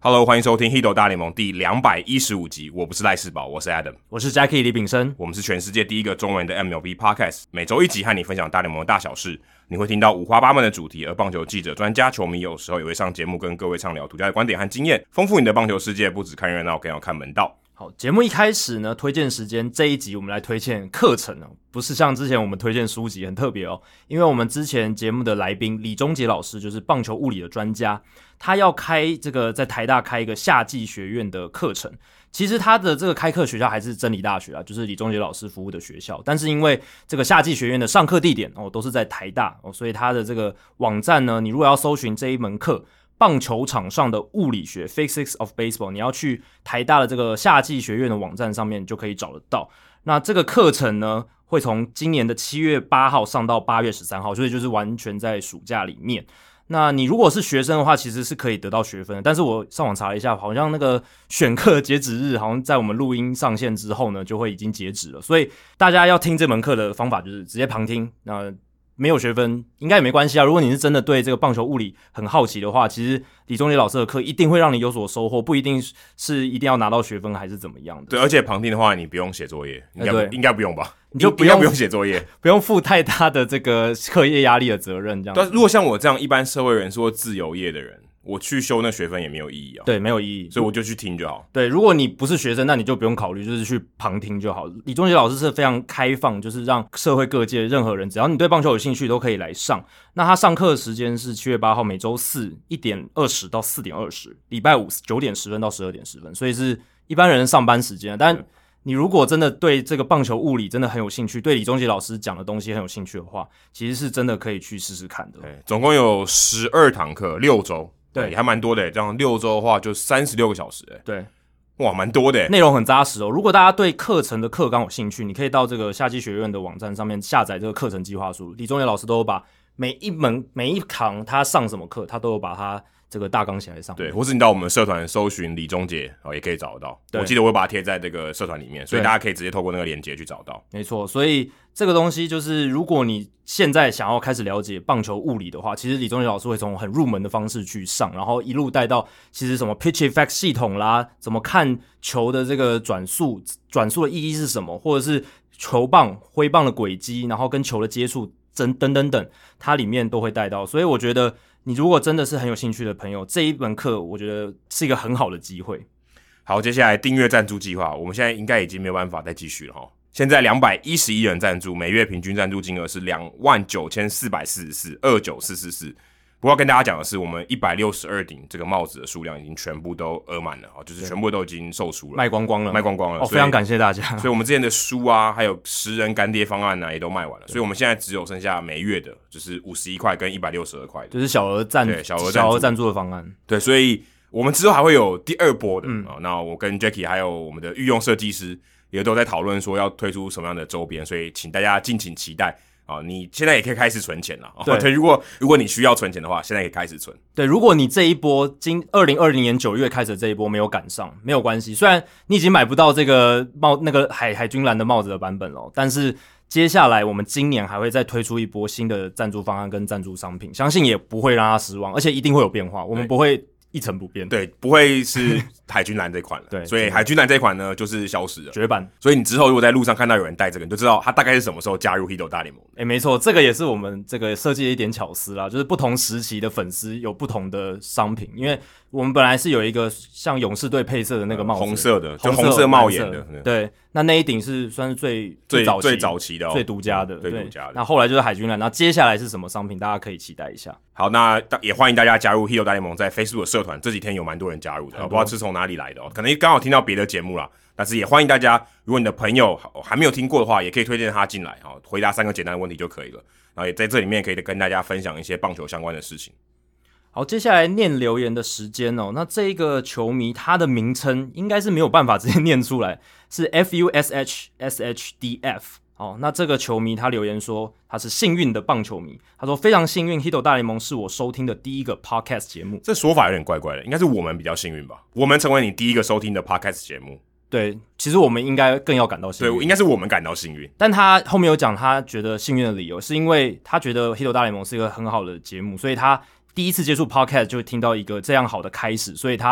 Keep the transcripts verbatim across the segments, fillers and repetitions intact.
Hello， 欢迎收听《Hito 大联盟》第两百一十五集。我不是赖世宝，我是 Adam， 我是 Jackie 李炳生。 我们是全世界第一个中文的 M L B Podcast， 每周一集和你分享大联盟的大小事。你会听到五花八门的主题，而棒球记者、专家、球迷有时候也会上节目跟各位畅聊独家的观点和经验，丰富你的棒球世界。不只看热闹，更要看门道。 好，节目一开始呢，推荐时间这一集我们来推荐课程哦，不是像之前我们推荐书籍，很特别哦，因为我们之前节目的来宾李宗杰老师就是棒球物理的专家，他要开这个在台大开一个夏季学院的课程。其实他的这个开课学校还是真理大学啊，就是李宗杰老师服务的学校，但是因为这个夏季学院的上课地点哦都是在台大哦，所以他的这个网站呢，你如果要搜寻这一门课棒球场上的物理学 Physics of Baseball， 你要去台大的这个夏季学院的网站上面就可以找得到。那这个课程呢，会从今年的七月八号上到八月十三号，所以就是完全在暑假里面。那你如果是学生的话，其实是可以得到学分的，但是我上网查了一下，好像那个选课截止日好像在我们录音上线之后呢，就会已经截止了，所以大家要听这门课的方法就是直接旁听，那没有学分应该也没关系啊。如果你是真的对这个棒球物理很好奇的话，其实李宗杰老师的课一定会让你有所收获，不一定是一定要拿到学分还是怎么样的。 对，而且旁听的话，你不用写作业，应该不、欸、应该不用吧？ 你就不用不用写作业， 不用负太大的这个课业压力的责任，这样子。 对，如果像我这样一般社会人士或自由业的人，我去修那学分也没有意义啊。 对，没有意义， 所以我就去听就好。 对，如果你不是学生，那你就不用考虑，就是去旁听就好。李宗杰老师是非常开放，就是让社会各界任何人，只要你对棒球有兴趣，都可以来上。那他上课的时间是七月八号每周四一点二十到四点二十，礼拜五九点十分到十二点十分，所以是一般人上班时间。但你如果真的对这个棒球物理真的很有兴趣，对李宗杰老师讲的东西很有兴趣的话，其实是真的可以去试试看的。 对，总共有十二堂课，六周。 对， 也还蛮多的，这样六周的话就三十六个小时， 对， 哇，蛮多的， 内容很扎实哦。如果大家对课程的课纲有兴趣，你可以到这个夏季学院的网站上面下载这个课程计划书。李宗杰老师都有把每一门每一堂他上什么课，他都有把它这个大纲写在上面。 对，或是你到我们社团搜寻李宗杰哦，也可以找得到。我记得我会把它贴在这个社团里面，所以大家可以直接透过那个连结去找到。 没错，所以这个东西就是，如果你现在想要开始了解棒球物理的话，其实李宗杰老师会从很入门的方式去上，然后一路带到其实什么 pitch effect 系统啦，怎么看球的这个转速，转速的意义是什么，或者是球棒挥棒的轨迹，然后跟球的接触等等等等，它里面都会带到。所以我觉得你如果真的是很有兴趣的朋友，这一门课我觉得是一个很好的机会。 好，接下来订阅赞助计划，我们现在应该已经没有办法再继续了齁。现在两百一十一人赞助，每月平均赞助金额是两万九千四百四十四，二九四四四。不过要跟大家讲的是，我们一百六十二顶这个帽子的数量已经全部都额满了，就是全部都已经售出了， 卖光光了， 卖光光了。 哦，非常感谢大家。 所以我们之前的书啊，还有十人干爹方案啊，也都卖完了。所以我们现在只有剩下每月的，就是五十一块跟一百六十二块， 就是小额赞， 对，小额小额赞助的方案。 对，所以我们之后还会有第二波的。 嗯哦、那我跟 Jackie 还有我们的御用设计师也都在讨论说要推出什么样的周边，所以请大家敬请期待。啊、哦，你现在也可以开始存钱了。 对， 对，如果如果你需要存钱的话，现在可以开始存。 对，如果你这一波今二零二零年九月开始的这一波没有赶上，没有关系。虽然你已经买不到这个帽那个海海军蓝的帽子的版本了，但是接下来我们今年还会再推出一波新的赞助方案跟赞助商品，相信也不会让他失望，而且一定会有变化，我们不会一成不变。 对，不会是海军蓝这款了。 对， 所以海军蓝这款呢就是消失了， 绝版。 所以你之后如果在路上看到有人戴这个，你就知道他大概是什么时候加入 Hito 大联盟。 诶，没错，这个也是我们这个设计的一点巧思啦，就是不同时期的粉丝有不同的商品，因为我们本来是有一个像勇士队配色的那个帽子， 呃、红色的，就红色帽檐的。 对，那那一顶是算是最最早期最早期的、哦、 最独家的， 最独家的。 那后来就是海军蓝，那接下来是什么商品，大家可以期待一下。 好，那也欢迎大家加入 Hito 大联盟在 Facebook 的社团，这几天有蛮多人加入的，不知道是从哪里来的哦，可能刚好听到别的节目啦。但是也欢迎大家，如果你的朋友还没有听过的话，也可以推荐他进来，回答三个简单的问题就可以了。然后也在这里面可以跟大家分享一些棒球相关的事情。 好，接下来念留言的时间哦。那这个球迷他的名称应该是没有办法直接念出来，是 F U S H S H D F。哦，那这个球迷他留言说他是幸运的棒球迷，他说非常幸运 Hito 大联盟是我收听的第一个 podcast 节目。 这说法有点怪怪的，应该是我们比较幸运吧，我们成为你第一个收听的 podcast 节目。 对，其实我们应该更要感到幸运。 对，应该是我们感到幸运。 但他后面有讲他觉得幸运的理由，是因为他觉得 Hito 大联盟是一个很好的节目，所以他第一次接触 podcast 就听到一个这样好的开始，所以他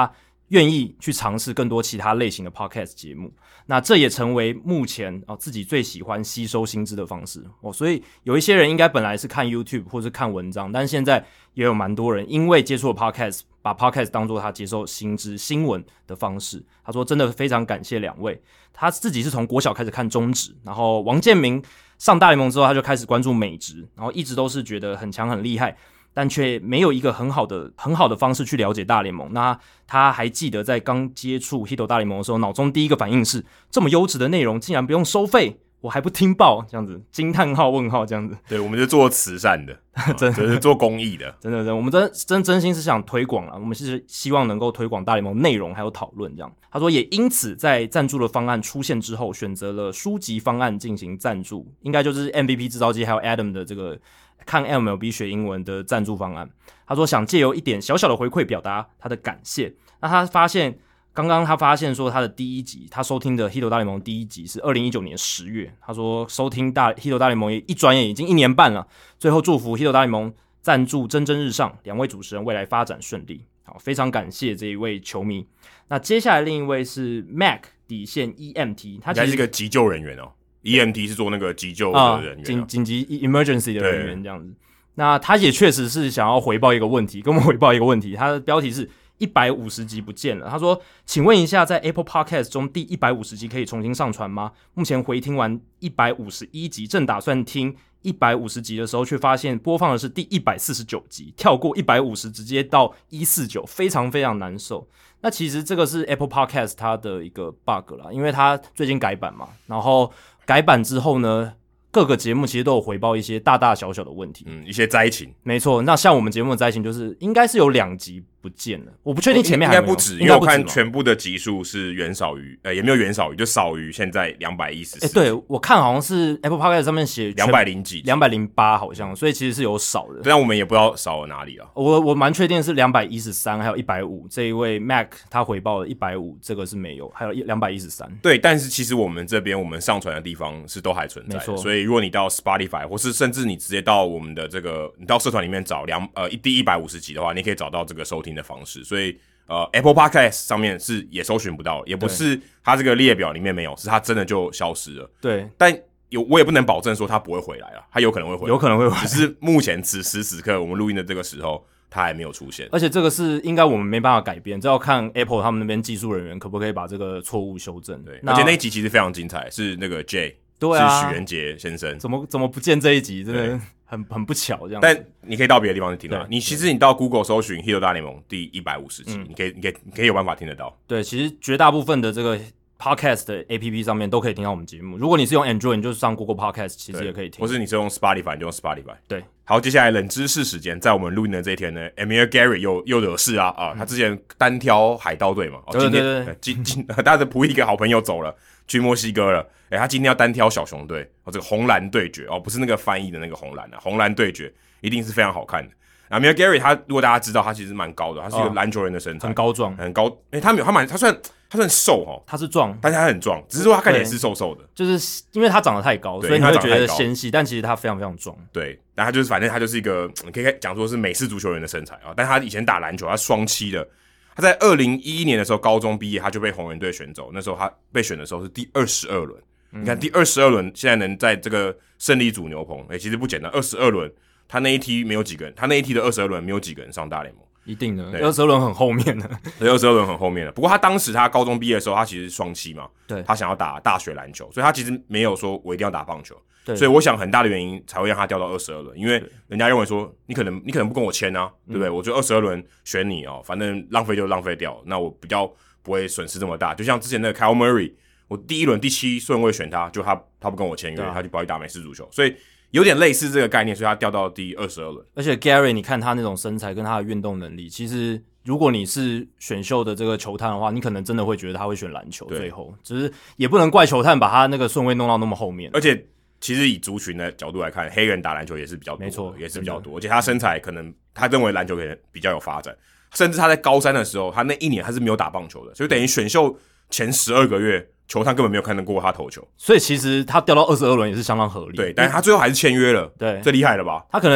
愿意去尝试更多其他类型的 podcast 节目。那这也成为目前、哦、自己最喜欢吸收新知的方式、哦、所以有一些人应该本来是看 YouTube 或是看文章，但是现在也有蛮多人因为接触了 podcast， 把 podcast 当作他接受新知新闻的方式。他说真的非常感谢两位，他自己是从国小开始看中职，然后王建民上大联盟之后他就开始关注美职，然后一直都是觉得很强很厉害，但却没有一个很好的很好的方式去了解大联盟。那他还记得在刚接触 Hito 大联盟的时候，脑中第一个反应是这么优质的内容竟然不用收费，我还不听报，这样子惊叹号问号这样子。 对，我们是做慈善的，真的是做公益的， 真的真的，我们真真真心是想推广啦，我们是希望能够推广大联盟内容还有讨论这样。他说也因此在赞助的方案出现之后，选择了书籍方案进行赞助，应该就是 M V P 制造机还有 Adam 的这个看 M L B 学英文的赞助方案。他说想借由一点小小的回馈表达他的感谢。那他发现刚刚他发现说他的第一集，他收听的 Hito 大联盟第一集是二零一九年十月，他说收听大 Hito 大联盟也一转眼已经一年半了。最后祝福 Hito 大联盟赞助蒸蒸日上，两位主持人未来发展顺利。好，非常感谢这一位球迷。那接下来另一位是 Mac 底线 E M T， 他其实是一个急救人员哦。E M T 是做那个急救的人员、啊，紧、 呃、紧急 emergency 的人员这样子。那他也确实是想要回报一个问题，跟我们回报一个问题。他的标题是一百五十集不见了。他说：“请问一下，在 Apple Podcast 中第一百五十集可以重新上传吗？目前回听完一百五十一集，正打算听一百五十集的时候，却发现播放的是第一百四十九集，跳过一百五十直接到一百四十九，非常非常难受。”那其实这个是 Apple Podcast 它的一个 bug 啦，因为它最近改版嘛，然后改版之后呢，各个节目其实都有回报一些大大小小的问题， 嗯，一些灾情。 没错，那像我们节目的灾情就是应该是有两集不见了，我不确定前面还有没有， 应该不止，因为我看全部的集数是远少于，呃，也没有远少于，就少于现在两百一十四。 哎，对，我看好像是 Apple Podcast 上面写两百零几， 两百零八好像，所以其实是有少的。 但我们也不知道少了哪里啊。 我我蛮确定是两百一十三，还有一百五。这一位 Mac 他回报了一百五，这个是没有，还有两百一十三。 对，但是其实我们这边我们上传的地方是都还存在的， 没错。 所以如果你到 Spotify 或是甚至你直接到我们的这个，你到社团里面找两呃第一百五十集的话，你可以找到这个收听的方式。所以呃 Apple Podcast 上面是也搜寻不到，也不是它这个列表里面没有，是它真的就消失了。 对， 但有我也不能保证说它不会回来啊，它有可能会回来， 有可能会回来， 只是目前此时此刻我们录音的这个时候，它还没有出现。 而且这个是应该我们没办法改变，这要看 Apple 他们那边技术人员可不可以把这个错误修正。 对，而且那一集其实非常精彩，是那个 J。 对啊， 是许元杰先生， 怎么怎么不见这一集，真的很很不巧这样子。 但你可以到别的地方去听啊。你其实你到 Google 搜寻 Hito 大联盟第一百五十集，嗯，你可以你可以你可以有办法听得到。 对，其实绝大部分的这个 Podcast 的 A P P 上面都可以听到我们节目。如果你是用 Android， 你就上 Google Podcast， 其实也可以听。 或是你是用 Spotify， 你就用 Spotify。 对， 好，接下来冷知识时间，在我们录音的这一天呢 ，Amir Gary 又又惹事啊啊！他之前单挑海盗队嘛，哦， 对对对， 今今他的仆一个好朋友走了，去墨西哥了。哎、欸，他今天要单挑小熊队哦，这个红蓝对决哦，不是那个翻译的那个红蓝啊，红蓝对决一定是非常好看的。啊 Amir Gary 他如果大家知道，他其实蛮高的，他是一个篮球人的身材， 哦、很高壮， 很高。哎、欸，他没有，他蛮他算他算瘦哦， 他是壮， 但是他很壮，只是说他看起来是瘦瘦的， 就是因为他长得太高，所以你会觉得纤细，但其实他非常非常壮。 对，但他就是反正他就是一个你可以讲说是美式足球员的身材啊，但他以前打篮球，他双七的。他在二零一一年的时候高中毕业，他就被红人队选走，那时候他被选的时候是第二十二轮。你看第二十二轮现在能在这个胜利组牛棚，哎、欸，其实不简单。二十二轮他那一梯没有几个人，他那一梯的二十二轮没有几个人上大联盟， 一定的。二十二轮很后面的， 对，二十二轮很后面的。不过他当时他高中毕业的时候，他其实是双七嘛， 对， 他想要打大学篮球，所以他其实没有说我一定要打棒球。 对， 所以我想很大的原因才会让他掉到二十二轮，因为人家认为说你可能你可能不跟我签啊，对不对？嗯、我就二十二轮选你哦，反正浪费就浪费掉，那我比较不会损失这么大。就像之前那个 Kyle Murray。我第一轮第七顺位选他，就他他不跟我签约，啊、他就不要去打美式足球，所以有点类似这个概念，所以他掉到第二十二轮。 而且 Gary， 你看他那种身材跟他的运动能力，其实如果你是选秀的这个球探的话，你可能真的会觉得他会选篮球。最后，只是也不能怪球探把他那个顺位弄到那么后面。 而且，其实以族群的角度来看，黑人打篮球也是比较多， 没错， 也是比较多。而且他身材可能他认为篮球可能比较有发展，甚至他在高三的时候，他那一年他是没有打棒球的，所以等于选秀前十二个月。球探根本没有看得过他投球， 所以其实他掉到二十二轮也是相当合理。 对，但是他最后还是签约了， 对， 最厉害了吧？ 他可能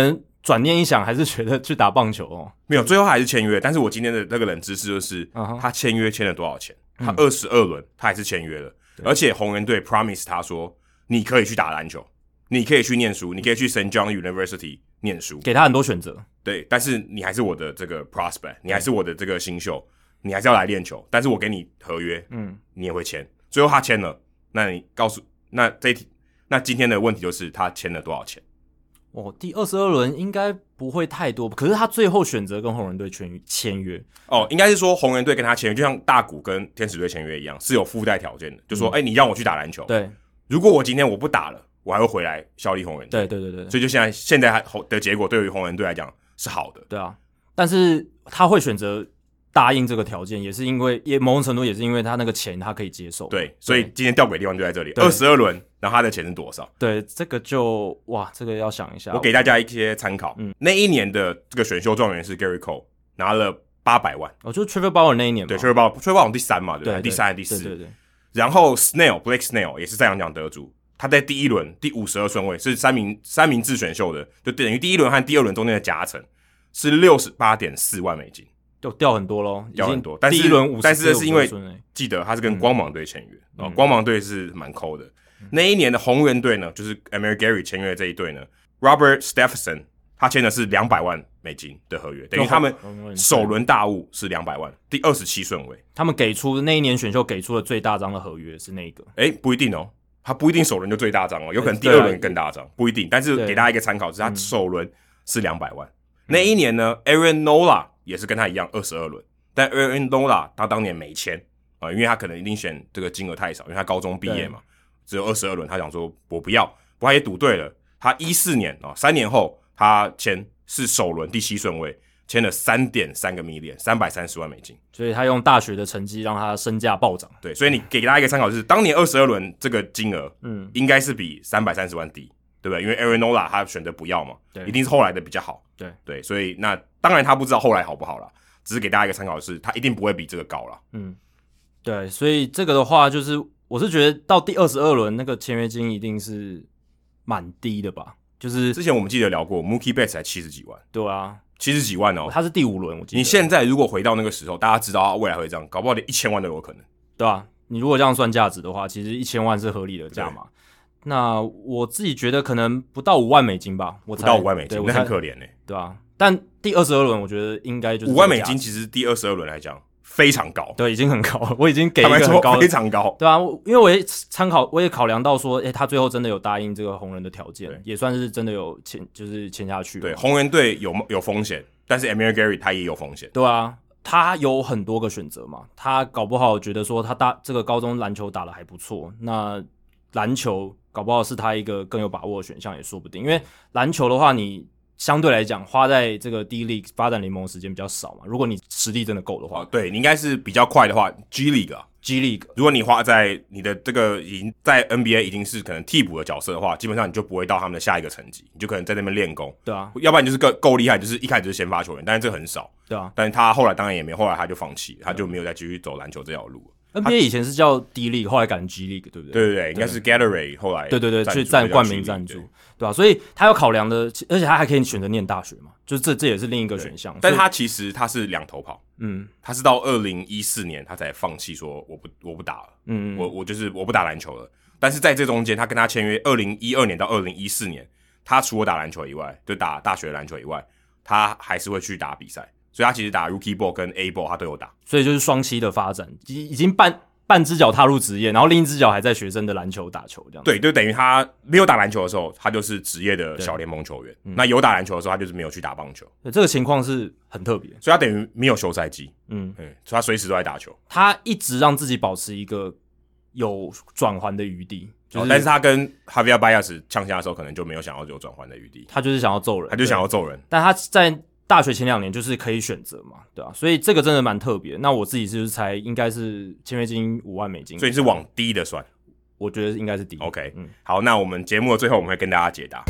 转念一想，还是觉得去打棒球哦。 没有，最后还是签约。但是我今天的那个冷知识就是， uh-huh. 他签约签了多少钱？他二十二轮他还是签约了，而且红人队 promise 他说，你可以去打篮球，你可以去念书，你可以去 Saint John University 念书， 给他很多选择。 对，但是你还是我的这个 prospect， 你还是我的这个新秀，你还是要来练球。但是我给你合约，嗯，你也会签。最后他签了，那你告诉那这一题，那今天的问题就是他签了多少钱？ 哦，第二十二轮应该不会太多，可是他最后选择跟红人队签约。 哦，应该是说红人队跟他签约，就像大谷跟天使队签约一样，是有附带条件的，就说，哎、嗯欸，你让我去打篮球， 对， 如果我今天我不打了，我还会回来效力红人队。 对对对对， 所以就现在现在的结果对于红人队来讲是好的。 对啊，但是他会选择答应这个条件，也是因为也某种程度也是因为他那个钱他可以接受。 对，所以今天吊诡的地方就在这里，二十二轮，然后他的钱是多少？ 对，这个就哇，这个要想一下。 我给大家一些参考，嗯，那一年的这个选秀状元是 Gary Cole， 拿了八百万， 哦，就是 Trevor Bauer 那一年嘛。 对 ，Trevor Bauer，Trevor Bauer 第三嘛，对不对？ 对对第三还是第四？ 对对对。 然后 Snell Blake Snell 也是赛扬奖得主，他在第一轮第五十二顺位，是三名三名制选秀的，就等于第一轮和第二轮中间的夹层是六十八点四万美金。 就掉很多咯， 掉很多。但是第一轮五十， 但是是因为记得他是跟光芒队签约、嗯哦、光芒队是蛮抠的、嗯。那一年的红人队呢，就是 Amir Gary 签约的这一队呢 ，Robert Stephenson 他签的是两百万美金的合约，等于他们首轮大物是两百万，第二十七顺位。 他们给出那一年选秀给出的最大张的合约是那个？ 哎，不一定哦，他不一定首轮就最大张哦，有可能第二轮更大张，不一定。但是给大家一个参考，是他首轮是两百万、嗯。那一年呢 ，Aaron Nola 也是跟他一样二十二轮。但 Aaron Nola 他当年没签啊、呃，因为他可能一定嫌这个金额太少，因为他高中毕业嘛，只有二十二轮，他想说我不要，不过他也赌对了。他一四年啊、哦，三年后他签是首轮第七顺位，签了 三点三个 million， 三百三十万美金， 所以他用大学的成绩让他身价暴涨。 对，所以你给大家一个参考，就是当年二十二轮这个金额，嗯，应该是比三百三十万低，对不对？因为 Aaron Nola 他选择不要嘛，对，一定是后来的比较好。 对对，所以那当然他不知道后来好不好啦。只是给大家一个参考，是他一定不会比这个高啦。 嗯，对，所以这个的话，就是我是觉得到第二十二轮那个签约金一定是蛮低的吧？就是之前我们记得聊过 ，Mookie Betts 才七十几万。 对啊， 七十几万哦， 他是第五轮，我记得。 你现在如果回到那个时候，大家知道他未来会这样，搞不好连一千万都有可能。 对啊，你如果这样算价值的话，其实一千万是合理的价码。那我自己觉得可能不到五万美金吧，我不到五万美金，那很可怜呢、欸， 对啊。但第二十二轮，我觉得应该就是五万美金，其实第二十二轮来讲非常高， 对，已经很高了。我已经给一个很高的， 非常高， 对啊，因为我也参考，我也考量到说，哎、欸，他最后真的有答应这个红人的条件，也算是真的有签，就是签下去了。 对，红人队有有风险，但是 Amir Gary 他也有风险， 对啊，他有很多个选择嘛，他搞不好觉得说他打这个高中篮球打得还不错，那篮球搞不好是他一个更有把握的选项也说不定，因为篮球的话你。相对来讲，花在这个 D League 发展联盟的时间比较少嘛。如果你实力真的够的话， 哦、对你应该是比较快的话 ，G League 啊 ，G League。 如果你花在你的这个已经在 N B A 已经是可能替补的角色的话，基本上你就不会到他们的下一个层级，你就可能在那边练功。 对啊， 要不然你就是够够厉害，就是一开始就是先发球员，但是这很少。 对啊， 但是他后来当然也没，后来他就放弃，他就没有再继续走篮球这条路了。 N B A 以前是叫 D League， 后来改成 G League， 对不对？ 对对对，应该是 Gatorade 后来对对对去占冠名赞助，对吧、啊？所以他有考量的，而且他还可以选择念大学嘛，就是这这也是另一个选项。 但是他其实他是两头跑，嗯，他是到二零一四年他才放弃说我不我不打了，嗯，我我就是我不打篮球了。但是在这中间，他跟他签约二零一二年到二零一四年，他除了打篮球以外，就打大学篮球以外，他还是会去打比赛。所以他其实打 Rookie Ball 跟 A Ball 他都有打， 所以就是双栖的发展，已已经半半只脚踏入职业，然后另一只脚还在学生的篮球打球这样。 对，就等于他没有打篮球的时候，他就是职业的小联盟球员；嗯、那有打篮球的时候，他就是没有去打棒球。 对，这个情况是很特别， 所以他等于没有休赛季，嗯，嗯，所以他随时都在打球。 他一直让自己保持一个有转换的余地。就是哦、但是他跟 Javier Baez 呛下的时候，可能就没有想要有转换的余地。 他就是想要揍人， 他就想要揍人。 但他在大学前两年就是可以选择嘛，对啊，所以这个真的蛮特别。那我自己就是猜应该是签约金五万美金， 所以你是往低的算， 我觉得应该是低。 OK， 嗯，好，那我们节目的最后我们会跟大家解答。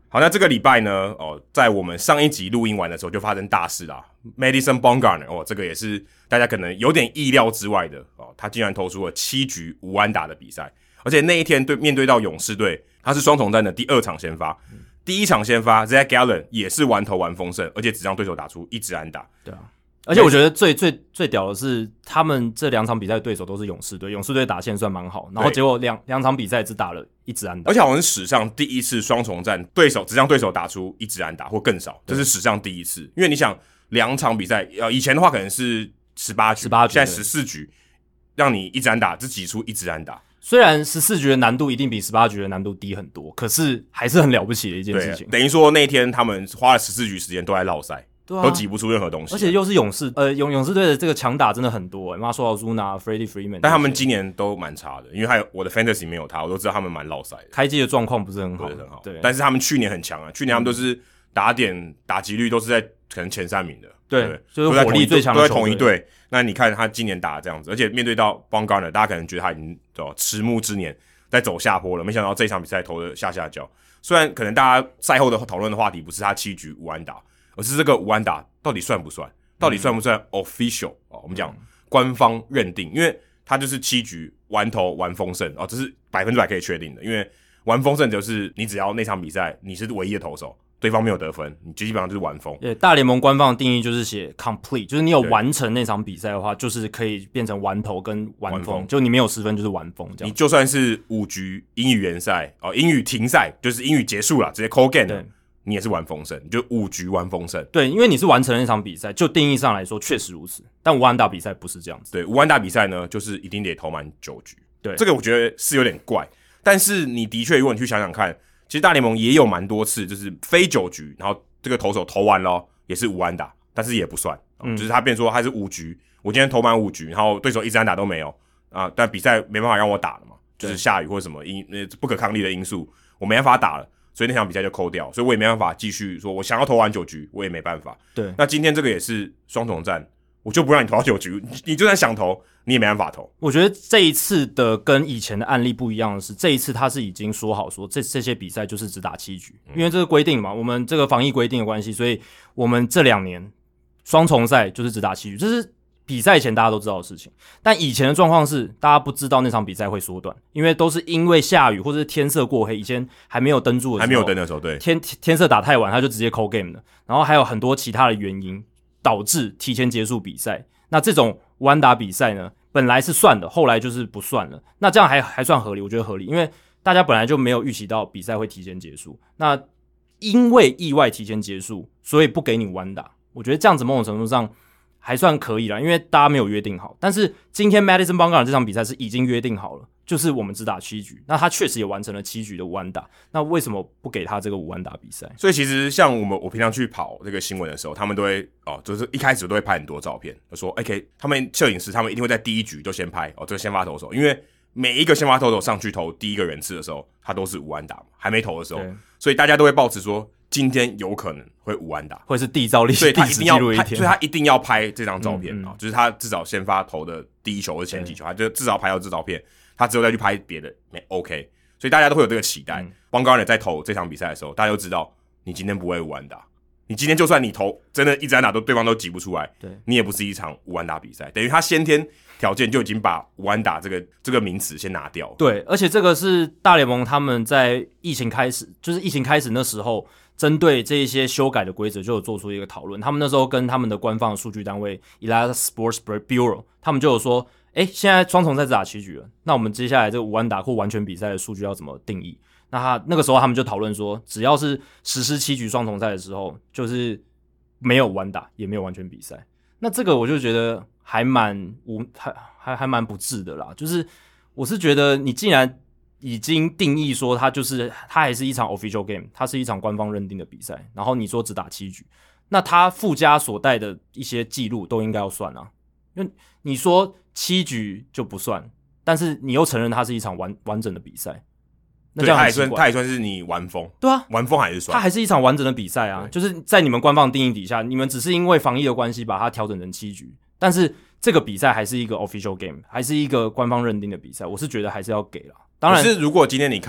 好，那这个礼拜呢，哦，在我们上一集录音完的时候就发生大事啦。Madison Bumgarner， 哦，这个也是大家可能有点意料之外的哦，他竟然投出了七局无安打的比赛，而且那一天对面对到勇士队，他是双重战的第二场先发，嗯、第一场先发 Zach Gallen 也是完投完丰盛，而且只让对手打出一支安打。 对啊。而且我觉得最最最屌的是，他们这两场比赛的对手都是勇士队，勇士队打线算蛮好，然后结果两两场比赛只打了一支安打， 而且好像是史上第一次双重战对手只让对手打出一支安打或更少，这是史上第一次。因为你想两场比赛，呃，以前的话可能是十八局， 十八局， 现在十四局，让你一支安打只挤出一支安打。 虽然十四局的难度一定比十八局的难度低很多，可是还是很了不起的一件事情。 等于说那天他们花了十四局时间都在绕赛。 啊、 都挤不出任何东西， 而且又是勇士，呃，勇勇士队的这个强打真的很多，马索尔朱纳、Freddie Freeman， 但他们今年都蛮差的，因为还有我的 Fantasy 没有他，我都知道他们蛮落赛的， 开季的状况不是很好， 不是很好， 对。 但是他们去年很强啊，去年他们都是打点、打击率都是在可能前三名的， 对， 对就是火力最强的都在同一队。那你看他今年打这样子，而且面对到 Bumgarner， 大家可能觉得他已经走迟暮之年，在走下坡了，没想到这场比赛投的下下脚。虽然可能大家赛后的讨论的话题不是他七局无安打，而是这个无安打到底算不算？到底算不算 official、哦、我们讲官方认定，因为他就是七局完投完丰盛哦，这是百分之百可以确定的。因为完丰盛就是你只要那场比赛你是唯一的投手，对方没有得分，你基本上就是完封。 对，大联盟官方的定义就是写 complete， 就是你有完成那场比赛的话，就是可以变成完投跟完封，就你没有失分就是完封这样。 你就算是五局英语联赛哦，英语停赛就是英语结束了，直接 call game，你也是完丰盛，你就五局完丰盛。 对，因为你是完成了那场比赛，就定义上来说确实如此。但无安打比赛不是这样子。 对，无安打比赛呢，就是一定得投满九局。 对， 这个我觉得是有点怪，但是你的确，如果你去想想看，其实大联盟也有蛮多次，就是非九局，然后这个投手投完了也是无安打，但是也不算，嗯、就是他变成说他是五局，我今天投满五局，然后对手一支安打都没有啊，但比赛没办法让我打了嘛，就是下雨或者什么因不可抗力的因素，我没办法打了。所以那场比赛就扣掉，所以我也没办法继续说，我想要投完九局，我也没办法。 对， 那今天这个也是双重战，我就不让你投到九局，你就算想投，你也没办法投。 我觉得这一次的跟以前的案例不一样的是，这一次他是已经说好说这这些比赛就是只打七局，因为这个规定嘛，我们这个防疫规定的关系，所以我们这两年双重赛就是只打七局，这是比赛前大家都知道的事情，但以前的状况是大家不知道那场比赛会缩短，因为都是因为下雨或者是天色过黑，以前还没有登注的时候， 还没有登的时候，对， 天天色打太晚，他就直接 call game 了，然后还有很多其他的原因导致提前结束比赛。那这种无安打比赛呢，本来是算的，后来就是不算了，那这样还还算合理，我觉得合理，因为大家本来就没有预期到比赛会提前结束，那因为意外提前结束，所以不给你无安打，我觉得这样子某种程度上还算可以啦，因为大家没有约定好。但是今天 Madison Bumgarner 这场比赛是已经约定好了，就是我们只打七局，那他确实也完成了七局的无安打，那为什么不给他这个无安打比赛？ 所以其实像我们我平常去跑这个新闻的时候，他们都会哦，就是一开始都会拍很多照片，就说 OK， 他们摄影师他们一定会在第一局就先拍哦这个先发投手，因为每一个先发投手上去投第一个人次的时候，他都是无安打嘛，还没投的时候，所以大家都会抱持说今天有可能会无安打， 会是缔造历史历史记录一天， 所以他一定要拍这张照片啊、 嗯嗯， 就是他至少先发投的第一球或者前几球，他就至少拍到这照片，他之后再去拍别的没 OK， 所以大家都会有这个期待。 嗯、 Bumgarner 在投这场比赛的时候，大家都知道你今天不会无安打，你今天就算你投真的一直安打都对方都挤不出来， 对你也不是一场无安打比赛，等于他先天条件就已经把无安打这个这个名词先拿掉了。 对，而且这个是大联盟他们在疫情开始，就是疫情开始那时候，针对这一些修改的规则就有做出一个讨论。他们那时候跟他们的官方的数据单位 Elias Sports Bureau， 他们就有说，诶，现在双重赛只打七局了，那我们接下来这个无安打或完全比赛的数据要怎么定义？那他那个时候他们就讨论说，只要是实施七局双重赛的时候，就是没有无安打，也没有完全比赛。那这个我就觉得还蛮无还还还蛮不智的啦。就是我是觉得你既然已经定义说它就是它还是一场 official game， 它是一场官方认定的比赛，然后你说只打七局，那它附加所带的一些记录都应该要算啊。因为你说七局就不算，但是你又承认它是一场完完整的比赛，那这样他也算他也算是你完封， 对啊， 完封还是算， 它还是一场完整的比赛啊。就是在你们官方定义底下，你们只是因为防疫的关系把它调整成七局，但是这个比赛还是一个 official game， 还是一个官方认定的比赛，我是觉得还是要给啦。当然， 可是如果今天你看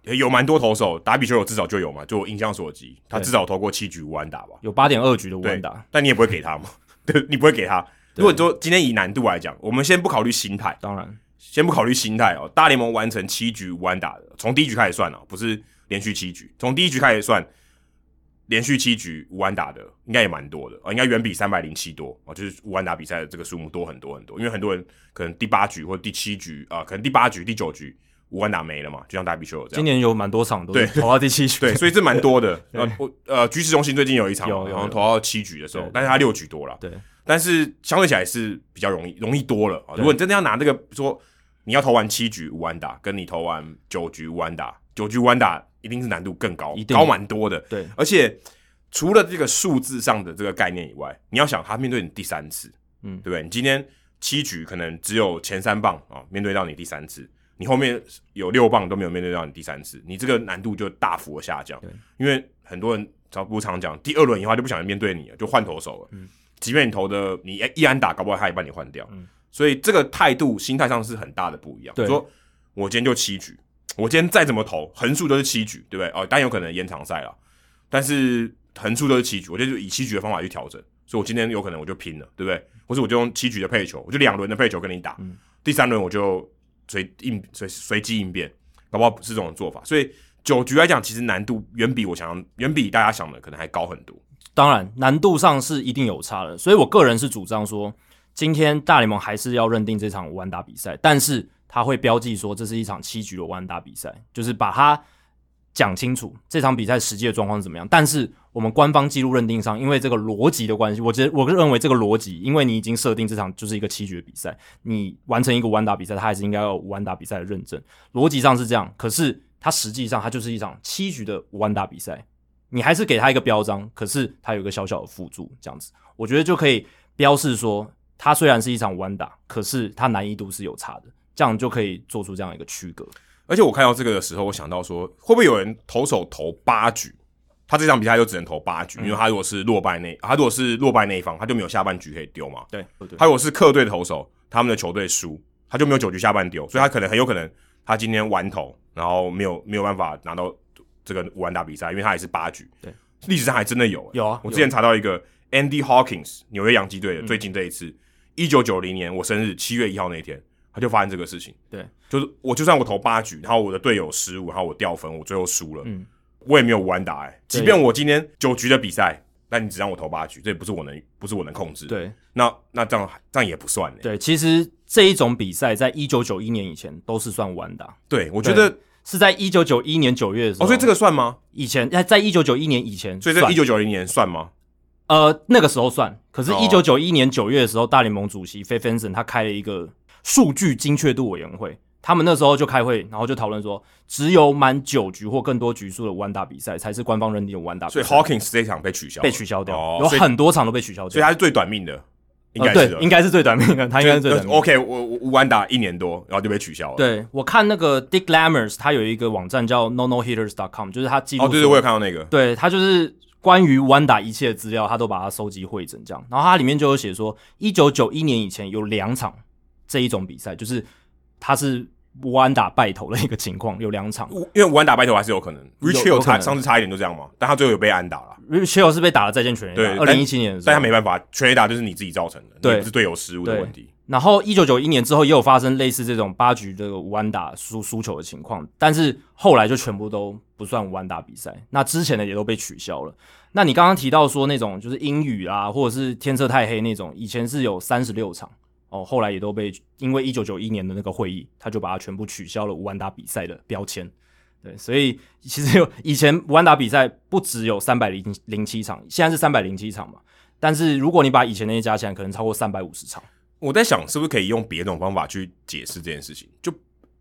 有蛮多投手，达比修有至少就有嘛，就我印象所及，他至少投过七局无安打吧， 有 八点二 局的无安打， 但你也不会给他嘛，对，你不会给他。如果说今天以难度来讲，我们先不考虑心态， 当然先不考虑心态哦，大联盟完成七局无安打的，从第一局开始算哦，不是连续七局，从第一局开始算。连续七局无安打的应该也蛮多的、哦、应该远比三百零七多、哦、就是无安打比赛的这个数目多很多很多，因为很多人可能第八局或第七局啊、呃，可能第八局、第九局无安打没了嘛，就像达比修有这样。 今年有蛮多场都是投到第七局， 对，所以这蛮多的。呃，呃，橘池中心最近有一场， 有然后投到七局的时候，但是他六局多了， 对， 但是相对起来是比较容易容易多了、哦、如果你真的要拿这个说，你要投完七局无安打，跟你投完九局无安打，九局无安打一定是难度更高，高蛮多的。 对， 而且。除了这个数字上的这个概念以外，你要想他面对你第三次，嗯，对不对？你今天七局可能只有前三棒啊、哦，面对到你第三次，你后面有六棒都没有面对到你第三次，你这个难度就大幅的下降。因为很多人不常讲，第二轮以后他就不想面对你了，就换投手了。嗯，即便你投的你一安打，搞不好他也把你换掉。嗯，所以这个态度、心态上是很大的不一样。对，说我今天就七局，我今天再怎么投，横竖都是七局，对不对？哦，当然有可能延长赛了，但是。横竖都是七局，我就以七局的方法去调整，所以我今天有可能我就拼了，对不对？或者我就用七局的配球，我就两轮的配球跟你打，嗯、第三轮我就随应随随机应变，搞不好是这种做法。所以九局来讲，其实难度远比我想，远比大家想的可能还高很多。 当然，难度上是一定有差的，所以我个人是主张说，今天大联盟还是要认定这场无安打比赛，但是他会标记说这是一场七局的无安打比赛，就是把它讲清楚这场比赛实际的状况是怎么样，但是我们官方记录认定上，因为这个逻辑的关系，我觉得我认为这个逻辑，因为你已经设定这场就是一个七局的比赛，你完成一个无安打比赛，它还是应该要有无安打比赛的认证，逻辑上是这样，可是它实际上它就是一场七局的无安打比赛，你还是给它一个标章，可是它有一个小小的附注，这样子，我觉得就可以标示说，它虽然是一场无安打，可是它难易度是有差的，这样就可以做出这样一个区隔。 而且我看到这个的时候，我想到说，会不会有人投手投八局，他这场比赛就只能投八局，嗯、因为他如果是落败那，他如果是落败那一方，他就没有下半局可以丢嘛。 对，对他如果是客队的投手，他们的球队输，他就没有九局下半丢，所以他可能很有可能他今天完投，然后没有没有办法拿到这个无安打比赛，因为他也是八局。 对， 历史上还真的有、欸， 有啊。 我之前查到一个 Andy Hawkins 纽约洋基队的、嗯、最近这一次，一九九零年我生日七月一号那天。他就发生这个事情， 对， 就是我就算我投八局，然后我的队友失误，然后我掉分，我最后输了，嗯，我也没有无安打哎、欸，即便我今天九局的比赛，但你只让我投八局，这也不是我能不是我能控制的， 对， 那那这样这样也不算、欸， 对，其实这一种比赛在一九九一年以前都是算无安打， 对，我觉得是在一九九一年九月的时候， 哦，所以这个算吗？ 以前在一九九一年以前， 所以在一九九零年算吗？ 呃，那个时候算，可是一九九一年九月的时候，大联盟主席 Phil Fenson 他开了一个数据精确度委员会，他们那时候就开会，然后就讨论说，只有满九局或更多局数的无安打比赛才是官方认定的无安打比赛。 所以 Hawkins 这场被取消了， 被取消掉， 哦、 有很多场都被取消掉， 所以他是最短命的，应该是、 呃、对，应该是最短命的，他应该是最短命的。 OK， 我我无安打一年多，然后就被取消了。 对，我看那个 Dick Lammers， 他有一个网站叫 no no hitters dot com， 就是他记录。 哦，对对，我有看到那个。 对，他就是关于无安打一切的资料，他都把它收集汇整这样。然后他里面就有写说，一九九一年以前有两场这一种比赛，就是他是无安打败投的一个情况，有两场。 因为无安打败投还是有可能。Rich Hill 差上次差一点就这样嘛，但他最后有被安打了。 Rich Hill 是被打了再见全垒打，二零一七年的时候， 但他没办法，全垒打就是你自己造成的，对，不是队友失误的问题。 然后一九九一年之后也有发生类似这种八局的无安打输输球的情况，但是后来就全部都不算无安打比赛，那之前的也都被取消了。那你刚刚提到说那种就是英语啊，或者是天色太黑那种，以前是有三十六场哦，后来也都被因为一九九一年的那个会议，他就把它全部取消了无安打比赛的标签。对，所以其实有以前无安打比赛不只有三百零七场，现在是三百零七场嘛，但是如果你把以前那些加起来，可能超过三百五十场。 我在想是不是可以用别种方法去解释这件事情，就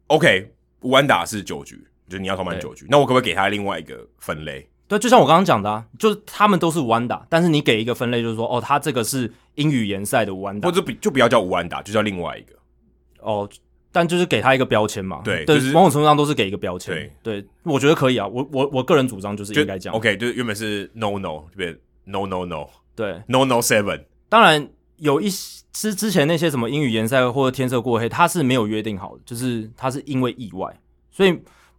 OK 无安打是九局，就是你要投满九局，那我可不可以给他另外一个分类？ 对，就像我刚刚讲的啊，就是他们都是无安打，但是你给一个分类，就是说，哦，他这个是英语联赛的无安打， 或者就不要叫无安打，就叫另外一个。 哦，但就是给他一个标签嘛， 对， 对， 就是某种程度上都是给一个标签。 对， 对，我觉得可以啊，我我我个人主张就是应该这样。 OK， 就是原本是 no no， 这边 no no no， 对 ，no no seven。 当然有一之之前那些什么英语联赛或者天色过黑，它是没有约定好的，就是它是因为意外，所以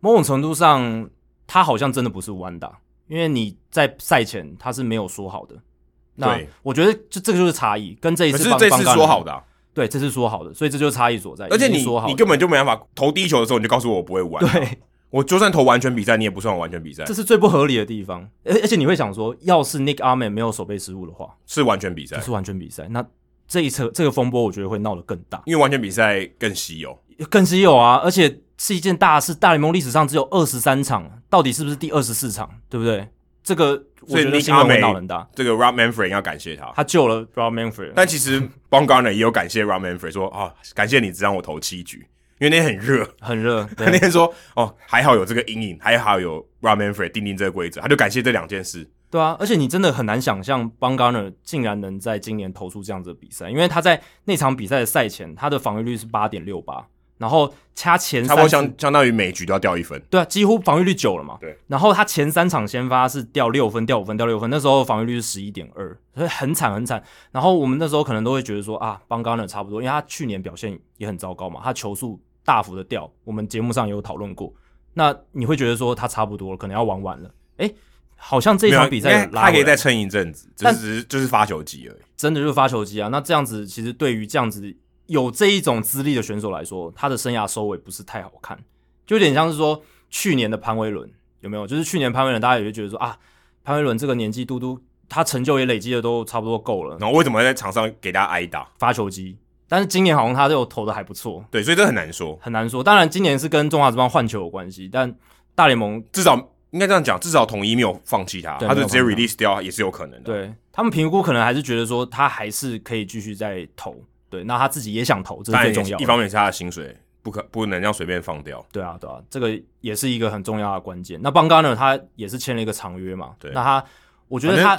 某种程度上，他好像真的不是无安打，因为你在赛前他是没有说好的。那我觉得这这个就是差异，跟这一次可是这次说好的、啊， 对，这次说好的，所以这就是差异所在。 而且你说好你根本就没办法投第一球的时候你就告诉我我不会无安打， 对， 我就算投完全比赛，你也不算完全比赛， 这是最不合理的地方。而而且你会想说，要是 Nick Ahmed 没有守备失误的话， 是完全比赛， 就是完全比赛。那这一侧这个风波，我觉得会闹得更大， 因为完全比赛更稀有， 更稀有啊！而且是一件大事，大联盟历史上只有二十三场，到底是不是第二十四场，对不对？这个我觉得新闻会闹很大。 这个 Rob Manfred 要感谢他， 他救了 Rob Manfred。 但其实 Bumgarner 也有感谢 Rob Manfred 说啊，感谢你只让我投七局，因为那天很热， 很热。 他那天说哦，还好有这个阴影，还好有 Rob Manfred 订定这个规则，他就感谢这两件事。 对啊，而且你真的很难想象 Bumgarner 竟然能在今年投出这样子的比赛，因为他在那场比赛的赛前，他的防御率是 八点六八。然后他前差不多相相当于每局都要掉一分， 对啊，几乎防御率九了嘛。 对， 然后他前三场先发是掉六分、掉五分、掉六分，那时候防御率是 十一点二，所以很惨很惨。然后我们那时候可能都会觉得说啊 ，Bumgarner 差不多，因为他去年表现也很糟糕嘛，他球速大幅的掉，我们节目上也有讨论过。那你会觉得说他差不多了，可能要玩完了。诶，好像这场比赛他可以再撑一阵子，只是就是发球机而已， 真的就是发球机啊。那这样子其实对于这样子有这一种资历的选手来说，他的生涯收尾不是太好看，就有点像是说去年的潘威伦，有没有？就是去年潘威伦，大家也会觉得说啊，潘威伦这个年纪，嘟嘟他成就也累积的都差不多够了， 然后为什么在场上给大家挨打发球机？但是今年好像他都投的还不错， 对，所以这很难说， 很难说。当然，今年是跟中华职棒换球有关系，但大联盟至少应该这样讲，至少统一没有放弃他，他就直接 release 掉也是有可能的。 对，他们评估可能还是觉得说他还是可以继续再投。对，那他自己也想投，这是最重要的。 一方面是他的薪水不可不能让随便放掉。 对啊，对啊，这个也是一个很重要的关键。那Bumgarner他也是签了一个长约嘛，对，那他我觉得他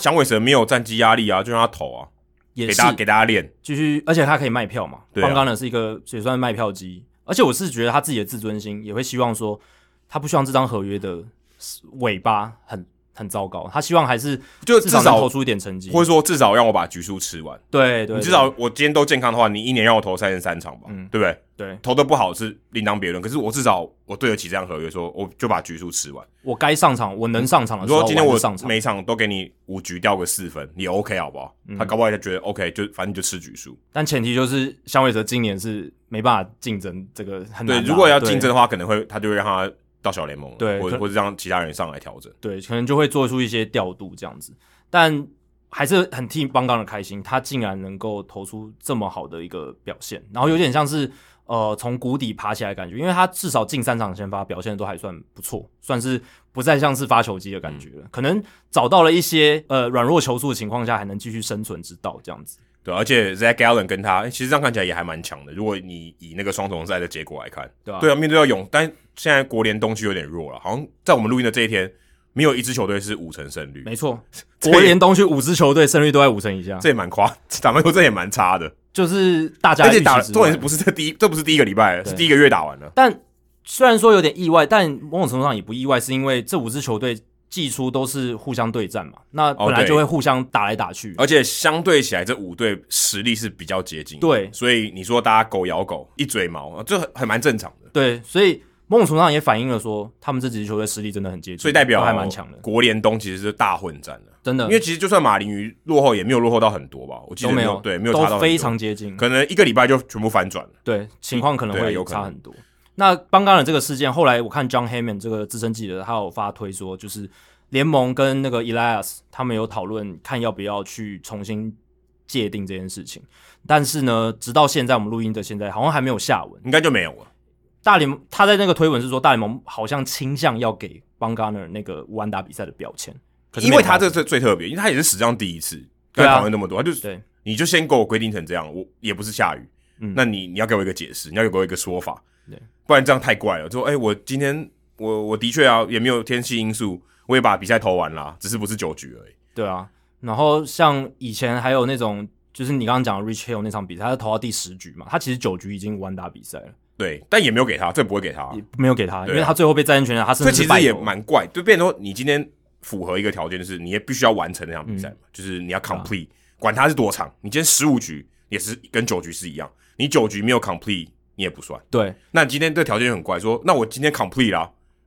也给大家给大家练， 继续，而且他可以卖票嘛。 对啊 Bumgarner是一个也算是卖票机，而且我是觉得他自己的自尊心也会希望说，他不希望这张合约的尾巴很。很糟糕，他希望还是就至少能投出一点成绩， 或者说至少让我把局数吃完。 对 对, 对， 你至少我今天都健康的话，你一年让我投三十三场吧，嗯，对不对？ 对， 投的不好是另当别论，可是我至少我对得起这样合约，说我就把局数吃完。 我该上场，我能上场的时候， 你说今天我上场， 每场都给你五局掉个四分，你 OK 好不好？嗯、他搞不好就觉得 OK， 就反正就吃局数。 但前提就是响尾蛇今年是没办法竞争，这个很难。 对，如果要竞争的话，可能会他就会让他。到小联盟了， 对， 或者或者让其他人上来调整， 对，可能就会做出一些调度这样子，但还是很替Bumgarner开心，他竟然能够投出这么好的一个表现，然后有点像是呃从谷底爬起来的感觉，因为他至少近三场先发表现都还算不错，算是不再像是发球机的感觉了，嗯、可能找到了一些呃软弱球速的情况下还能继续生存之道这样子。 对，而且 Zach Gallen 跟他其实这样看起来也还蛮强的。如果你以那个双重赛的结果来看， 对啊， 对啊，面对到勇，但现在国联东区有点弱了，好像在我们录音的这一天，没有一支球队是五成胜率。 没错，国联东区五支球队胜率都在五成以下， 这也蛮夸，坦白说这也蛮差的。 就是大家而且打重点不是这第一，这不是第一个礼拜，是第一个月打完了。 但虽然说有点意外，但某种程度上也不意外，是因为这五支球队。季初都是互相对战嘛，那本来就会互相打来打去， 哦、而且相对起来，这五队实力是比较接近的， 对， 所以你说大家狗咬狗一嘴毛，这很很蛮正常的， 对，所以某种程度上也反映了说，他们这几支球队实力真的很接近， 所以代表还蛮强的。 国联东其实是大混战的， 真的， 因为其实就算马林鱼落后，也没有落后到很多吧，我记得没有， 对，没有差到很多， 都非常接近， 可能一个礼拜就全部反转了， 对，情况可能会有差很多。那Bumgarner这个事件，后来我看 John Heyman 这个资深记者，他有发推说，就是联盟跟那个 Elias 他们有讨论，看要不要去重新界定这件事情。但是呢，直到现在我们录音的现在，好像还没有下文， 应该就没有了。 大联盟他在那个推文是说，大联盟好像倾向要给 Bumgarner 那个无安打比赛的标签， 因为他这最最特别，因为他也是史上第一次，刚才讨论那么多，他就对， 你就先给我规定成这样，我也不是下雨，嗯，那你你要给我一个解释，你要给我一个说法， 对， 不然这样太怪了。就说，哎、欸，我今天我我的确啊，也没有天气因素。我也把比赛投完啦，只是不是九局而已。 对啊，然后像以前还有那种，就是你刚刚讲的 Rich Hill 那场比赛，他投到第十局嘛，他其实九局已经完打比赛了。 对，但也没有给他，这不会给他， 也没有给他，因为他最后被再见全垒打，他甚至这其实也蛮怪，就变成说你今天符合一个条件，就是你也必须要完成那场比赛嘛，嗯、就是你要 complete，、啊、管他是多长，你今天十五局也是跟九局是一样，你九局没有 complete 你也不算。 对， 那你今天这条件很怪，说那我今天 complete 啦。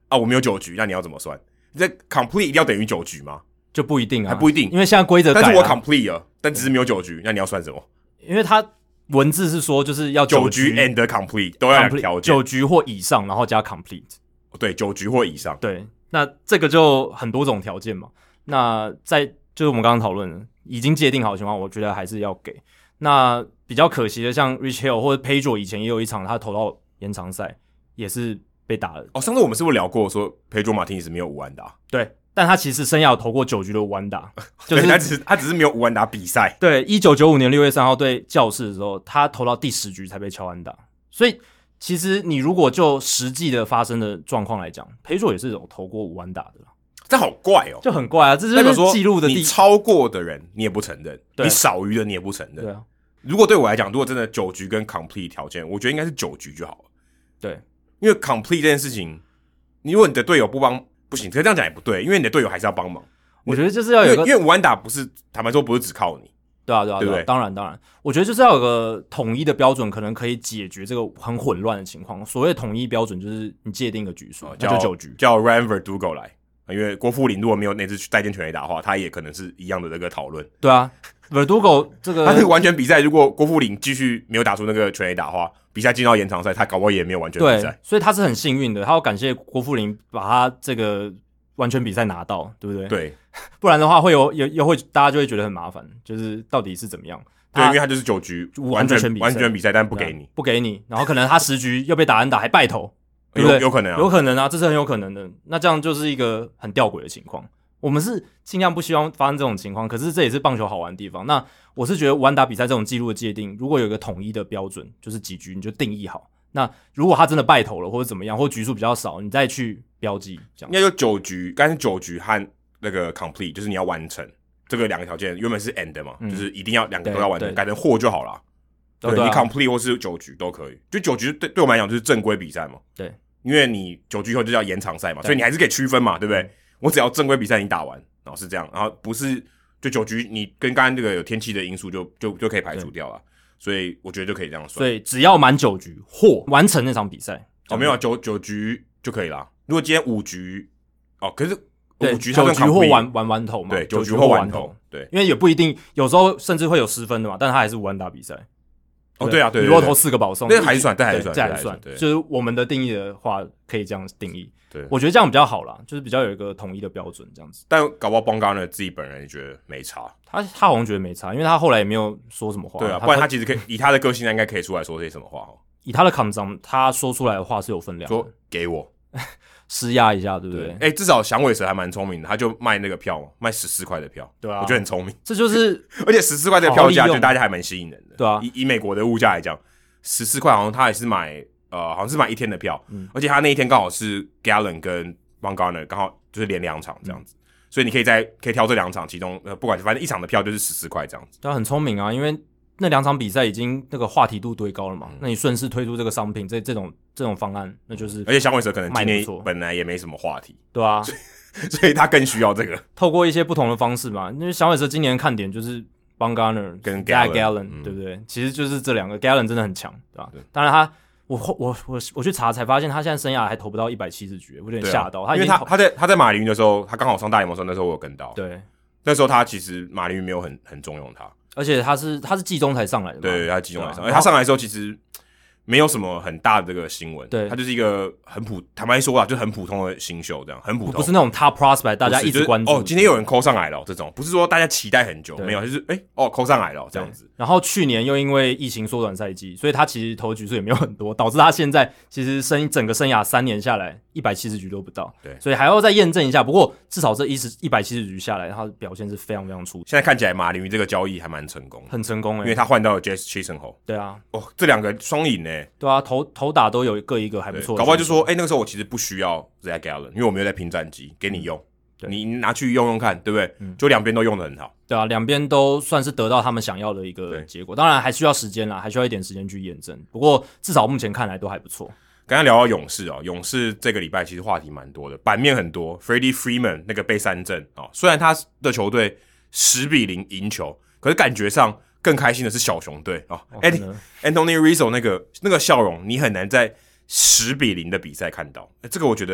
啊，我没有九局，那你要怎么算？这 complete 一定要等于九局吗？ 就不一定啊， 还不一定， 因为现在规则改了。 但是我 complete 了，但只是没有九局，那你要算什么？ 因为它文字是说就是要九局 and complete 都要有条件， 九局或以上，然后加 complete。 对，九局或以上。 对，那这个就很多种条件嘛。那在就是我们刚刚讨论的，已经界定好的情况，我觉得还是要给。那比较可惜的，像 Rich Hill 或者 Pedro 以前也有一场他投到延长赛，也是被打了。 哦，上次我们是不是聊过说 Pedro Martinez 没有五安打？ 对，但他其实生涯有投过九局的五安打，就是他只是他只是没有五安打比赛。 对，一九九五年六月三号对教士的时候，他投到第十局才被敲安打，所以其实你如果就实际的发生的状况来讲 ，Pedro 也是有投过五安打的啦。 这好怪哦， 就很怪啊！这就是记录的地， 你超过的人你也不承认，你少于的你也不承认。 对啊， 如果对我来讲，如果真的九局跟 complete 条件，我觉得应该是九局就好了。 对， 因为 complete 这件事情，你如果你的队友不帮不行，可是这样讲也不对，因为你的队友还是要帮忙。 我觉得就是要有一个， 因为五安打不是坦白说不是只靠你。 对啊，对啊，对啊，对啊，当然，当然，我觉得就是要有个统一的标准，可能可以解决这个很混乱的情况。所谓的统一标准，就是你界定一个局数， 哦、 那就九局， 叫 Ryan Verdugo 来。因为郭富林如果没有那次再见全垒打的话，他也可能是一样的这个讨论。 对啊 ，Verdugo 这个他那个完全比赛，如果郭富林继续没有打出那个全垒打的话，比赛进到延长赛，他搞不好也没有完全比赛。 对，所以他是很幸运的，他要感谢郭富林把他这个完全比赛拿到，对不对？ 对， 不然的话会有有又会大家就会觉得很麻烦，就是到底是怎么样？ 对，因为他就是九局完全比完全比赛，但不给你， 不给你，然后可能他十局又被打安打还败投。对不对？ 有有可能啊， 有可能啊，这是很有可能的。那这样就是一个很吊诡的情况。我们是尽量不希望发生这种情况，可是这也是棒球好玩的地方。那我是觉得完打比赛这种记录的界定，如果有一个统一的标准，就是几局你就定义好。那如果他真的败投了，或者怎么样，或者局数比较少，你再去标记。这样应该就九局，刚才九局和那个 complete， 就是你要完成这个两个条件，原本是 end 嘛，嗯、就是一定要两个都要完成，改成或就好了。对，对啊、你 complete 或是九局都可以。就九局对对我们来讲就是正规比赛嘛。 对。 因为你九局以后就叫延长赛嘛，所以你还是可以区分嘛，对不对？嗯、我只要正规比赛你打完，然后是这样，然后不是就九局你跟刚刚这个有天气的因素就就就可以排除掉了，所以我觉得就可以这样算。 所以只要满九局或完成那场比赛， 哦，没有九九局就可以啦。如果今天五局，哦，可是五局九局或完完完投嘛， 对，九局或完投，对， 因为也不一定，有时候甚至会有失分的嘛，但他还是无安打比赛。 哦，对啊，对， 你如果投四个保送， 那还是算，这还是算， 这还算，就是我们的定义的话，可以这样定义。 对， 我觉得这样比较好啦，就是比较有一个统一的标准，这样子。 但搞不好邦加呢自己本人也觉得没差， 他他好像觉得没差，因为他后来也没有说什么话。 对啊，不然他其实可以以他的个性，他应该可以出来说些什么话哦。 以他的 comes 他说出来的话是有分量的， 说给我施压一下，对不对？ 哎、欸，至少响尾蛇还蛮聪明的，他就卖那个票，卖十四块的票， 对啊， 我觉得很聪明。 这就是， 而且十四块的票价，就大家还蛮吸引人的， 对啊。 以以美国的物价来讲，十四块好像他也是买，呃，好像是买一天的票， 嗯、 而且他那一天刚好是 Gallen 跟 Bumgarner 刚好就是连两场这样子，嗯、所以你可以在可以挑这两场，其中呃不管反正一场的票就是十四块这样子。 他很聪明啊，因为那两场比赛已经那个话题度堆高了嘛，嗯、那你顺势推出这个商品，这这种这种方案，那就是而且响尾蛇可能今年本来也没什么话题， 对啊， 所以, 所以他更需要这个， 透过一些不同的方式嘛。因为响尾蛇今年看点就是 Bumgarner 跟 Gallen， Gallen、 嗯、对不对？其实就是这两个 Gallen 真的很强，对吧？对，当然他我我我我去查才发现，他现在生涯还投不到一百七十局，我有点吓到。 啊、因为他他在他在马林鱼的时候，他刚好上大联盟的时候，那时候我有跟到， 对， 那时候他其实马林鱼没有很很重用他。 而且他是他是季中才上来的嘛， 对，他季中才上来，而且他上来的时候其实没有什么很大的这个新闻， 对， 他就是一个很普，坦白说啊，就很普通的新秀这样，很普通， 不是那种 top prospect 大家一直关注、 就是、哦，今天有人 call 上来了、哦，这种不是说大家期待很久，没有，就是哎、欸、哦 call 上来了、哦、这样子。 然后去年又因为疫情缩短赛季，所以他其实投局数也没有很多，导致他现在其实生整个生涯三年下来一百七十局都不到， 对， 所以还要再验证一下。不过至少这一百七十局下来，他的表现是非常非常出色。 现在看起来马林鱼这个交易还蛮成功， 很成功、欸， 因为他换到了 Jazz Chisenhall。 对啊， 哦，这两个双赢呢。 对啊，投投打都有各一个还不错。 搞不好就说，哎、欸，那个时候我其实不需要 Zach Gallen， 因为我没有在拼战绩，给你用。你拿去用用看，对不对？嗯、就两边都用得很好， 对啊，两边都算是得到他们想要的一个结果。当然还需要时间啦，还需要一点时间去验证。不过至少目前看来都还不错。 刚才聊到勇士哦，勇士这个礼拜其实话题蛮多的，版面很多。Freddie Freeman 那个被三振哦，虽然他的球队十比零赢球，可是感觉上更开心的是小熊队哦。哦 Anthony Rizzo 那个那个笑容，你很难在十比零的比赛看到。这个我觉得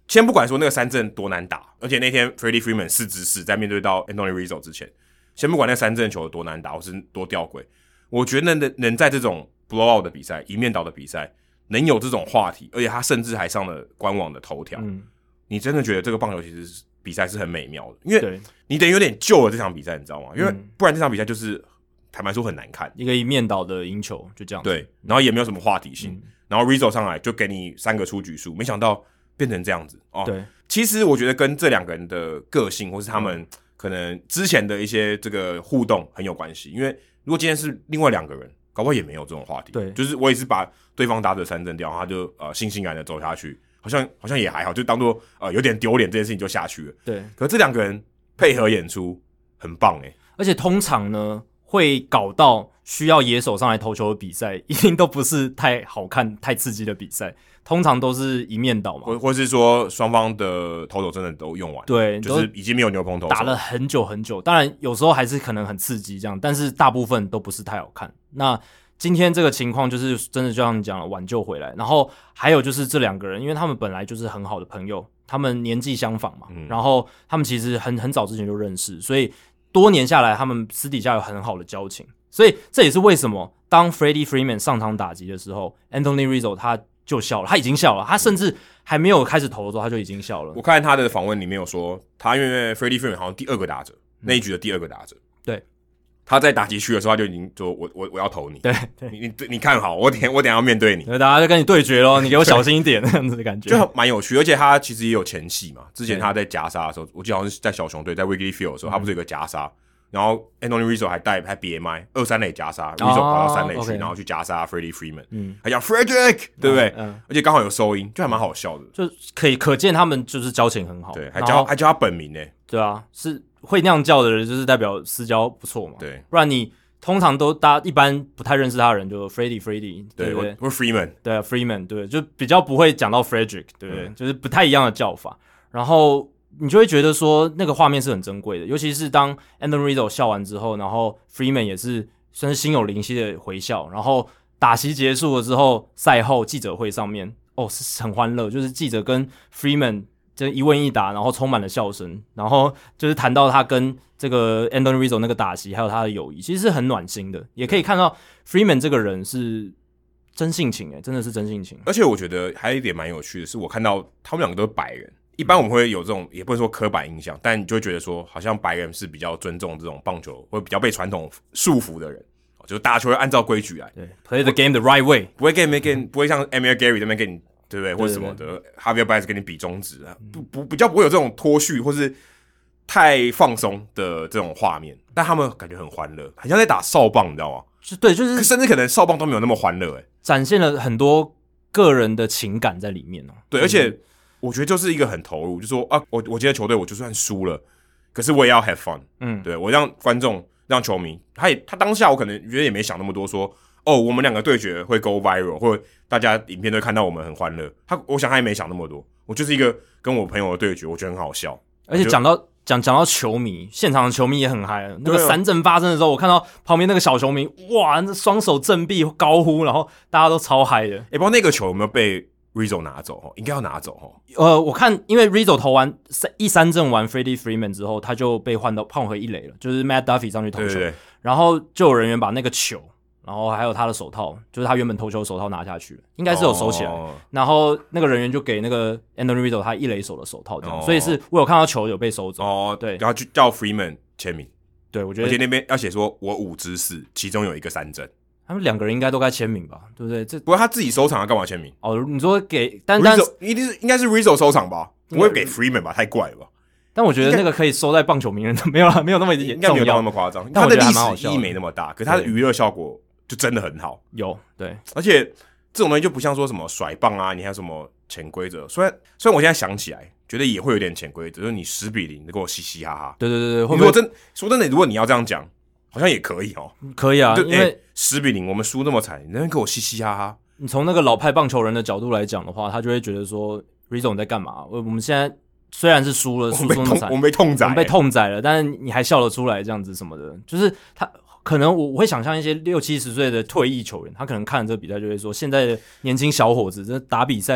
先不管说那个三振多难打，而且那天 Freddie Freeman 四支四在面对到 Anthony Rizzo 之前，先不管那三振球有多难打或是多吊诡，我觉得能能在这种 blowout 的比赛、一面倒的比赛能有这种话题，而且他甚至还上了官网的头条、嗯，你真的觉得这个棒球其实比赛是很美妙的，因为你等于有点救了这场比赛，你知道吗？因为不然这场比赛就是坦白说很难看， 一个一面倒的赢球就这样子， 对，然后也没有什么话题性，嗯、然后 Rizzo 上来就给你三个出局数，没想到变成这样子哦。 对， 其实我觉得跟这两个人的个性或是他们可能之前的一些这个互动很有关系，因为如果今天是另外两个人，搞不好也没有这种话题。 对， 就是我也是把对方打者三振掉，他就呃悻悻然的走下去，好像好像也还好，就当做呃有点丢脸这件事情就下去了。 对， 可是这两个人配合演出很棒哎， 而且通常呢会搞到需要野手上来投球的比赛，一定都不是太好看、太刺激的比赛，通常都是一面倒嘛， 或或是说双方的投手真的都用完， 对， 就是已经没有牛棚投手打了很久很久。当然有时候还是可能很刺激这样，但是大部分都不是太好看。那今天这个情况就是真的就像你讲了，挽救回来。然后还有就是这两个人，因为他们本来就是很好的朋友，他们年纪相仿嘛，嗯、然后他们其实很很早之前就认识，所以多年下来，他们私底下有很好的交情。所以这也是为什么当 Freddie Freeman 上场打击的时候 ，Anthony Rizzo 他就笑了，他已经笑了，他甚至还没有开始投的时候他就已经笑了。 我看他的访问里面有说，他因为 Freddie Freeman 好像第二个打者、嗯、那一局的第二个打者， 对， 他在打击区的时候他就已经说我我我要投你， 对对， 你你你看好我等我等一下要面对你， 大家就跟你对决咯，你给我小心一点这样子的感觉， 就蛮有趣。而且他其实也有前戏嘛，之前他在夹杀的时候，我记得好像是在小熊队在 Wrigley Field 的时候，他不是有个夹杀。然后 Anthony Rizzo 还带还 B M I 二三垒夹杀 ，Rizzo 跑到三垒去， okay. 然后去夹杀 Freddie Freeman， 嗯，还讲 Frederick， 对不对？嗯嗯、而且刚好有收音，就还蛮好笑的， 就可以可见他们就是交情很好， 对，还叫还叫他本名呢， 对啊，是会那样叫的人，就是代表私交不错嘛， 对， 不然你通常都大家一般不太认识他的人就 Freddie Freddie， 对不对？ 或 Freeman， 对 Freeman， 对，就比较不会讲到 Frederick， 对不对？嗯、就是不太一样的叫法，然后。你就会觉得说那个画面是很珍贵的，尤其是当 Anthony Rizzo 笑完之后，然后 Freeman 也是算是心有灵犀的回笑，然后打席结束了之后，赛后记者会上面哦是很欢乐，就是记者跟 Freeman 这一问一答，然后充满了笑声，然后就是谈到他跟这个 Anthony Rizzo 那个打席，还有他的友谊，其实是很暖心的，也可以看到 Freeman 这个人是真性情诶，真的是真性情。 而且我觉得还有一点蛮有趣的是，我看到他们两个都是白人。一般我们会有这种，也不能说刻板印象，但你就会觉得说，好像白人是比较尊重这种棒球，或比较被传统束缚的人，就是打球会按照规矩来， 对 ，play the game the right way， 不会跟你跟不会像 Amir Gary 那边跟你，对不对，或者什么的 ，Javier Baez 跟你比中指啊，不不比较不会有这种脱序或是太放松的这种画面，但他们感觉很欢乐，很像在打少棒，你知道吗？ 就对，就是甚至可能少棒都没有那么欢乐，哎， 展现了很多个人的情感在里面哦。 对，而且。我觉得就是一个很投入，就说啊，我我今天球队我就算输了，可是我也要 have fun， 嗯，对我让观众让球迷，他也他当下我可能觉得也没想那么多说，说哦我们两个对决会 go viral， 或者大家影片都会看到我们很欢乐，他我想他也没想那么多，我就是一个跟我朋友的对决，我觉得很好笑， 而且讲到讲讲到球迷，现场的球迷也很嗨，那个三振发生的时候，我看到旁边那个小球迷，哇，那双手振臂高呼，然后大家都超嗨的， 也不知道那个球有没有被。Rizzo 拿走应该要拿走呃，我看因为 Rizzo 投完一三振完 Freddie Freeman 之后，他就被换到换回一垒了，就是 Matt Duffy 上去投球， 对对对， 然后就有人员把那个球，然后还有他的手套，就是他原本投球手套拿下去了，应该是有收起来，哦、然后那个人员就给那个 Anthony Rizzo 他一垒手的手套这样，哦、所以是我有看到球有被收走， 哦， 对， 然后就叫 Freeman 签名， 对我觉得， 而且那边要写说我五支四，其中有一个三振。 他们两个人应该都该签名吧，对不对？这不过他自己收藏，他干嘛签名？ 哦，你说给，但但 Rizzo 一定是应该是 Rizzo 收藏吧，不会给 Freeman 吧？太怪了吧？ 但我觉得那个可以收在棒球名人，没有了，没有那么应该没有到那么夸张。 但我觉得还蛮好笑，他的历史意义没那么大，可是他的娱乐效果就真的很好。 有对， 而且这种东西就不像说什么甩棒啊，你还有什么潜规则？虽然虽然我现在想起来，觉得也会有点潜规则，就是你十比零，你跟我嘻嘻哈哈。 对对对对， 如果真说真的，如果你要这样讲。好像也可以哦， 可以啊，因为十、欸、比零我们输那么惨，你那边跟我嘻嘻哈哈。 你从那个老派棒球人的角度来讲的话，他就会觉得说 ，Rizzo 你在干嘛？我们现在虽然是输了，输那么惨， 我们被痛宰、欸， 我们被痛宰了，但是你还笑得出来这样子什么的，就是他可能我我会想象一些六七十岁的退役球员，他可能看了这个比赛就会说，现在的年轻小伙子这打比赛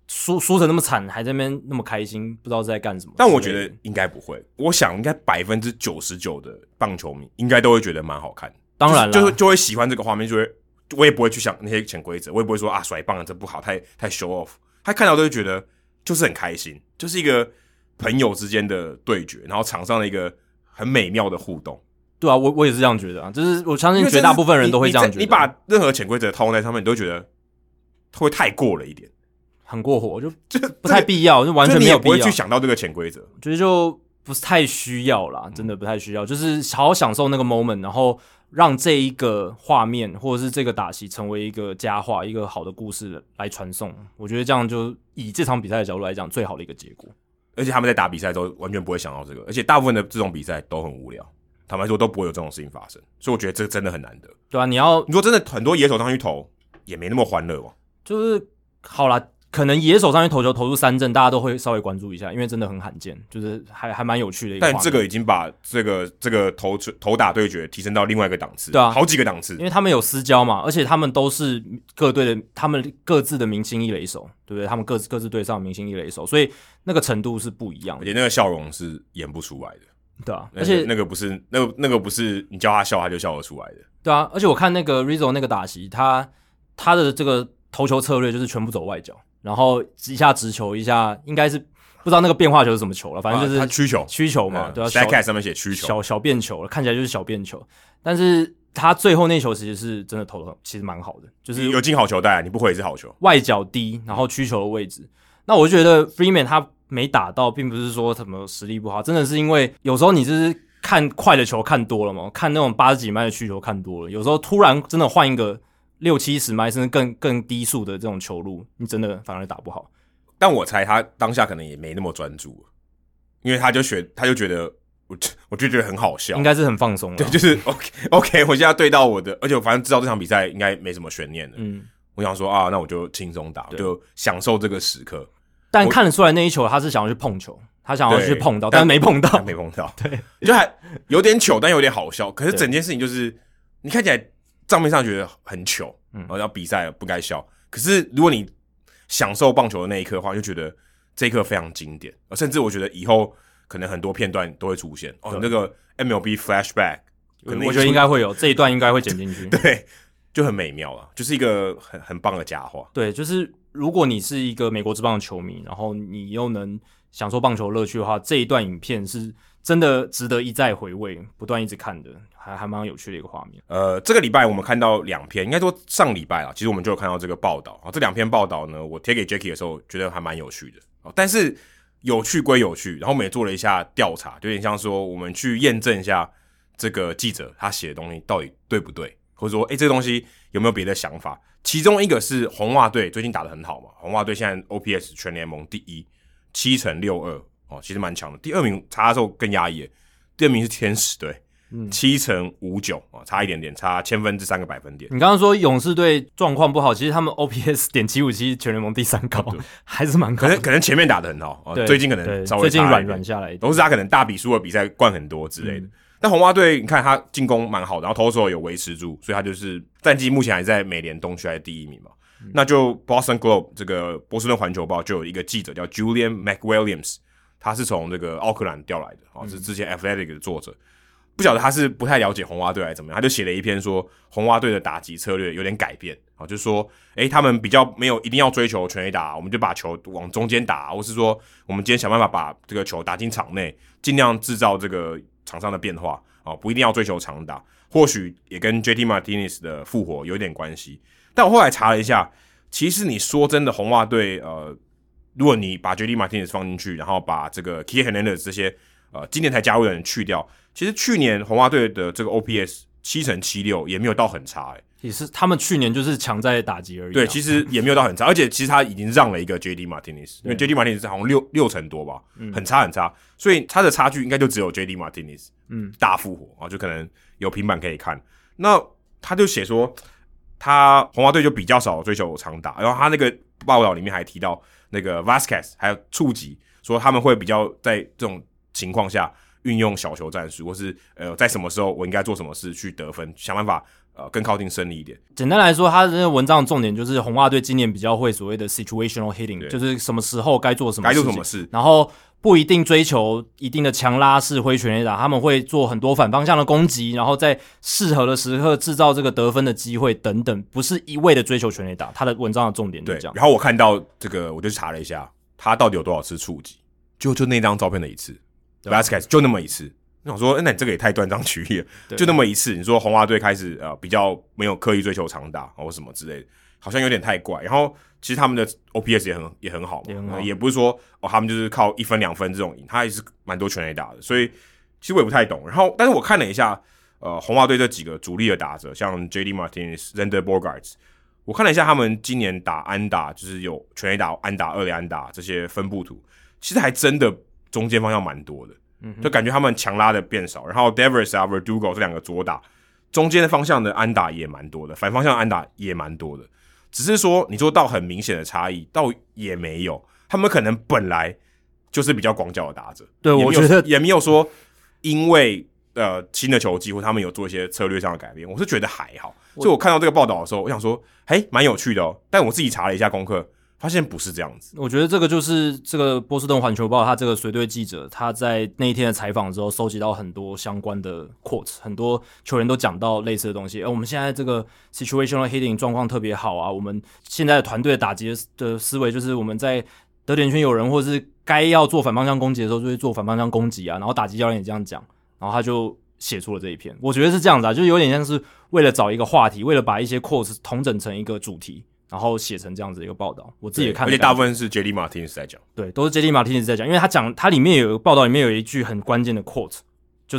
输输成那么惨，还在那边那么开心，不知道在干什么。 但我觉得应该不会，我想应该百分之九十九的棒球迷应该都会觉得蛮好看。 当然了， 就是、就, 就会喜欢这个画面，就会我也不会去想那些潜规则，我也不会说啊甩棒这不好，太太 show off。他看到都会觉得就是很开心，就是一个朋友之间的对决，然后场上的一个很美妙的互动。 对啊，我我也是这样觉得啊，就是我相信绝大部分人都会这样觉得。 你, 你, 你把任何潜规则套用在上面，你都觉得会太过了一点， 很过火，就就不太必要，就完全没有必要。 你也不会去想到这个潜规则， 我觉得就不是太需要啦，真的不太需要，就是好好享受那个 moment， 然后让这一个画面或者是这个打戏成为一个佳话，一个好的故事来传送。我觉得这样就以这场比赛的角度来讲，最好的一个结果。 而且他们在打比赛的时候完全不会想到这个，而且大部分的这种比赛都很无聊。坦白说都不会有这种事情发生，所以我觉得这真的很难得。 对啊，你要你说真的，很多野手上去投也没那么欢乐哦。 就是好啦，可能野手上去投球投出三振，大家都会稍微关注一下，因为真的很罕见，就是还还蛮有趣的一个画面。 但这个已经把这个这个投投打对决提升到另外一个档次， 对啊， 好几个档次， 因为他们有私交嘛，而且他们都是各队的，他们各自的明星一垒手，对不对？他们各自各自队上明星一垒手，所以那个程度是不一样的， 而且那个笑容是演不出来的。 对啊， 而且那个不是那个那个不是你叫他笑他就笑得出来的。 对啊，而且我看那个 Rizzo 那个打席，他他的这个投球策略就是全部走外角，然后一下直球，一下应该是不知道那个变化球是什么球了，反正就是他曲球曲球嘛，对啊 ，Statcast 上面写曲球， 小小变球了，看起来就是小变球，但是他最后那球其实是真的投的其实蛮好的，就是有进好球带，你不回也是好球， 外角低，然后曲球的位置。那我就觉得 Freeman 他没打到，并不是说什么实力不好，真的是因为有时候你就是看快的球看多了嘛，看那种八十几迈的曲球看多了，有时候突然真的换一个六七十迈甚至更更低速的这种球路，你真的反而打不好。 但我猜他当下可能也没那么专注，因为他就学他就觉得我我就觉得很好笑， 应该是很放松了。 对，就是 OK OK， 我现在对到我的，而且我反正知道这场比赛应该没什么悬念的，嗯，我想说啊，那我就轻松打，就享受这个时刻。 但看得出来那一球他是想要去碰球，他想要去碰到，但是没碰到， 没碰到， 对， 就还有点糗，但有点好笑。可是整件事情就是你看起来账面上觉得很糗，嗯，然后比赛不该笑。可是如果你享受棒球的那一刻的话，就觉得这一刻非常经典，甚至我觉得以后可能很多片段都会出现哦，那个 M L B flashback， 可能我觉得应该会有这一段，应该会剪进去， 对，就很美妙了，就是一个很很棒的佳话。 对，就是如果你是一个美国职棒的球迷，然后你又能享受棒球乐趣的话，这一段影片是真的值得一再回味，不断一直看的，还还蛮有趣的一个画面。 呃，这个礼拜我们看到两篇，应该说上礼拜啦，其实我们就有看到这个报道啊。这两篇报道呢，我贴给 Jacky 的时候，觉得还蛮有趣的。但是有趣归有趣，然后我们也做了一下调查，就有点像说我们去验证一下这个记者他写的东西到底对不对，或者说，哎，这个东西有没有别的想法？其中一个是红袜队最近打得很好嘛，红袜队现在 O P S 全联盟第一，七乘六二哦，其实蛮强的。第二名差的时候更压抑，第二名是天使队，嗯，七乘五九啊，差一点点，差千分之三个百分点。 你刚刚说勇士队状况不好，其实他们 O P S 点七五七全联盟第三高，还是蛮高的。 可能可能前面打得很好，哦、最近可能稍微最近软软下来一点， 都是他可能大比数的比赛灌很多之类的。嗯，但红袜队你看他进攻蛮好的，然后投手有维持住，所以他就是战绩目前还在美联东区还是第一名嘛。嗯，那就 Boston Globe 这个波士顿环球报就有一个记者叫 Julian McWilliams， 他是从这个奥克兰调来的，哦，是之前 Athletic 的作者。不晓得他是不太了解红袜队还是怎么样，他就写了一篇说红袜队的打击策略有点改变，啊，就是说，诶，他们比较没有一定要追求全垒打，我们就把球往中间打，或是说我们今天想办法把这个球打进场内，尽量制造这个场上的变化，啊，不一定要追求长打，或许也跟 J T Martinez 的复活有点关系。但我后来查了一下，其实你说真的，红袜队呃，如果你把 J T Martinez 放进去，然后把这个 Kike Hernandez 这些呃今年才加入的人去掉，其实去年红袜队的这个 O P S 七乘七六也没有到很差，欸， 也是他们去年就是强在打击而已，啊。 对，其实也没有到很差，而且其实他已经让了一个 J D Martinez， 因为 J D Martinez 好像六六成多吧，嗯，很差很差，所以他的差距应该就只有 J D Martinez， 嗯，大复活啊，就可能有平板可以看。那他就写说，他红袜队就比较少追求长打，然后他那个报道里面还提到那个 Vasquez 还有触及，说他们会比较在这种情况下运用小球战术，或是呃在什么时候我应该做什么事去得分，想办法呃更靠近胜利一点。 简单来说，他的文章的重点就是红袜队今年比较会所谓的 situational hitting， 就是什么时候该做什么事情， 该做什么事， 然后不一定追求一定的强拉式挥全垒打，他们会做很多反方向的攻击，然后在适合的时刻制造这个得分的机会等等，不是一味的追求全垒打。他的文章的重点就是这样。 然后我看到这个，我就查了一下，他到底有多少次触及，就就那张照片的一次 ，Vasquez 就那么一次。我想说，那你这个也太断章取义了，就那么一次。你说红袜队开始呃比较没有刻意追求长打或什么之类的，好像有点太怪。然后其实他们的 O P S 也很也很好嘛，也, 很好、呃、也不是说哦他们就是靠一分两分这种赢，他也是蛮多全垒打的。所以其实我也不太懂。然后但是我看了一下，呃红袜队这几个主力的打者，像 J D Martinez、Xander Bogaerts， 我看了一下他们今年打安打，就是有全垒打、安打、二垒安打这些分布图，其实还真的中间方向蛮多的。就感觉他们强拉的变少，然后 Devers 啊 Verdugo 这两个左打中间的方向的安打也蛮多的，反方向的安打也蛮多的，只是说你说到很明显的差异倒也没有，他们可能本来就是比较广角的打者， 对，我觉得也没有说因为呃新的球技或他们有做一些策略上的改变，我是觉得还好。所以我看到这个报道的时候，我想说嘿蛮有趣的哦，但我自己查了一下功课，发现不是这样子。 我觉得这个就是这个波士顿环球报他这个随队记者他在那一天的采访之后收集到很多相关的 quotes， 很多球员都讲到类似的东西。而我们现在这个 situational hitting 状况特别好啊，我们现在的团队的打击的思维就是我们在得点圈有人或者是该要做反方向攻击的时候就会做反方向攻击啊，然后打击教练也这样讲，然后他就写出了这一篇。我觉得是这样子啊，就有点像是为了找一个话题，为了把一些 quotes 统整成一个主题，然后写成这样子一个报道，我自己也看， 而且大部分是 J D Martinez 在讲， 对，都是 J D Martinez 在讲，因为他讲他里面有报道里面有一句很关键的 quote， 就是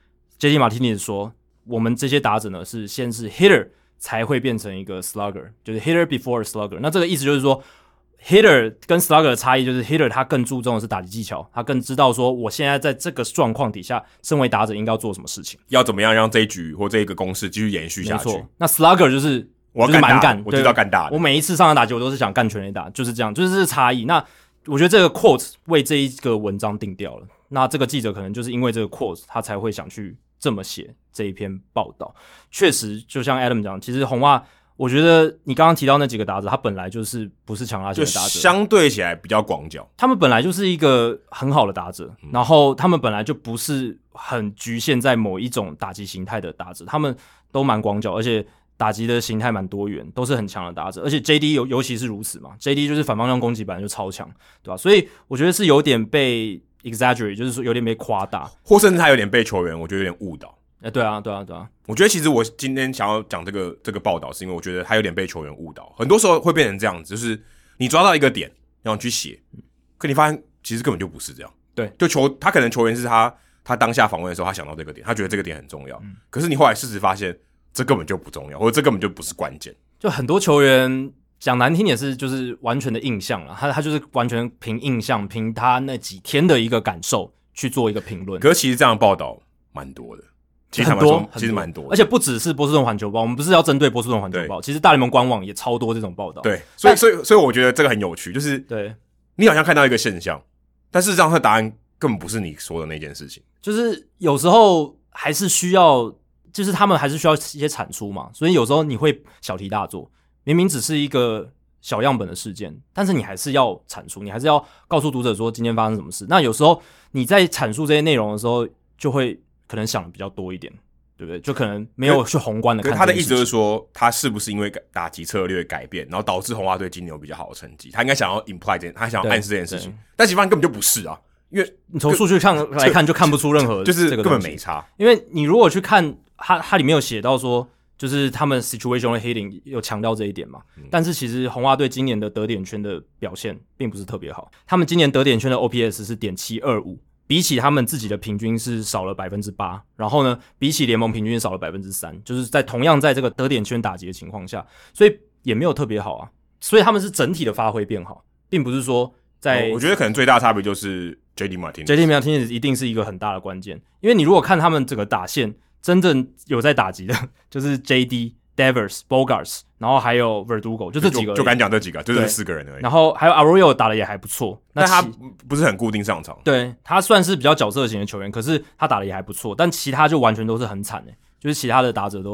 J D Martinez 说，我们这些打者呢是先是 hitter 才会变成一个 slugger， 就是 hitter before slugger。那这个意思就是说 hitter 跟 slugger 的差异就是 hitter 他更注重的是打击技巧，他更知道说我现在在这个状况底下，身为打者应该要做什么事情， 要怎么样让这一局或这一个攻势继续延续下去。 没错，那 slugger 就是我要干大，干我知道干大的。 我每一次上场打击，我都是想干全垒打，就是这样，就是这是差异。那我觉得这个 quote 为这一个文章定调了。那这个记者可能就是因为这个 quote， 他才会想去这么写这一篇报道。确实，就像 Adam 讲，其实红袜，我觉得你刚刚提到那几个打者，他本来就是不是强拉型的打者， 相对起来比较广角。 他们本来就是一个很好的打者，嗯、然后他们本来就不是很局限在某一种打击形态的打者，他们都蛮广角，而且打击的形态蛮多元，都是很强的打者，而且 J D 尤尤其是如此嘛 ，J D 就是反方向攻击本来就超强，对吧？所以我觉得是有点被 exaggerate， 就是说有点被夸大， 或甚至他有点被球员，我觉得有点误导。 哎、欸，对啊，对啊，对啊。 我觉得其实我今天想要讲这个这个报道，是因为我觉得他有点被球员误导，很多时候会变成这样子，就是你抓到一个点，然后你去写，可你发现其实根本就不是这样。 对， 就球他可能球员是他他当下访问的时候，他想到这个点，他觉得这个点很重要，嗯、可是你后来事实发现。这根本就不重要，或者这根本就不是关键。 就很多球员讲难听也是，就是完全的印象啦，他他就是完全凭印象，凭他那几天的一个感受去做一个评论。 可是其实这样的报道蛮多的，其实很多， 其实蛮多的， 而且不只是波士顿环球报，我们不是要针对波士顿环球报，其实大联盟官网也超多这种报道。 对，所以所以所以我觉得这个很有趣，就是对你好像看到一个现象，但事实上它的答案根本不是你说的那件事情。 就是有时候还是需要。就是他们还是需要一些产出嘛，所以有时候你会小题大做，明明只是一个小样本的事件，但是你还是要产出，你还是要告诉读者说今天发生什么事。那有时候你在阐述这些内容的时候，就会可能想的比较多一点，对不对？就可能没有去宏观的看。 他的意思就是说，他是不是因为打击策略改变，然后导致红袜队今年有比较好的成绩？他应该想要 imply 这件，他想要暗示这件事情，但其实根本就不是啊。因为你从数据上来看，就看不出任何就是根本没差。 因为你如果去看。他他里面有写到说，就是他们 situational hitting 有强调这一点嘛、嗯，但是其实红袜队今年的得点圈的表现并不是特别好，他们今年得点圈的 O P S 是 点七二五， 比起他们自己的平均是少了 百分之八， 然后呢，比起联盟平均少了 百分之三， 就是在同样在这个得点圈打击的情况下，所以也没有特别好啊，所以他们是整体的发挥变好，并不是说在、 哦、我觉得可能最大的差别就是 J D Martinez J D Martinez 一定是一个很大的关键，因为你如果看他们整个打线真正有在打击的，就是 J D、Devers、Bogaerts， 然后还有 Verdugo， 就这几个， 就敢讲这几个，就这四个人而已。 然后还有 Arroyo 打的也还不错， 但他不是很固定上场。 对，他算是比较角色型的球员，可是他打的也还不错，但其他就完全都是很惨的，就是其他的打者都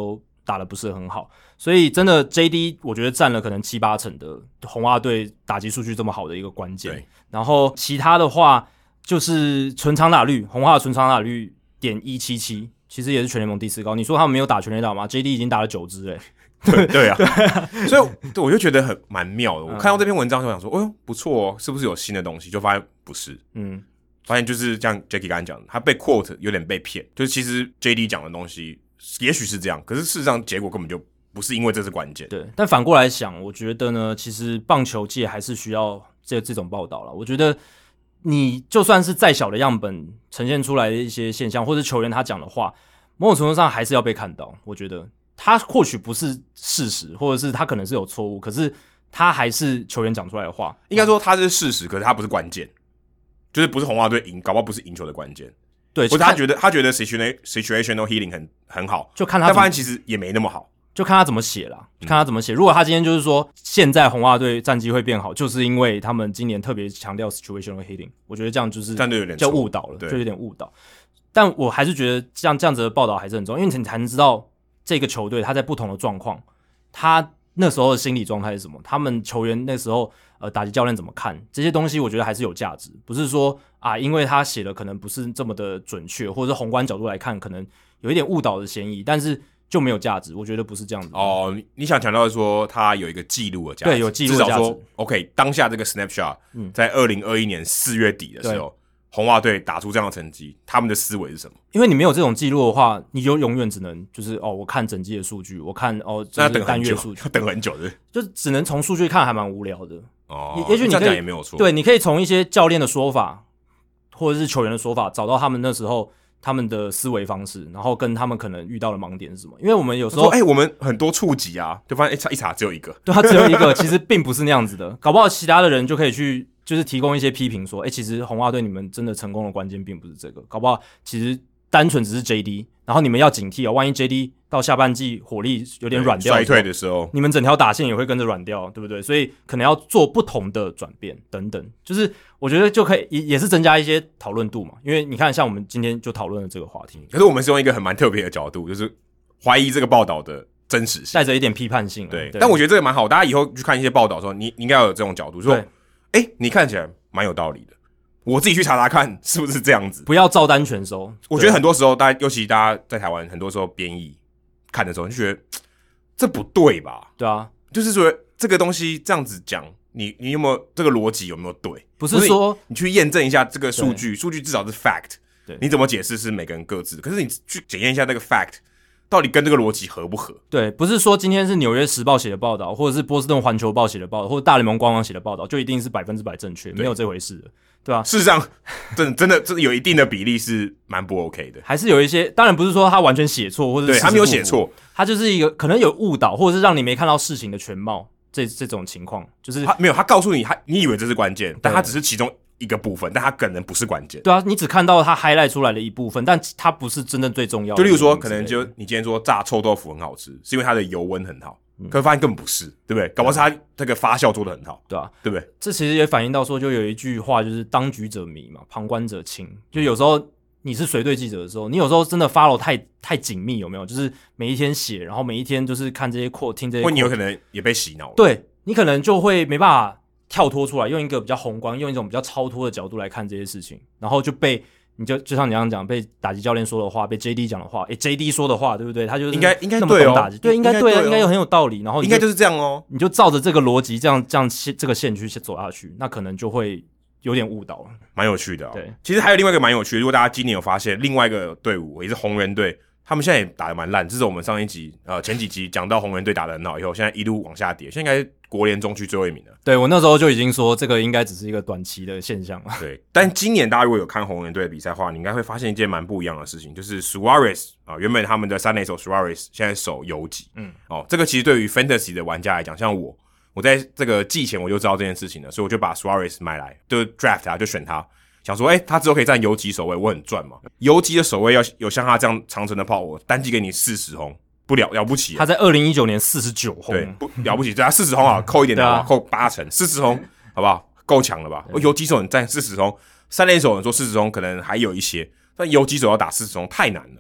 打得不是很好，所以真的 J D 我觉得占了可能七八成的红袜队打击数据这么好的一个关键。然后其他的话就是纯长打率，红袜的纯长打率点一七七，其实也是全联盟第四高。你说他们没有打全垒打吗 ？J D 已经打了九支哎。 对对啊，所以对我就觉得很蛮妙的。我看到这篇文章就想说，哦哟不错哦，是不是有新的东西？就发现不是，嗯，发现就是像 Jackie 刚才讲的，他被 quote 有点被骗，就是其实 J D 讲的东西也许是这样，可是事实上结果根本就不是因为这是关键。 对，但反过来想，我觉得呢，其实棒球界还是需要这这种报道啦。我觉得你就算是再小的样本呈现出来的一些现象，或者球员他讲的话，某种程度上还是要被看到。我觉得。他或许不是事实，或者是他可能是有错误，可是他还是球员讲出来的话。 应该说他是事实，可是他不是关键，就是不是红袜队赢，搞不好不是赢球的关键。 对， 或者他觉得他觉得 situational healing 很很好， 就看他， 但发现其实也没那么好， 就看他怎么写啦，就看他怎么写。如果他今天就是说现在红袜队战绩会变好，就是因为他们今年特别强调 situational healing， 我觉得这样就是这样就有点叫误导了，就有点误导。但我还是觉得这样这样子的报道还是很重要，因为你才能知道。这个球队他在不同的状况，他那时候的心理状态是什么？他们球员那时候呃打击教练怎么看？这些东西我觉得还是有价值，不是说啊，因为他写的可能不是这么的准确，或者是宏观角度来看可能有一点误导的嫌疑，但是就没有价值。我觉得不是这样子。 哦，你想强调说他有一个记录的价值， 对，有记录的价值。 至少说 OK， 当下这个 snapshot，、嗯、在二零二一年四月底的时候。红袜队打出这样的成绩，他们的思维是什么？ 因为你没有这种记录的话，你就永远只能就是哦，我看整季的数据，我看哦， 那等单月数据， 要等很久的， 就只能从数据看，还蛮无聊的。 哦， 也许你可以讲也没有错， 对，你可以从一些教练的说法，或者是球员的说法，找到他们那时候他们的思维方式，然后跟他们可能遇到的盲点是什么。因为我们有时候， 哎、欸，我们很多触及啊，就发现一查一查只有一个， 对，他只有一个，其实并不是那样子的，搞不好其他的人就可以去。就是提供一些批评说，哎、欸，其实红袜队你们真的成功的关键并不是这个，搞不好其实单纯只是 J D， 然后你们要警惕哦，万一 J D 到下半季火力有点软掉衰退的时候， 你们整条打线也会跟着软掉，对不对？所以可能要做不同的转变等等，就是我觉得就可以也也是增加一些讨论度嘛，因为你看像我们今天就讨论了这个话题， 可是我们是用一个很蛮特别的角度，就是怀疑这个报道的真实性， 带着一点批判性、啊对， 对。 但我觉得这个蛮好，大家以后去看一些报道的时候，你你应该要有这种角度，说，哎、欸，你看起来蛮有道理的，我自己去查查看是不是这样子， 不要照单全收。 我觉得很多时候，大家尤其大家在台湾，很多时候编译看的时候，就觉得这不对吧？ 对啊， 就是说这个东西这样子讲，你你有没有这个逻辑有没有对？ 不是说你, 你去验证一下这个数据，数据至少是 fact， 对， 你怎么解释是每个人各自，可是你去检验一下那个 fact。到底跟这个逻辑合不合？ 对，不是说今天是纽约时报写的报道，或者是波士顿环球报写的报道，或者大联盟官网写的报道，就一定是百分之百正确，没有这回事的，对吧、啊？ 事实上，真的真的真的有一定的比例是蛮不 OK 的， 还是有一些，当然不是说他完全写错，或者对他没有写错， 他就是一个可能有误导，或者是让你没看到事情的全貌，这这种情况，就是他没有，他告诉你，他你以为这是关键，但他只是其中一个部分，但它可能不是关键。 对啊，你只看到它 highlight 出来的一部分，但它不是真正最重要的。 就例如说，可能就你今天说炸臭豆腐很好吃，是因为它的油温很好，嗯、可是发现根本不是，对不对？搞不好是它这个发酵做得很好， 对啊， 对不对？ 这其实也反映到说，就有一句话就是“当局者迷”嘛，旁观者清。就有时候你是随队记者的时候，你有时候真的 follow 太太紧密，有没有？就是每一天写，然后每一天就是看这些 quote， 听这些 quote， 或你有可能也被洗脑了， 对你可能就会没办法跳脱出来，用一个比较宏观、用一种比较超脱的角度来看这些事情，然后就被你就就像你刚刚讲，被打击教练说的话，被 J D 讲的话，诶 J D 说的话，对不对？他就是应该应该对哦， 对，应该对啊，应该有很有道理，然后应该就是这样哦， 你就照着这个逻辑这样这样这个线去走下去，那可能就会有点误导了， 蛮有趣的、哦。 对， 其实还有另外一个蛮有趣的，如果大家今年有发现，另外一个队伍也是红人队。他们现在也打得蛮烂，这是我们上一集呃前几集讲到红人队打得很好以后，现在一路往下跌，现在应该国联中区最后一名了。 对，我那时候就已经说这个应该只是一个短期的现象了。 对，但今年大家如果有看红人队的比赛的话，你应该会发现一件蛮不一样的事情，就是 Suarez 啊，原本他们的三垒手 Suarez 现在守游击，嗯，哦，这个其实对于 Fantasy 的玩家来讲，像我，我在这个季前我就知道这件事情了，所以我就把 Suarez 买来，就 draft 他，就选他。想说，哎、欸，他之后可以站游击守卫，我很赚嘛。游击的守卫要有像他这样长程的炮，我单季给你四十轰，不了了不起。 他在二零一九年四十九轰， 对，不了不起，对他四十轰啊，扣一点的话，扣八成，四十轰，好不好？够强了吧？游击手你站四十轰，三垒手你说四十轰可能还有一些，但游击手要打四十轰太难了。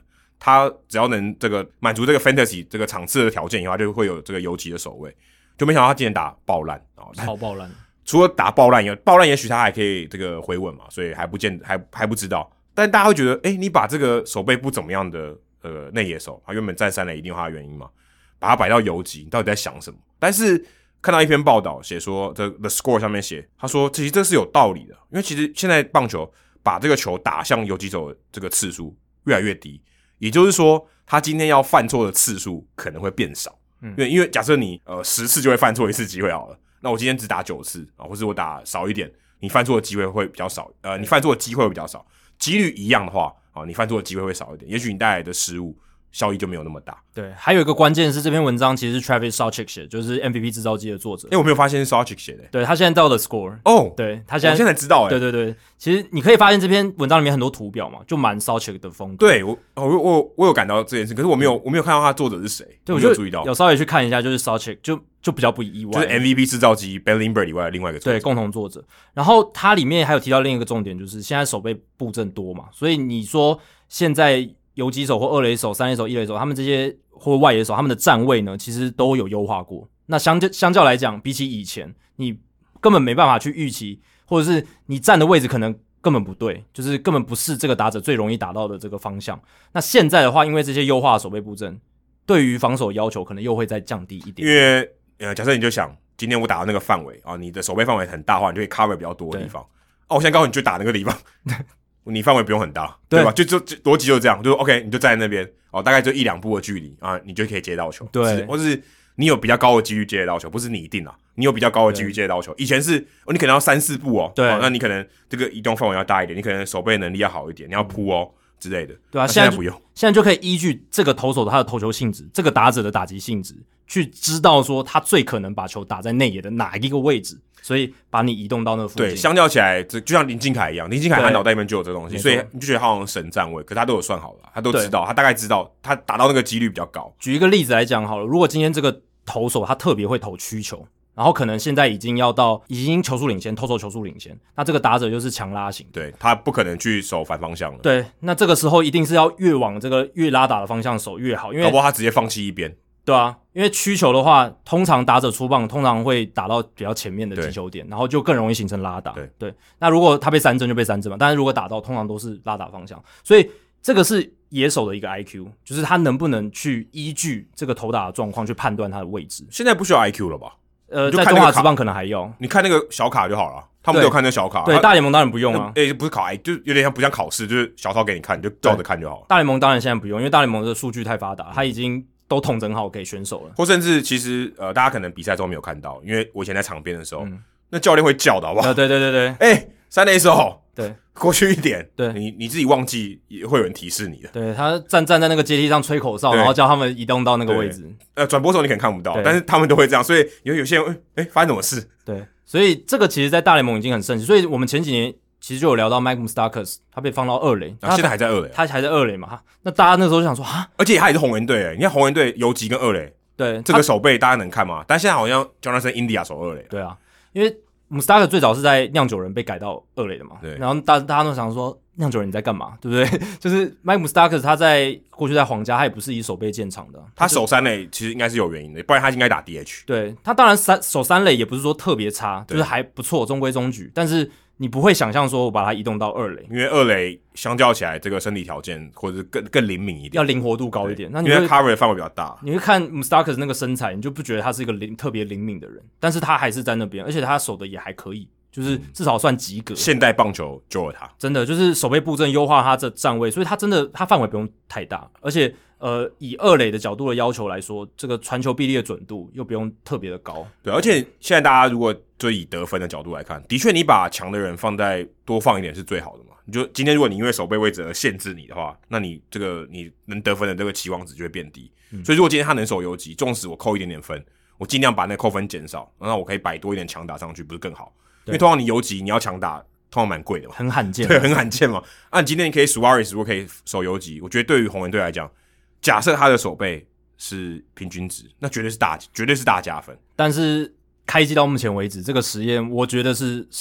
他只要能这个满足这个 fantasy 这个场次的条件以后，他就会有这个游击的守卫。就没想到他今年打爆烂， 超爆烂。 除了打爆烂以外，爆烂也许他还可以这个回稳嘛，所以还不见还还不知道。但大家会觉得，哎、欸，你把这个守备不怎么样的呃内野手，他原本站三垒一定有他的原因嘛，把他摆到游击，你到底在想什么？但是看到一篇报道写说，这 The Score 上面写，他说其实这是有道理的，因为其实现在棒球把这个球打向游击手的这个次数越来越低，也就是说，他今天要犯错的次数可能会变少。嗯，因为因为假设你呃十次就会犯错一次机会好了，那我今天只打九次啊，或是我打少一点，你犯错的机会会比较少，呃，你犯错的机会会比较少，几率一样的话啊，你犯错的机会会少一点，也许你带来的失误效益就没有那么大。 对，还有一个关键是这篇文章其实是 Travis Sawchik 写，就是 M V P 制造机的作者。 哎、欸，我没有发现是 Sawchik 写的。 对，他现在到的 Score 哦， 对他现在我现在才知道哎。 对对对，其实你可以发现这篇文章里面很多图表嘛，就蛮 Sawchik 的风格。 对我，我我我有感到这件事，可是我没有我没有看到他作者是谁， 对， 我没有注意到。 有稍微去看一下，就是 Sawchik 就就比较不意外， 就是 M V P 制造机 Ben Lindbergh 以外的另外一个作者， 对，共同作者。然后它里面还有提到另一个重点，就是现在守备布阵多嘛，所以你说现在游击手或二垒手、三垒手、一垒手，他们这些或外野手，他们的站位呢，其实都有优化过。那相较相较来讲，比起以前，你根本没办法去预期，或者是你站的位置可能根本不对，就是根本不是这个打者最容易打到的这个方向。那现在的话，因为这些优化的守备布阵，对于防守要求可能又会再降低一点。 因为呃，假设你就想，今天我打到那个范围啊，你的守备范围很大的话，你就可以 cover 比较多的地方。哦，我现在告诉你，就打那个地方。你范围不用很大， 对, 对吧？就就逻辑就这样，就 OK， 你就站在那边哦，大概就一两步的距离啊，你就可以接到球。 对， 或是你有比较高的几率接得到球，不是你一定啊，你有比较高的几率接得到球。以前是哦，你可能要三四步哦， 对、 哦，那你可能这个移动范围要大一点，你可能守备能力要好一点，你要扑哦之类的。 对啊， 现在不用， 现在就可以依据这个投手的他的投球性质，这个打者的打击性质，去知道说他最可能把球打在内野的哪一个位置。所以把你移动到那个附近。 对，相较起来，这就像林敬凯一样，林敬凯他脑袋里面就有这东西，所以你就觉得他好像神站位，可是他都有算好了，他都知道，他大概知道他打到那个几率比较高。 举一个例子来讲好了，如果今天这个投手他特别会投曲球，然后可能现在已经要到已经球速领先，投手球速领先，那这个打者就是强拉型， 对，他不可能去守反方向了。 对，那这个时候一定是要越往这个越拉打的方向守越好，因为搞不好他直接放弃一边。 对啊，因为曲球的话，通常打者出棒通常会打到比较前面的击球点，然后就更容易形成拉打。 对对，那如果他被三振就被三振嘛，但是如果打到，通常都是拉打方向，所以这个是野手的一个 I Q， 就是他能不能去依据这个投打的状况去判断他的位置。 现在不需要 I Q 了吧？ 呃，在中华职棒可能还要， 你看那个小卡就好了。他们都有看那小卡， 对，大联盟当然不用啊。 诶、欸，不是考 I， 就有点像不像考试，就是小抄给你看，你就照着看就好了。 大联盟当然现在不用，因为大联盟的数据太发达，他已经都统整好给选手了。 或甚至其实呃，大家可能比赛中没有看到，因为我以前在场边的时候，嗯、那教练会叫的好不好？ 呃、对对对对， 哎、欸，三垒手， 对， 过去一点， 对， 你你自己忘记也会有人提示你的。 对，他站站在那个阶梯上吹口哨，然后叫他们移动到那个位置。 呃，转播手你可能看不到，但是他们都会这样，所以有有些人哎、欸，发生什么事？ 对。所以这个其实，在大联盟已经很盛行。所以我们前几年其实就有聊到 Mike Moustakas， 他被放到二垒， 啊、现在还在二垒， 他还在二垒嘛？那大家那时候就想说啊， 而且他也是红人队诶，你看红人队游击跟二垒， 对这个守备大家能看吗？但现在好像 Jonathan India 守二垒， 对啊，因为 Moustakas 最早是在酿酒人被改到二垒的嘛， 对， 然后大大家都想说酿酒人你在干嘛，对不对？就是 Mike Moustakas 他在过去在皇家，他也不是以守备见长的， 他守三垒其实应该是有原因的，不然他应该打 D H。 对，他当然三守三垒也不是说特别差，就是还不错，中规中矩，但是你不会想象说我把他移动到二垒， 因为二垒相较起来，这个身体条件或者是更更灵敏一点， 要灵活度高一点。那你因为 cover 的范围比较大， 你会看 Moustakas 那个身材，你就不觉得他是一个灵特别灵敏的人，但是他还是在那边，而且他守的也还可以。就是至少算及格。 现代棒球就有他， 真的就是守备布阵优化他这站位，所以他真的他范围不用太大，而且呃以二垒的角度的要求来说，这个传球臂力的准度又不用特别的高。 对，而且现在大家如果就以得分的角度来看，的确你把强的人放在多放一点是最好的嘛。你就今天如果你因为守备位置而限制你的话，那你这个你能得分的这个期望值就会变低。嗯、所以如果今天他能守游击，纵使我扣一点点分，我尽量把那个扣分减少，那我可以摆多一点强打上去，不是更好？因为通常你游击你要强打，通常蛮贵的嘛， 很罕见， 对，很罕见嘛。啊，你今天你可以 Suarez 如果可以守游击，我觉得对于红人队来讲，假设他的守备是平均值，那绝对是大，绝对是大加分。 但是开机到目前为止，这个实验我觉得是失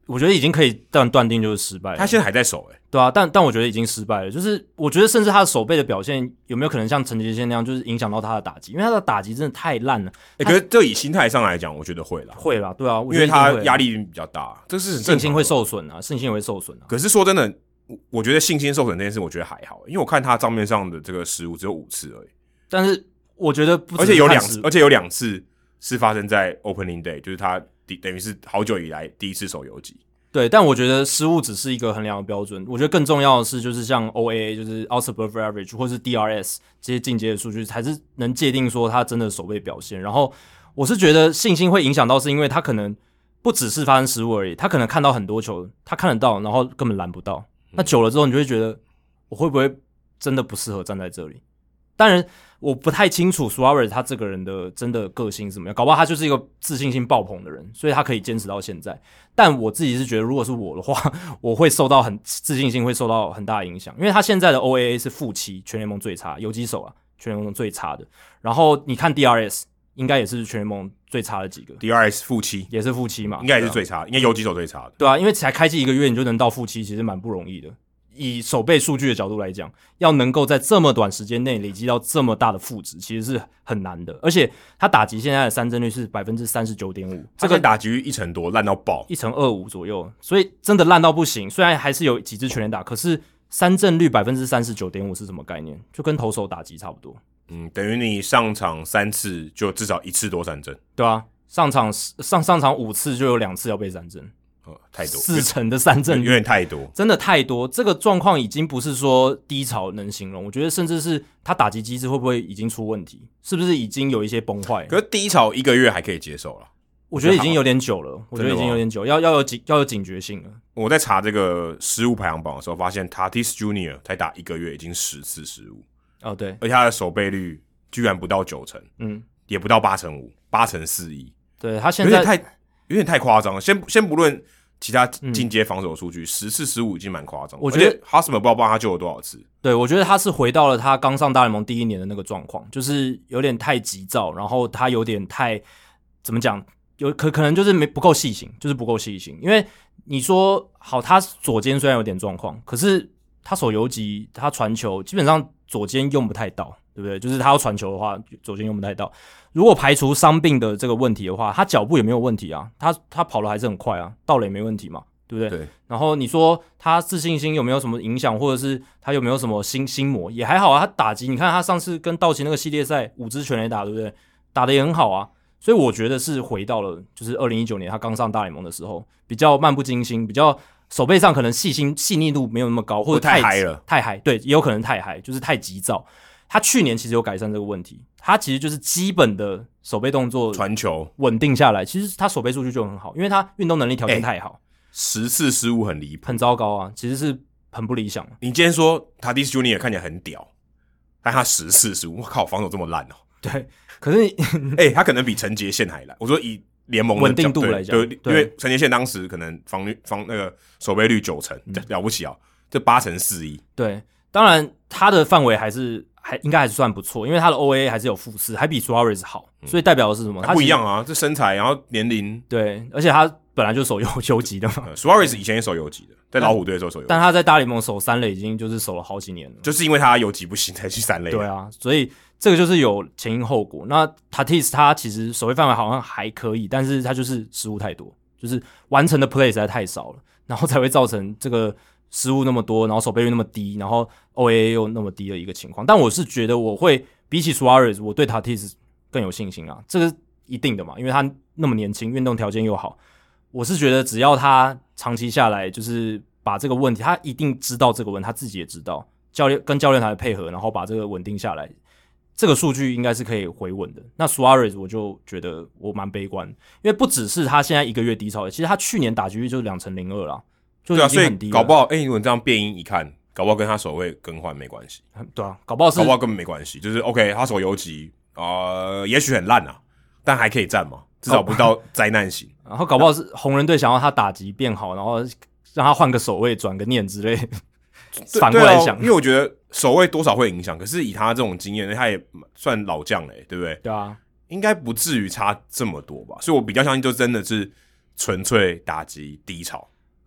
我觉得已经可以断断定就是失败了。 他现在还在守诶、欸， 对啊，但但我觉得已经失败了。就是我觉得甚至他的守备的表现有没有可能像陈杰宪那样，就是影响到他的打击？因为他的打击真的太烂了。 欸、可是这以心态上来讲，我觉得会啦， 会啦，对啊， 因为他压力比较大，这是信心会受损啊，信心也会受损啊。 可是说真的，我觉得信心受损这件事，我觉得还好，因为我看他账面上的这个失误只有五次而已。 但是我觉得不而且有两次，而且有两次是发生在 Opening Day， 就是他等于是好久以来第一次守游击。 对，但我觉得失误只是一个衡量的标准。我觉得更重要的是，就是像 O A A， 就是 Outs Above Average， 或是 D R S 这些进阶的数据，才是能界定说他真的守备表现。然后我是觉得信心会影响到，是因为他可能不只是发生失误而已，他可能看到很多球，他看得到，然后根本拦不到。那久了之后，你就会觉得我会不会真的不适合站在这里？当然，我不太清楚 Suarez 他这个人的真的个性是怎么样，搞不好他就是一个自信心爆棚的人，所以他可以坚持到现在。但我自己是觉得，如果是我的话，我会受到很自信心会受到很大的影响，因为他现在的 O A A 是负七，全联盟最差，游击手啊，全联盟最差的。然后你看 D R S， 应该也是全联盟最差的几个 ，D R S 负七也是负七嘛， 应该也是最差的，应该游击手最差的。 对啊，因为才开季一个月你就能到负七，其实蛮不容易的。以守备数据的角度来讲，要能够在这么短时间内累积到这么大的负值，其实是很难的。而且他打击现在的三振率是 百分之三十九点五， 这个打击率一成多，烂到爆， 一成二五左右，所以真的烂到不行。虽然还是有几支全垒打，可是三振率 百分之三十九点五 是什么概念？就跟投手打击差不多。 嗯，等于你上场三次就至少一次多三振， 对啊，上场上上场五次就有两次要被三振。 哦，太多， 四成的三振率有点太多， 真的太多。这个状况已经不是说低潮能形容，我觉得甚至是他打击机制会不会已经出问题，是不是已经有一些崩坏？ 可是低潮一个月还可以接受了， 我觉得已经有点久了，我觉得已经有点久，要要有警要有警觉性了。 我在查这个失误排行榜的时候，发现 Tatis Junior 才打一个月已经十次失误， 哦对， 而且他的守备率居然不到九成，嗯，也不到八成五，八成四一， 对他现在有点太有点太夸张了。先先不论其他进阶防守数据，十、嗯、次失误已经蛮夸张。 我觉得 Hosmer 不知道帮他救了多少次。 对，我觉得他是回到了他刚上大联盟第一年的那个状况，就是有点太急躁，然后他有点太怎么讲，有可可能就是没不够细心，就是不够细心。因为你说好，他左肩虽然有点状况，可是他守游击，他传球基本上左肩用不太到，对不对？就是他要传球的话，左肩用不太到。如果排除伤病的这个问题的话，他脚步也没有问题啊，他他跑的还是很快啊，到了也没问题嘛，对不对？ 对。 然后你说他自信心有没有什么影响，或者是他有没有什么心心魔，也还好啊。他打击，你看他上次跟道奇那个系列赛五支全垒打，对不对？打得也很好啊。所以我觉得是回到了就是二零一九年他刚上大联盟的时候，比较漫不经心，比较手背上可能细心细腻度没有那么高，或者太嗨了， 太嗨，对，也有可能太嗨，就是太急躁。他去年其实有改善这个问题，他其实就是基本的手背动作传球稳定下来，其实他手背数据就很好，因为他运动能力条件太好。 十、欸、次失误很离谱， 很糟糕啊，其实是很不理想。 你今天说 Tatis Junior 看起来很屌，但他十次失误，我靠，防守这么烂哦。 对，可是你哎、欸，他可能比陈杰宪还烂。我说以联盟的稳定度来讲， 对，因为陈杰宪当时可能防率防那个守备率九成，嗯、了不起啊，这八成四一。 对，当然他的范围还是。还应该还是算不错，因为他的 O A A 还是有负四，还比 Suarez 好，所以代表的是什么？ 他不一样啊，这身材，然后年龄， 对，而且他本来就守游游击的嘛。 Suarez 以前也守游击的，在老虎队的时候守游击， 但他在大联盟守三垒已经就是守了好几年了， 就是因为他游击不行才去三垒。 对啊，所以这个就是有前因后果。那 Tatis 他其实守备范围好像还可以，但是他就是失误太多，就是完成的 play 实在太少了，然后才会造成这个。失误那么多，然后守备率那么低，然后 O A A 又那么低的一个情况，但我是觉得我会比起 Suarez， 我对 Tatis 更有信心啊，这个是一定的嘛，因为他那么年轻，运动条件又好，我是觉得只要他长期下来，就是把这个问题，他一定知道这个问题，他自己也知道，教练跟教练团配合，然后把这个稳定下来，这个数据应该是可以回稳的。那 Suarez 我就觉得我蛮悲观，因为不只是他现在一个月低潮，其实他去年打击率就是两成零二啦。就对啊，所以搞不好，哎、欸，如果你这样变音一看，搞不好跟他手位更换没关系。 对啊，搞不好是， 搞不好根本没关系。就是 OK， 他手游击，呃，也许很烂啊，但还可以站嘛，至少不到灾难型。 然后搞不好是红人队想要他打击变好，然后让他换个手位、转个念之类。反过来想、 啊，因为我觉得手位多少会影响，可是以他这种经验，他也算老将嘞，对不对？ 对啊， 应该不至于差这么多吧。所以我比较相信，就真的是纯粹打击低潮。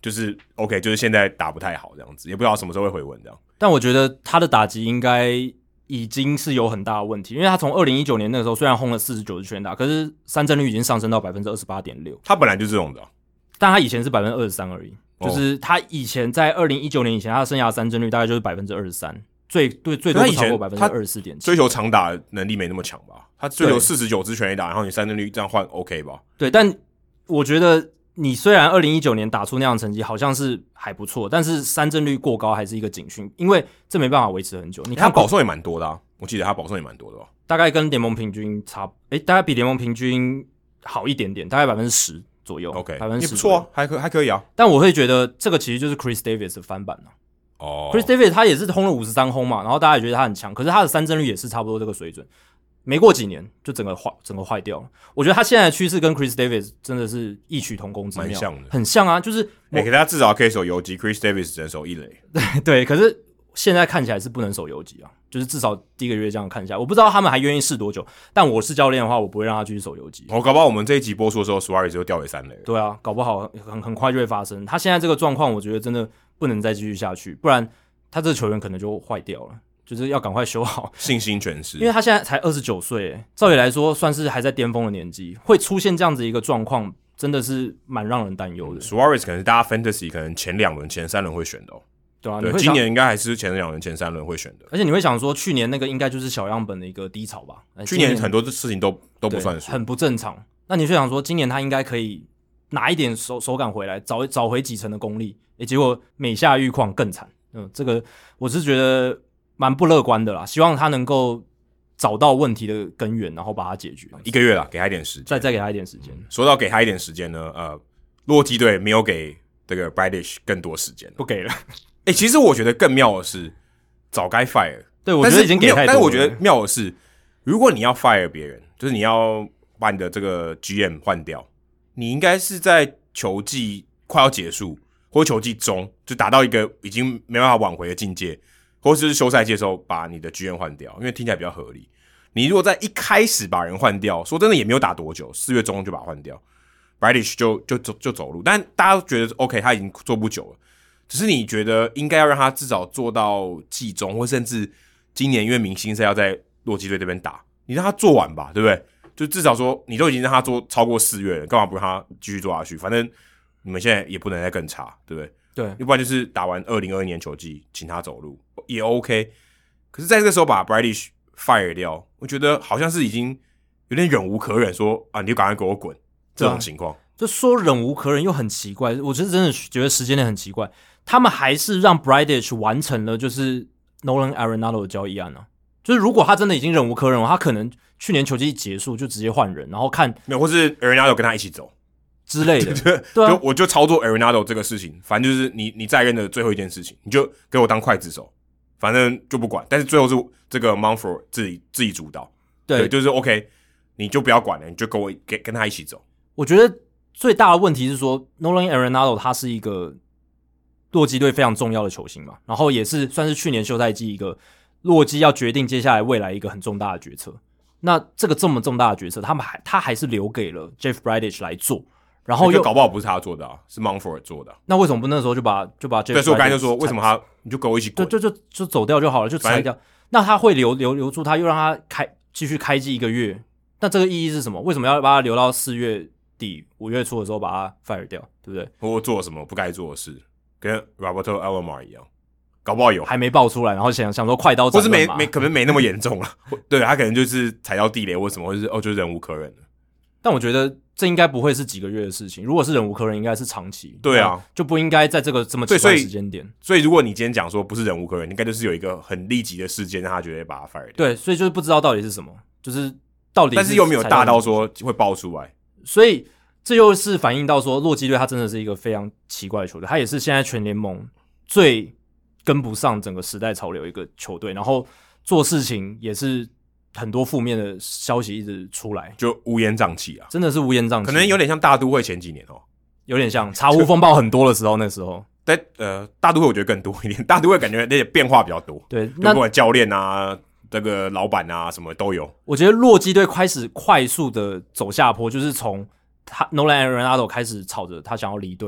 就是 OK， 就是现在打不太好这样子，也不知道什么时候会回稳这样。 但我觉得他的打击应该已经是有很大的问题，因为他从二零一九年那个时候虽然轰了四十九支全打，可是三振率已经上升到 百分之二十八点六。 他本来就是这种的、啊， 但他以前是 百分之二十三 而已。就是他以前在二零一九年以前，他的生涯三振率大概就是 百分之二十三， 最对最多不超过 百分之二十四点七。 追求长打能力没那么强吧？他追求四十九支全垒打，然后你三振率这样换 OK 吧？ 对，但我觉得你虽然二零一九年打出那样的成绩好像是还不错，但是三振率过高还是一个警讯，因为这没办法维持很久。你看他保送也蛮多的啊，我记得他保送也蛮多的吧？ 大概跟联盟平均差，诶，大概比联盟平均好一点点，大概 百分之十。左右 ，OK， 百分之十也不错啊，还可还可以啊。 但我会觉得这个其实就是 Chris Davis 的翻版啊。 哦、 oh. ，Chris Davis 他也是轰了五十三轰嘛，然后大家也觉得他很强，可是他的三振率也是差不多这个水准，没过几年就整个坏，整个坏掉了。我觉得他现在的趋势跟 Chris Davis 真的是异曲同工之妙， 蛮像的， 很像啊，就是， 欸、可是他至少可以守游击 ，Chris Davis 只能守一垒。 对对，可是现在看起来是不能守游击啊，就是至少第一个月这样看一下，我不知道他们还愿意试多久。但我是教练的话，我不会让他继续守游击。 我、哦、搞不好我们这一集播出的时候 ，Suarez 就掉回三垒了。 对啊，搞不好很很快就会发生。他现在这个状况，我觉得真的不能再继续下去，不然他这个球员可能就坏掉了，就是要赶快修好， 信心全失。 因为他现在才二十九岁，照理来说算是还在巅峰的年纪，会出现这样子一个状况，真的是蛮让人担忧的。 Suarez 可能是大家 Fantasy 可能前两轮、前三轮会选的哦。 对啊， 对，今年应该还是前两轮、前三轮会选的。 而且你会想说，去年那个应该就是小样本的一个低潮吧？ 去年很多事情都都不算数， 很不正常。那你就想说，今年他应该可以拿一点手手感回来，找找回几成的功力。诶，结果每下愈况更惨。嗯，这个我是觉得蛮不乐观的啦。希望他能够找到问题的根源，然后把它解决。 一个月啦，给他一点时间， 再再给他一点时间。 说到给他一点时间呢，呃，洛基队没有给这个 Bradish 更多时间， 不给了。 欸，其实我觉得更妙的是，早该 fire。 对，我觉得已经给太多了。 但是我觉得妙的是，如果你要 fire 别人，就是你要把你的这个 G M 换掉，你应该是在球季快要结束，或者球季中，就达到一个已经没办法挽回的境界，或者是休赛季的时候把你的 G M 换掉，因为听起来比较合理。你如果在一开始把人换掉，说真的也没有打多久，四月中就把他换掉 ，Bradish 就就走就走路，但大家都觉得 OK， 他已经做不久了。只是你觉得应该要让他至少做到季中，或甚至今年因为明星赛要在洛基队这边打，你让他做完吧，对不对？就至少说你都已经让他做超过四月了，干嘛不让他继续做下去？反正你们现在也不能再更差，对不对？ 对， 要不然就是打完二零二一年球季请他走路也 OK。可是在这个时候把 Bradish fire 掉，我觉得好像是已经有点忍无可忍，说啊你就赶快给我滚这种情况。 就说忍无可忍又很奇怪，我是真的觉得时间点很奇怪。他们还是让 Bradish 完成了就是 Nolan Arenado 的交易案啊，就是如果他真的已经忍无可忍了，他可能去年球季结束就直接换人，然后看没有，或是 Arenado 跟他一起走之类的， 对啊，就我就操作 Arenado 这个事情，反正就是你你在任的最后一件事情，你就给我当刽子手，反正就不管，但是最后是这个 Manfred 自己自己主导，对，对就是 OK， 你就不要管了，你就跟我跟跟他一起走。 我觉得最大的问题是说 Nolan Arenado 他是一个洛基队非常重要的球星嘛，然后也是算是去年休赛季一个洛基要决定接下来未来一个很重大的决策。那这个这么重大的决策，他们还他还是留给了 Jeff Bradish 来做，然后又搞不好不是他做的啊，是 Manfred 做的。 那为什么不那时候就把就把 Jeff Bradish 对，所以我刚才就说，为什么他你就跟我一起滚， 就就就就走掉就好了，就裁掉。那他会留留留住他，又让他开继续开季一个月，那这个意义是什么？为什么要把他留到四月底五月初的时候把他 fire 掉，对不对？ 或做什么不该做的事，跟 Roberto Alomar 一样，搞不好有还没爆出来，然后想想说快刀斩乱麻， 或是没没可能没那么严重了。对，他可能就是踩到地雷或什么，或者是哦，就忍无可忍了。 但我觉得这应该不会是几个月的事情，如果是忍无可忍，应该是长期。 对啊， 就不应该在这个这么奇怪的时间点。 所以，所以如果你今天讲说不是忍无可忍，应该就是有一个很立即的事件让他觉得把他 fire 掉。 对，所以就是不知道到底是什么，就是到底是， 但是又没有大到说会爆出来。 所以这又是反映到说，洛基队他真的是一个非常奇怪的球队，他也是现在全联盟最跟不上整个时代潮流一个球队，然后做事情也是很多负面的消息一直出来， 就乌烟瘴气啊， 真的是乌烟瘴气， 可能有点像大都会前几年哦， 有点像茶壶风暴很多的时候，那时候， 但呃，大都会我觉得更多一点，大都会感觉那些变化比较多， 对，那不管教练啊、这个老板啊什么都有。 我觉得洛基队开始快速的走下坡，就是从他 Nolan Arenado 开始吵着他想要离队的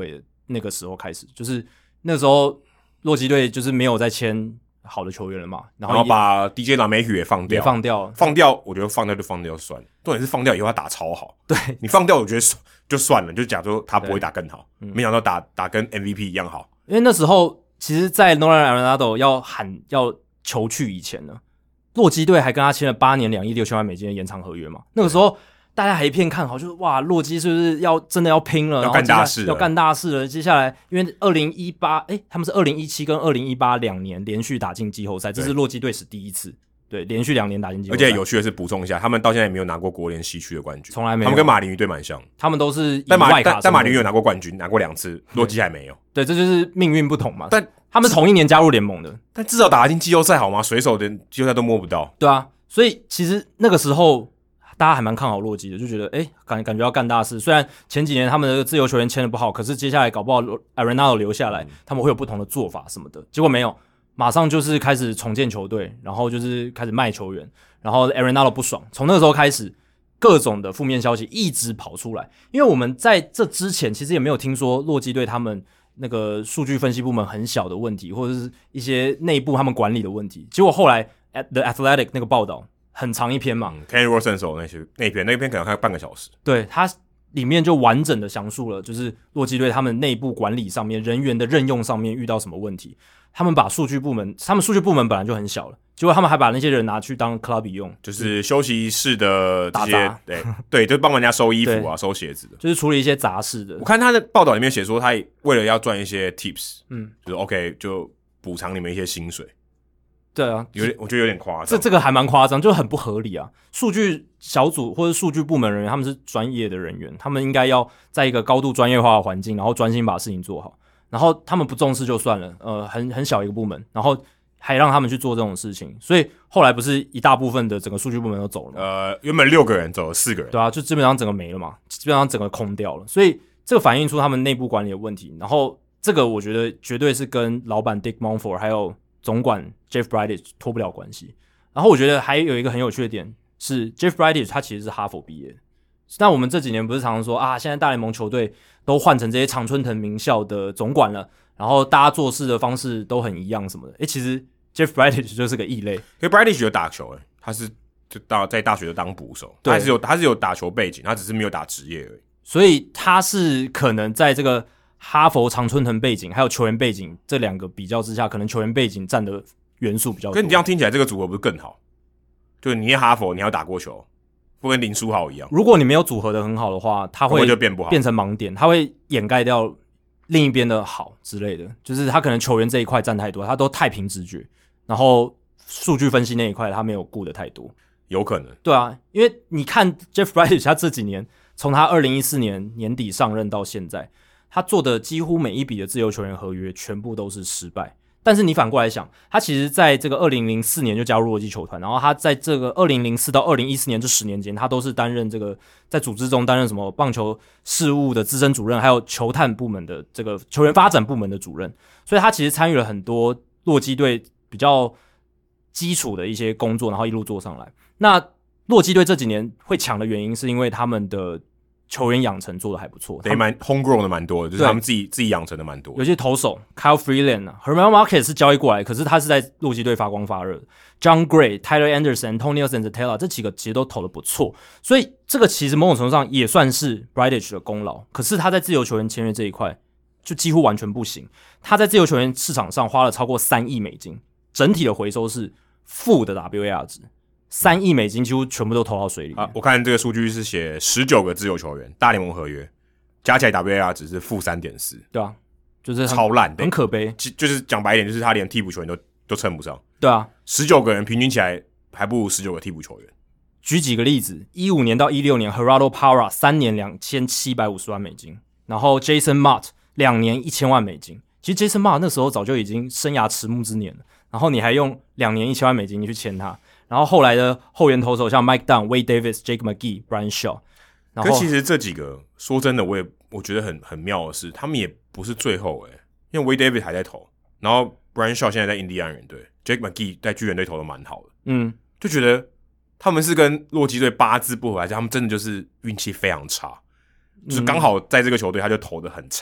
那个时候开始，就是那时候洛基队就是没有再签好的球员了嘛，然后, 然后把 D J LeMahieu 也放掉， 也放掉了， 放掉，我觉得放掉就放掉算了。重点是放掉以后他打超好， 对你放掉，我觉得就算了，就假如他不会打更好，嗯、没想到打打跟 M V P 一样好。 因为那时候其实，在 Nolan Arenado 要喊要求去以前呢，洛基队还跟他签了八年两亿六千万美金的延长合约嘛。那个时候大家还一片看好，就是哇，洛基是不是要真的要拼了， 要干大事了， 要干大事了。接下来，因为二零一八，哎，他们是二零一七跟二零一八两年连续打进季后赛，这是洛基队史第一次。对，连续两年打进季后赛。 而且有趣的是，补充一下，他们到现在也没有拿过国联西区的冠军， 从来没有。 他们跟马林鱼队蛮像， 他们都是以但马外卡但但马林鱼有拿过冠军，拿过两次，洛基还没有。 对，这就是命运不同嘛。 但他们同一年加入联盟的， 但至少打进季后赛好吗？水手连季后赛都摸不到。 对啊，所以其实那个时候大家还蛮看好洛基的，就觉得哎，感感觉要干大事。虽然前几年他们的自由球员签的不好，可是接下来搞不好 Arenado 留下来，他们会有不同的做法什么的。结果没有。马上就是开始重建球队，然后就是开始卖球员，然后 Arenado 不爽，从那个时候开始，各种的负面消息一直跑出来。因为我们在这之前其实也没有听说洛基队他们那个数据分析部门很小的问题，或者是一些内部他们管理的问题。结果后来 The Athletic 那个报道很长一篇嘛、 嗯、，Kenny Rosenthal 那些那篇那篇可能还有半个小时， 对他里面就完整的详述了，就是洛基队他们内部管理上面人员的任用上面遇到什么问题。他们把数据部门，他们数据部门本来就很小了，结果他们还把那些人拿去当 club 用， 就是休息室的这些， 打杂对对，就帮人家收衣服啊、收鞋子的， 就是处理一些杂事的。 我看他的报道里面写说，他为了要赚一些 tips， 嗯， 就是 OK 就补偿你们一些薪水。 对啊， 有点，我觉得有点夸张。 这这个还蛮夸张，就很不合理啊。数据小组或者数据部门人员，他们是专业的人员，他们应该要在一个高度专业化的环境，然后专心把事情做好。然后他们不重视就算了，呃，很很小一个部门，然后还让他们去做这种事情，所以后来不是一大部分的整个数据部门都走了吗？ 呃，原本六个人走了四个人， 对啊，就基本上整个没了嘛，基本上整个空掉了，所以这个反映出他们内部管理的问题。然后这个我觉得绝对是跟老板 Dick Monfort 还有总管 Jeff Bridich 脱不了关系。然后我觉得还有一个很有趣的点是 Jeff Bridich 他其实是哈佛毕业的。那我们这几年不是常常说啊，现在大联盟球队都换成这些常春藤名校的总管了，然后大家做事的方式都很一样什么的。诶，其实 Jeff Bridich 就是个异类，因为 Bridich 有打球，诶，他是就到在大学就当捕手，他还是有他是有打球背景，他只是没有打职业而已。 所以他是可能在这个哈佛常春藤背景还有球员背景这两个比较之下，可能球员背景占的元素比较多。 跟你这样听起来，这个组合不是更好？就是你念哈佛，你要打过球。不跟林书豪一样， 如果你没有组合的很好的话，它会就变不好， 变成盲点，它会掩盖掉另一边的好之类的。就是他可能球员这一块占太多，他都太凭直觉，然后数据分析那一块他没有顾得太多， 有可能。 对啊，因为你看 Jeff Bridich 他这几年，从他二零一四年年底上任到现在，他做的几乎每一笔的自由球员合约全部都是失败。但是你反过来想，他其实在这个二零零四年就加入洛基球团，然后他在这个二零零四到二零一四年这十年间，他都是担任这个在组织中担任什么棒球事务的资深主任，还有球探部门的这个球员发展部门的主任，所以他其实参与了很多洛基队比较基础的一些工作，然后一路做上来。那洛基队这几年会强的原因，是因为他们的球员养成做的还不错， 对，蛮 homegrown 的蛮多的，就是他们自己自己养成的蛮多的。 有些投手 Kyle Freeland 啊 Herman Marquez 是交易过来，可是他是在洛基队发光发热。John Gray、Tyler Anderson、Antonio Senzatella 这几个其实都投的不错，所以这个其实某种程度上也算是 Bridich 的功劳。可是他在自由球员签约这一块就几乎完全不行。他在自由球员市场上花了超过三亿美金，整体的回收是负的 W A R 值。三亿美金几乎全部都投到水里面。 啊，我看这个数据是写十九个自由球员大联盟合约加起来 W A R 值是负 三点四， 对啊，就是超烂， 很可悲。 就是讲白一点，就是他连替补球员都都称不上。 对啊， 十九个人平均起来还不如十九个替补球员。 举几个例子，十五年到十六年 Gerardo Parra 三年两千七百五十万美金，然后 Jason Mott 两年一千万美金。其实 Jason Mott 那时候早就已经生涯迟暮之年了，然后你还用两年一千万美金去签他。然后后来的后援投手像 Mike Dunn、Wade Davis、Jake McGee、Brian Shaw。 可其实这几个说真的，我也我觉得很很妙的是，他们也不是最后诶、欸，因为 Wade Davis 还在投，然后 Brian Shaw 现在在印第安人队 ，Jake McGee 在巨人队投的蛮好的， 嗯， 就觉得他们是跟洛基队八字不合，而且他们真的就是运气非常差，就是刚好在这个球队他就投的很差。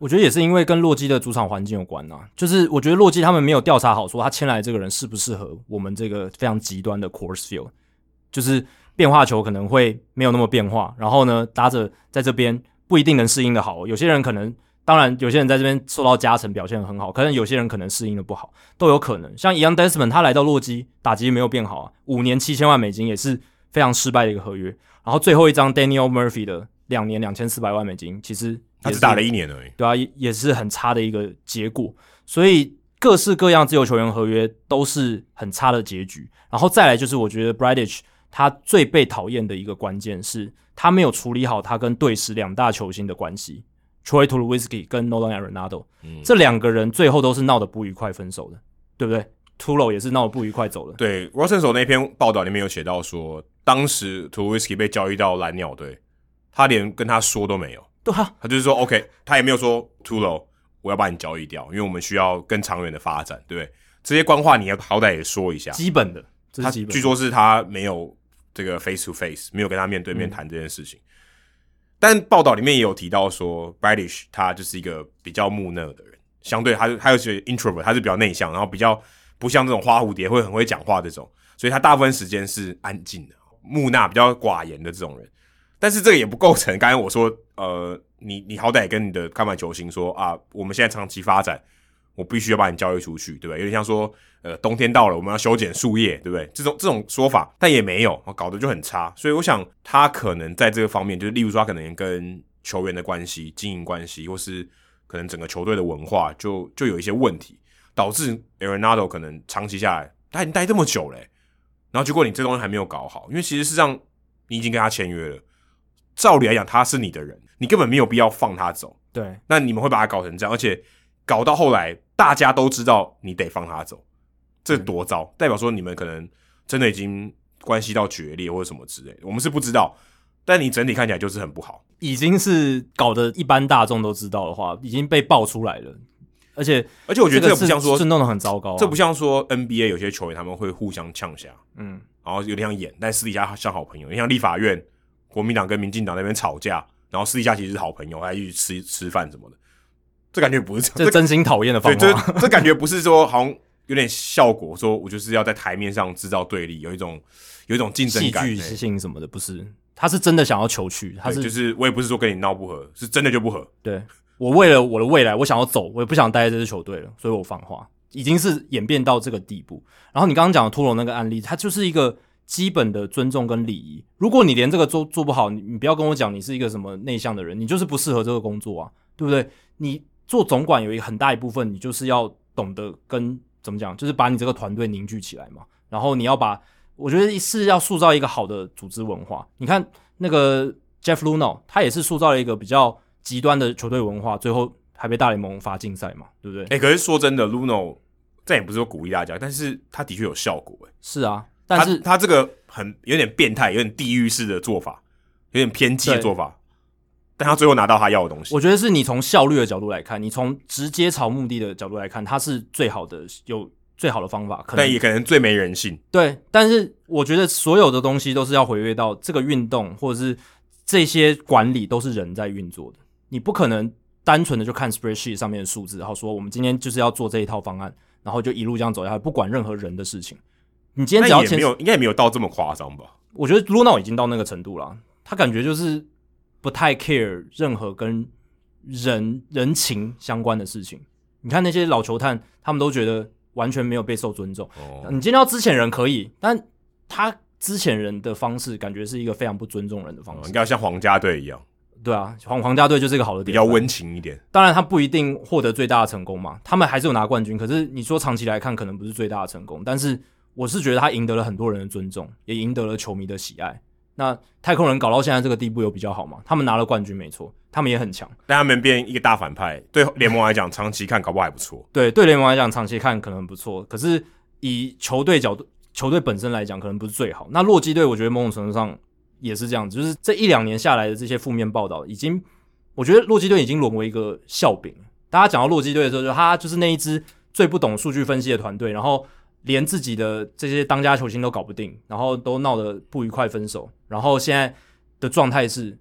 我觉得也是因为跟洛基的主场环境有关啊，就是我觉得洛基他们没有调查好说他签来这个人适不适合我们这个非常极端的 Coors Field， 就是变化球可能会没有那么变化，然后呢打者在这边不一定能适应的好，有些人可能当然有些人在这边受到加成表现很好，可能有些人可能适应的不好，都有可能。像 Ian Desmond 他来到洛基打击没有变好啊，五年七千万美金也是非常失败的一个合约，然后最后一张 Daniel Murphy 的两年两千四百万美金，其实他只打了一年而已， 对啊，也是很差的一个结果。所以各式各样自由球员合约都是很差的结局。然后再来就是我觉得 Bridich 他最被讨厌的一个关键是他没有处理好他跟队史两大球星的关系 Troy Tulowitzki 跟 Nolan Arenado、嗯、这两个人最后都是闹得不愉快分手的，对不对？ Tulo 也是闹得不愉快走了。 对， Rosenthal 那篇报道里面有写到说当时 Tulowitzki 被交易到蓝鸟队，他连跟他说都没有。 对啊， 他就是说 OK， 他也没有说 Tulo 我要把你交易掉，因为我们需要更长远的发展，对不对？这些官话你要好歹也说一下， 基本的，这是基本的。 他据说是他没有这个 face to face， 没有跟他面对面谈这件事情、嗯、但报道里面也有提到说 Bridich 他就是一个比较木讷的人，相对他他有些 introvert， 他是比较内向，然后比较不像这种花蝴蝶会很会讲话这种，所以他大部分时间是安静的，木讷比较寡言的这种人。但是这个也不构成刚才我说呃，你你好歹跟你的看板球星说啊，我们现在长期发展，我必须要把你交易出去，对不对？有点像说呃，冬天到了我们要修剪树叶，对不对？这种这种说法，但也没有，搞得就很差。所以我想他可能在这个方面，就是例如说他可能跟球员的关系、经营关系，或是可能整个球队的文化就就有一些问题，导致 Arenado 可能长期下来他已经待这么久了、欸，然后结果你这东西还没有搞好，因为其实事实上你已经跟他签约了，照理来讲他是你的人，你根本没有必要放他走。 对， 那你们会把他搞成这样，而且搞到后来大家都知道你得放他走，这多糟、嗯、代表说你们可能真的已经关系到决裂或者什么之类的，我们是不知道，但你整体看起来就是很不好， 已经是搞得一般大众都知道的话，已经被爆出来了。而且而且我觉得这个不像说是弄得很糟糕、啊、 这不像说 N B A 有些球员他们会互相呛下， 嗯， 然后有点像演，但私底下像好朋友，像立法院国民党跟民进党那边吵架，然后私底下其实是好朋友，还一起吃吃饭什么的，这感觉不是这真心讨厌的方法。 对，这这感觉不是说好像有点效果，说我就是要在台面上制造对立，有一种有一种竞争感、 戏剧性什么的，不是，他是真的想要求去，他是就是我也不是说跟你闹不和，是真的就不和。 对，我为了我的未来，我想要走，我也不想待在这支球队了，所以我放话，已经是演变到这个地步。然后你刚刚讲的托罗那个案例，它就是一个基本的尊重跟礼仪。如果你连这个做做不好，你你不要跟我讲你是一个什么内向的人，你就是不适合这个工作啊，对不对？你做总管有一个很大一部分，你就是要懂得跟怎么讲，就是把你这个团队凝聚起来嘛。然后你要把，我觉得是要塑造一个好的组织文化。你看那个 Jeff Luhnow， 他也是塑造了一个比较极端的球队文化，最后还被大联盟罚禁赛嘛，对不对？ 欸，可是说真的 Luhnow 这也不是说鼓励大家，但是他的确有效果。欸， 是啊，但是他, 他这个很有点变态，有点地狱式的做法，有点偏激的做法，但他最后拿到他要的东西。 我觉得是你从效率的角度来看，你从直接朝目的的角度来看，它是最好的，有最好的方法，可能但也可能最没人性。 对，但是我觉得所有的东西都是要回归到这个运动，或者是这些管理都是人在运作的，你不可能单纯的就看 spreadsheet 上面的数字，然后说我们今天就是要做这一套方案，然后就一路这样走下去，不管任何人的事情。你今天只要也没有，应该也没有到这么夸张吧？ 我觉得 Luhnow 已经到那个程度了，他感觉就是不太 care 任何跟人人情相关的事情。你看那些老球探，他们都觉得完全没有被受尊重。哦，你今天要资遣人可以，但他资遣人的方式感觉是一个非常不尊重人的方式。哦， 应该像皇家队一样。 对啊，皇皇家队就是一个好的点， 比较温情一点。 当然，他不一定获得最大的成功嘛，他们还是有拿冠军。可是你说长期来看，可能不是最大的成功，但是我是觉得他赢得了很多人的尊重，也赢得了球迷的喜爱。那太空人搞到现在这个地步有比较好吗？他们拿了冠军没错，他们也很强， 但他们变一个大反派，对联盟来讲长期看搞不好还不错。 对，对联盟来讲长期看可能很不错，可是以球队角度，球队本身来讲可能不是最好。那洛基队我觉得某种程度上也是这样子，就是这一两年下来的这些负面报道，已经我觉得洛基队已经沦为一个笑柄。大家讲到洛基队的时候，就他就是那一支最不懂数据分析的团队，然后连自己的这些当家球星都搞不定，然后都闹得不愉快分手，然后现在的状态是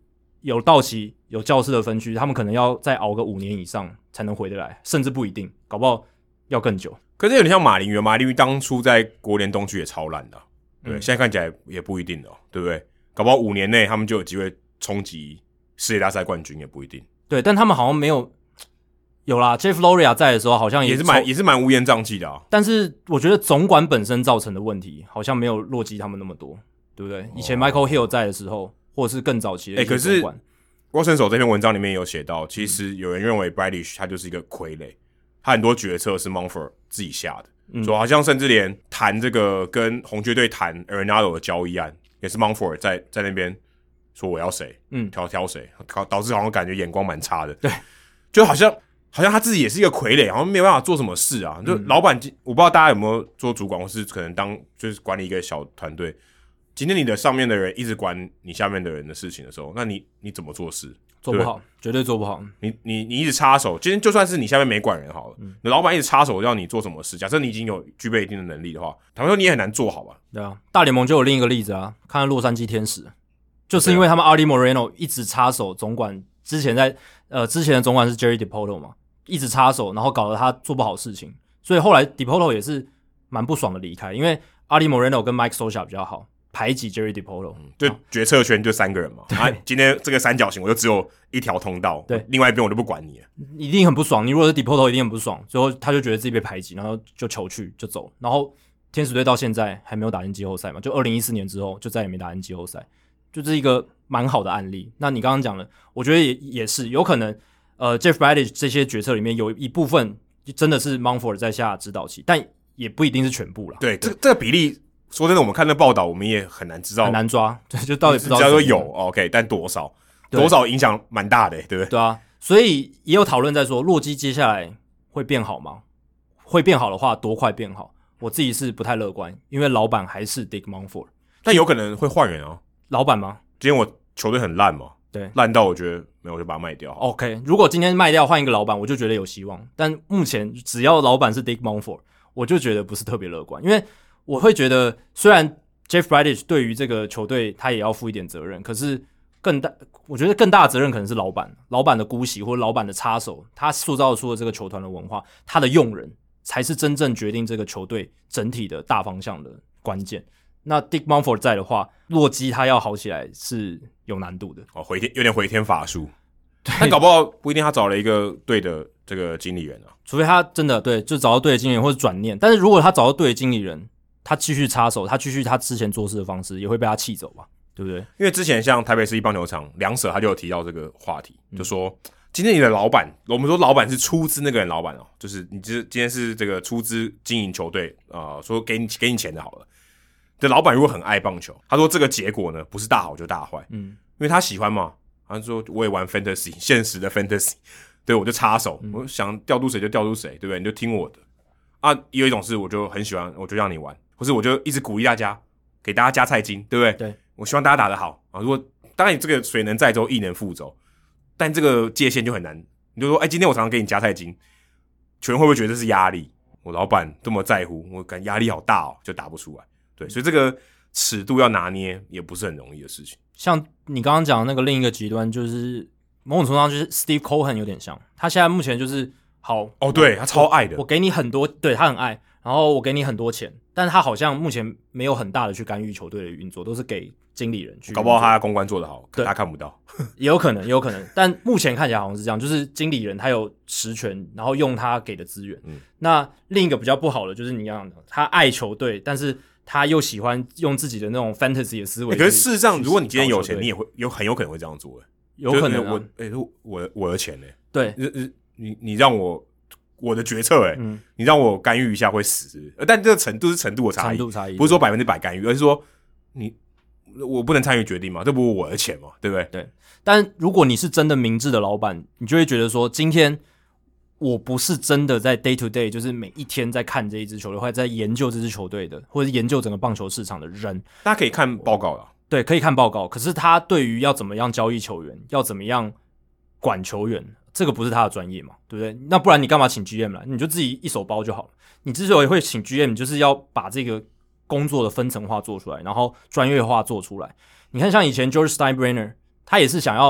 有道奇有教士的分区，他们可能要再熬个五年以上才能回得来，甚至不一定，搞不好要更久。 可是有点像马林鱼，马林鱼当初在国联东区也超烂的、啊，对、嗯，现在看起来也不一定的、哦，对不对？搞不好五年内他们就有机会冲击世界大赛冠军，也不一定。 对，但他们好像没有有啦 ，Jeff Loria 在的时候好像也, 也是蛮也是蛮乌烟瘴气的啊。 但是我觉得总管本身造成的问题好像没有洛基他们那么多，对不对？以前 Michael Hill 在的时候，或者是更早期的一些总管。 欸、可是 Watson 手这篇文章里面有写到，其实有人认为 Bradish 他就是一个傀儡，他很多决策是 Mumford 自己下的。嗯，所以好像甚至连谈这个跟红雀队谈 Arenado 的交易案，也是 Mumford 在在那边说我要谁，嗯，挑挑谁，导致好像感觉眼光蛮差的。 对， 就好像好像他自己也是一个傀儡，好像没有办法做什么事啊。就老板，嗯、我不知道大家有没有做主管，或是可能当就是管理一个小团队。今天你的上面的人一直管你下面的人的事情的时候，那你你怎么做事？ 做不好，绝对做不好。 你你你一直插手，今天就算是你下面没管人好了，嗯、你老板一直插手要你做什么事，假设你已经有具备一定的能力的话，坦白说你也很难做好吧？ 对啊，大联盟就有另一个例子啊，看看洛杉矶天使，就是因为他们 Arte Moreno 一直插手总管，之前在呃之前的总管是 Jerry Dipoto 嘛，一直插手，然后搞得他做不好事情，所以后来 Dipoto 也是蛮不爽的离开，因为 Arte Moreno 跟 Mike Scioscia 比较好。排挤 Jerry Dipoto， 就决策圈就三个人嘛。啊，今天这个三角形我就只有一条通道， 对， 另外一边我就不管你了， 一定很不爽。你如果是 Dipoto 一定很不爽，最后他就觉得自己被排挤，然后就求去就走。然后天使队到现在还没有打进季后赛嘛，就二零一四年之后就再也没打进季后赛，就这是一个蛮好的案例。那你刚刚讲的，我觉得也也是有可能，呃 ，Jeff Bradich 这些决策里面有一部分真的是 Mumford 在下指导期，但也不一定是全部啦。 对，这这个比例。说真的，我们看那报道，我们也很难知道， 很难抓，对，就到底不知道。 只要说有 ，OK， 但多少，多少影响蛮大的，对不对？ 对啊，所以也有讨论在说，洛基接下来会变好吗？会变好的话，多快变好？我自己是不太乐观，因为老板还是 Dick Mumford， 但有可能会换人啊。 老板吗？ 今天我球队很烂嘛， 对， 烂到我觉得没有，我就把它卖掉。 OK， 如果今天卖掉换一个老板，我就觉得有希望。但目前只要老板是 Dick Mumford， 我就觉得不是特别乐观，因为我会觉得虽然Jeff Bradich 对于这个球队他也要负一点责任，可是更大，我觉得更大的责任可能是老板，老板的姑息或者老板的插手，他塑造出了这个球团的文化，他的用人才是真正决定这个球队整体的大方向的关键。那 Dick Mumford 在的话，洛基他要好起来是有难度的。 哦，回天有点回天乏术，但搞不好不一定他找了一个对的这个经理人啊， 除非他真的对就找到对的经理人或者转念，但是如果他找到对的经理人。他继续插手，他继续他之前做事的方式，也会被他气走吧，对不对？ 因为之前像台北市立棒球场梁舍他就有提到这个话题，嗯、就说今天你的老板，我们说老板是出资那个人老板哦，就是你今天是这个出资经营球队啊、呃，说给你给你钱的好了。的老板如果很爱棒球，他说这个结果呢不是大好就大坏，嗯，因为他喜欢嘛，他说我也玩 fantasy 现实的 fantasy， 对我就插手，嗯、我想调度谁就调度谁，对不对？你就听我的啊。也有一种是我就很喜欢，我就让你玩。不是，我就一直鼓励大家，给大家加菜金，对不对？ 对， 我希望大家打得好啊。如果当然，你这个水能载舟，亦能覆舟，但这个界限就很难。你就说，哎，今天我常常给你加菜金，球员会不会觉得这是压力？我老板这么在乎，我感压力好大哦，就打不出来。对，所以这个尺度要拿捏，也不是很容易的事情。 像你刚刚讲的那个另一个极端，就是某种程度上就是 Steve Cohen 有点像，他现在目前就是好哦，对他超爱的， 我，我给你很多，对他很爱。然后我给你很多钱，但他好像目前没有很大的去干预球队的运作，都是给经理人去。 搞不好他公关做得好，可他看不到， 也有可能，也有可能。但目前看起来好像是这样，就是经理人他有实权，然后用他给的资源。嗯，那另一个比较不好的就是你讲的，他爱球队，但是他又喜欢用自己的那种 fantasy 的思维、欸。 可是事实上，如果你今天有钱，你也会有很有可能会这样做、欸， 有可能、啊。 我哎、欸，我我的钱呢、欸？ 对， 你你让我。我的决策、欸，哎、嗯，你让我干预一下会死，但这个程度是程度的差异， 程度差异， 不是说百分之百干预，而是说你我不能参与决定嘛，这不是我的钱嘛，对不对？ 对。但如果你是真的明智的老板，你就会觉得说，今天我不是真的在 day to day， 就是每一天在看这一支球队，或者在研究这支球队的，或者是研究整个棒球市场的人， 大家可以看报告啦， 对，可以看报告。可是他对于要怎么样交易球员，要怎么样管球员。这个不是他的专业嘛，对不对？那不然你干嘛请 G M 来？你就自己一手包就好了。你之所以会请 G M， 就是要把这个工作的分层化做出来，然后专业化做出来。你看，像以前 George Steinbrenner， 他也是想要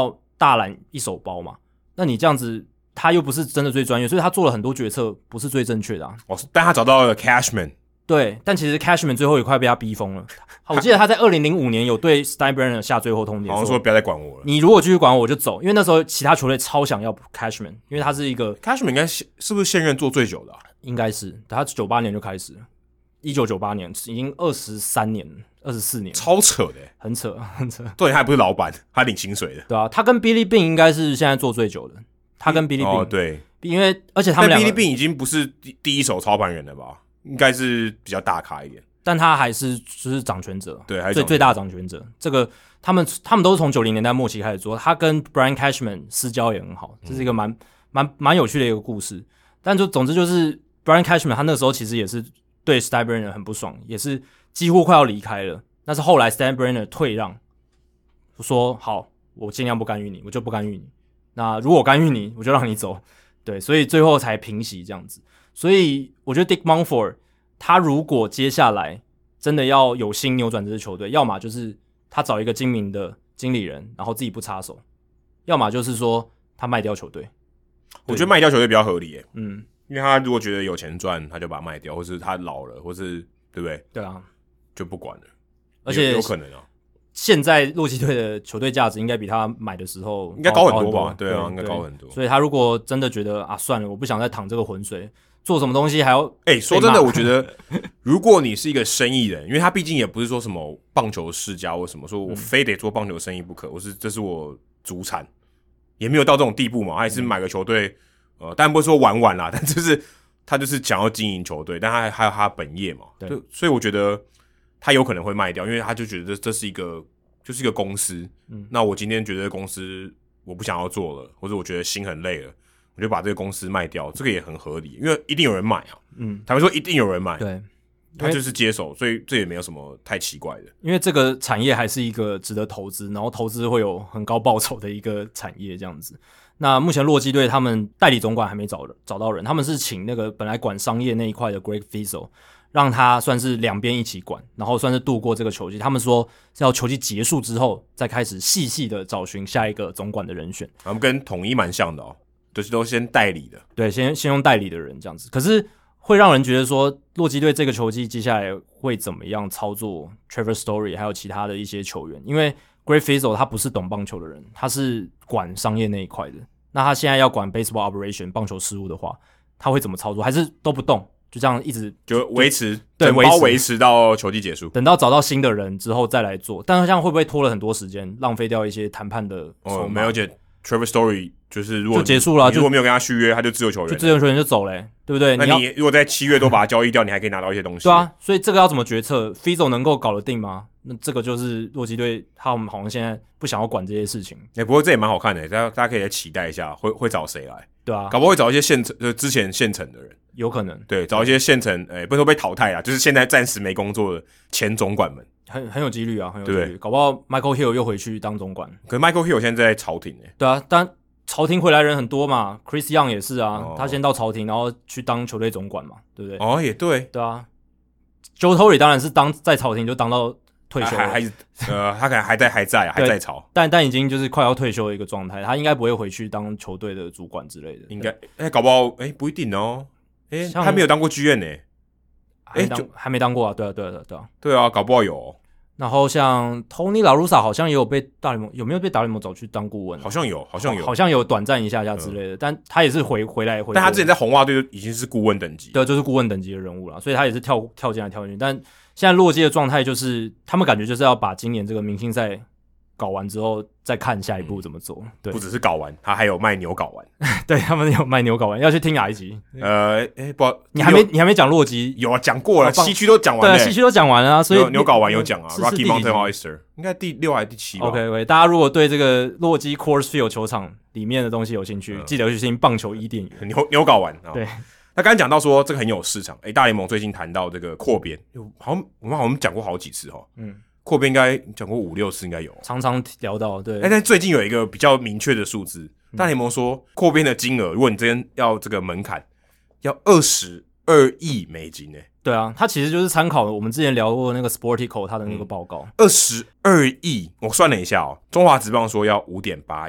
大揽一手包嘛。那你这样子，他又不是真的最专业，所以他做了很多决策不是最正确的啊。 哦，但他找到了 Cashman。 对，但其实 Cashman 最后也快被他逼疯了。我记得他在二零零五年有对 Steinbrenner 下最后通牒， 好像说不要再管我了。 你如果继续管我，我就走。因为那时候其他球队超想要 Cashman， 因为他是一个 Cashman 应该是是不是现任做最久的、啊？ 应该是，他九八年就开始了，一九九八年已经二十三年、二十四年， 超扯的、欸， 很扯，很扯。 对，他还不是老板，他领薪水的。 对啊，他跟 Billy Beane 应该是现在做最久的。他跟 Billy Beane、 哦、对， 因为而且他们两个 Billy Beane 已经不是第第一手操盘人了吧？应该是比较大咖一点， 但他还是就是掌权者， 对，还是最最大的掌权者。这个他们他们都是从九零年代末期开始做，他跟 Brian Cashman 私交也很好，这是一个蛮蛮蛮有趣的一个故事。但就总之就是 Brian Cashman 他那时候其实也是对 Steinbrenner 很不爽，也是几乎快要离开了。但是后来 Steinbrenner 退让，说好，我尽量不干预你，我就不干预你。那如果我干预你，我就让你走。对，所以最后才平息这样子。所以我觉得 Dick Monfort 他如果接下来真的要有心扭转这支球队，要么就是他找一个精明的经理人，然后自己不插手，要么就是说他卖掉球队。 我觉得卖掉球队比较合理耶， 嗯， 因为他如果觉得有钱赚，他就把它卖掉，或是他老了，或是对不对？ 对啊， 就不管了， 而且有可能啊。 现在洛基队的球队价值应该比他买的时候应该高很多吧？ 对对啊，应该高很多。 所以他如果真的觉得啊，算了，我不想再淌这个浑水，做什么东西还要…… 哎、欸，说真的，我觉得如果你是一个生意人，因为他毕竟也不是说什么棒球世家或什么，说我非得做棒球生意不可，我是这是我主产，也没有到这种地步嘛。他也是买个球队，呃，当然不是说玩玩啦，但就是他就是想要经营球队，但他还有他的本业嘛， 对， 所以我觉得他有可能会卖掉，因为他就觉得这这是一个就是一个公司，嗯，那我今天觉得公司我不想要做了，或者我觉得心很累了，我就把这个公司卖掉，这个也很合理，因为一定有人买啊，嗯，他们说一定有人买， 对， 他就是接手，所以这也没有什么太奇怪的， 因为这个产业还是一个值得投资，然后投资会有很高报酬的一个产业这样子。那目前洛基队他们代理总管还没找找到人，他们是请那个本来管商业那一块的 Greg Fiesel， 让他算是两边一起管，然后算是度过这个球季。他们说是要球季结束之后再开始细细的找寻下一个总管的人选。 他们跟统一蛮像的哦，就是都先代理的， 对，先先用代理的人这样子。可是会让人觉得说洛基队这个球季接下来会怎么样操作 Trevor Story 还有其他的一些球员，因为 Greg Fiesel 他不是懂棒球的人，他是管商业那一块的。那他现在要管 baseball operation 棒球事务的话，他会怎么操作？还是都不动，就这样一直就维持， 对， 整包维持到球季结束， 等到找到新的人之后再来做。但是这样会不会拖了很多时间，浪费掉一些谈判的筹码？ 哦，没有，而且 Trevor Story 就是如果就结束了， 如果没有跟他续约，他就自由球员， 就自由球员就走了、欸，对不对？ 那你如果在七月都把他交易掉，你还可以拿到一些东西。 对啊，所以这个要怎么决策 ？Fiesel 能够搞得定吗？那这个就是洛基队，他们好像现在不想要管这些事情。 哎、欸，不过这也蛮好看的，大家大家可以来期待一下，会会找谁来？ 对啊， 搞不好会找一些现成，就之前现成的人， 有可能。 对，找一些现成，哎、欸，不是说被淘汰啊，就是现在暂时没工作的前总管们， 很很有几率啊，很有几率。 对， 搞不好 Michael Hill 又回去当总管。 可是 Michael Hill 现在在朝廷哎、欸。 对啊，但朝廷回来人很多嘛 ，Chris Young 也是啊，哦、他先到朝廷，然后去当球队总管嘛，对不对？ 哦，也对。 对啊 ，Joe Torre 当然是当在朝廷就当到退休了， 还还呃，他可能还在还在、啊、还在朝， 但但已经就是快要退休的一个状态，他应该不会回去当球队的主管之类的。 应该，哎、欸，搞不好，哎、欸，不一定哦，哎、欸，他没有当过剧院呢， 哎、欸，就还没当过啊，对啊，对啊，对啊， 对啊，搞不好有、哦。 然后像 Tony La Russa 好像也有被大联盟有没有被大联盟找去当顾问、啊？ 好像有，好像有， 好像有短暂一下下之类的，嗯、但他也是回回来回。 但他之前在红袜队已经是顾问等级， 对，就是顾问等级的人物了，所以他也是跳跳进来跳进去。但现在洛基的状态就是，他们感觉就是要把今年这个明星赛搞完之后，再看下一步怎么做。嗯、对， 不只是搞完，他还有卖牛睾丸。 对他们有卖牛睾丸，要去听哪一集？ 呃，哎、欸，不， 你还没你还没讲洛基？ 有啊，讲过了，西区都讲完了、 欸。对，西区都讲完了、啊，所以牛睾丸有讲啊 ，Rocky Mountain Oyster 应该第六还是第七吧 ？OK OK， 大家如果对这个洛基 Coors Field 球场里面的东西有兴趣，嗯、记得去听棒球伊甸园牛牛睾丸。 对， 那刚刚讲到说这个很有市场，哎、欸，大联盟最近谈到这个扩编，好像我们好像讲过好几次哈，嗯。扩编应该讲过五六次，应该有常常聊到对。 哎，但最近有一个比较明确的数字，大联盟说扩编的金额，如果你这边要这个门槛，要二十二亿美金诶。 对啊，它其实就是参考了我们之前聊过那个 Sportico 它的那个报告， 二十二亿，我算了一下哦，中华职棒说要五点八亿，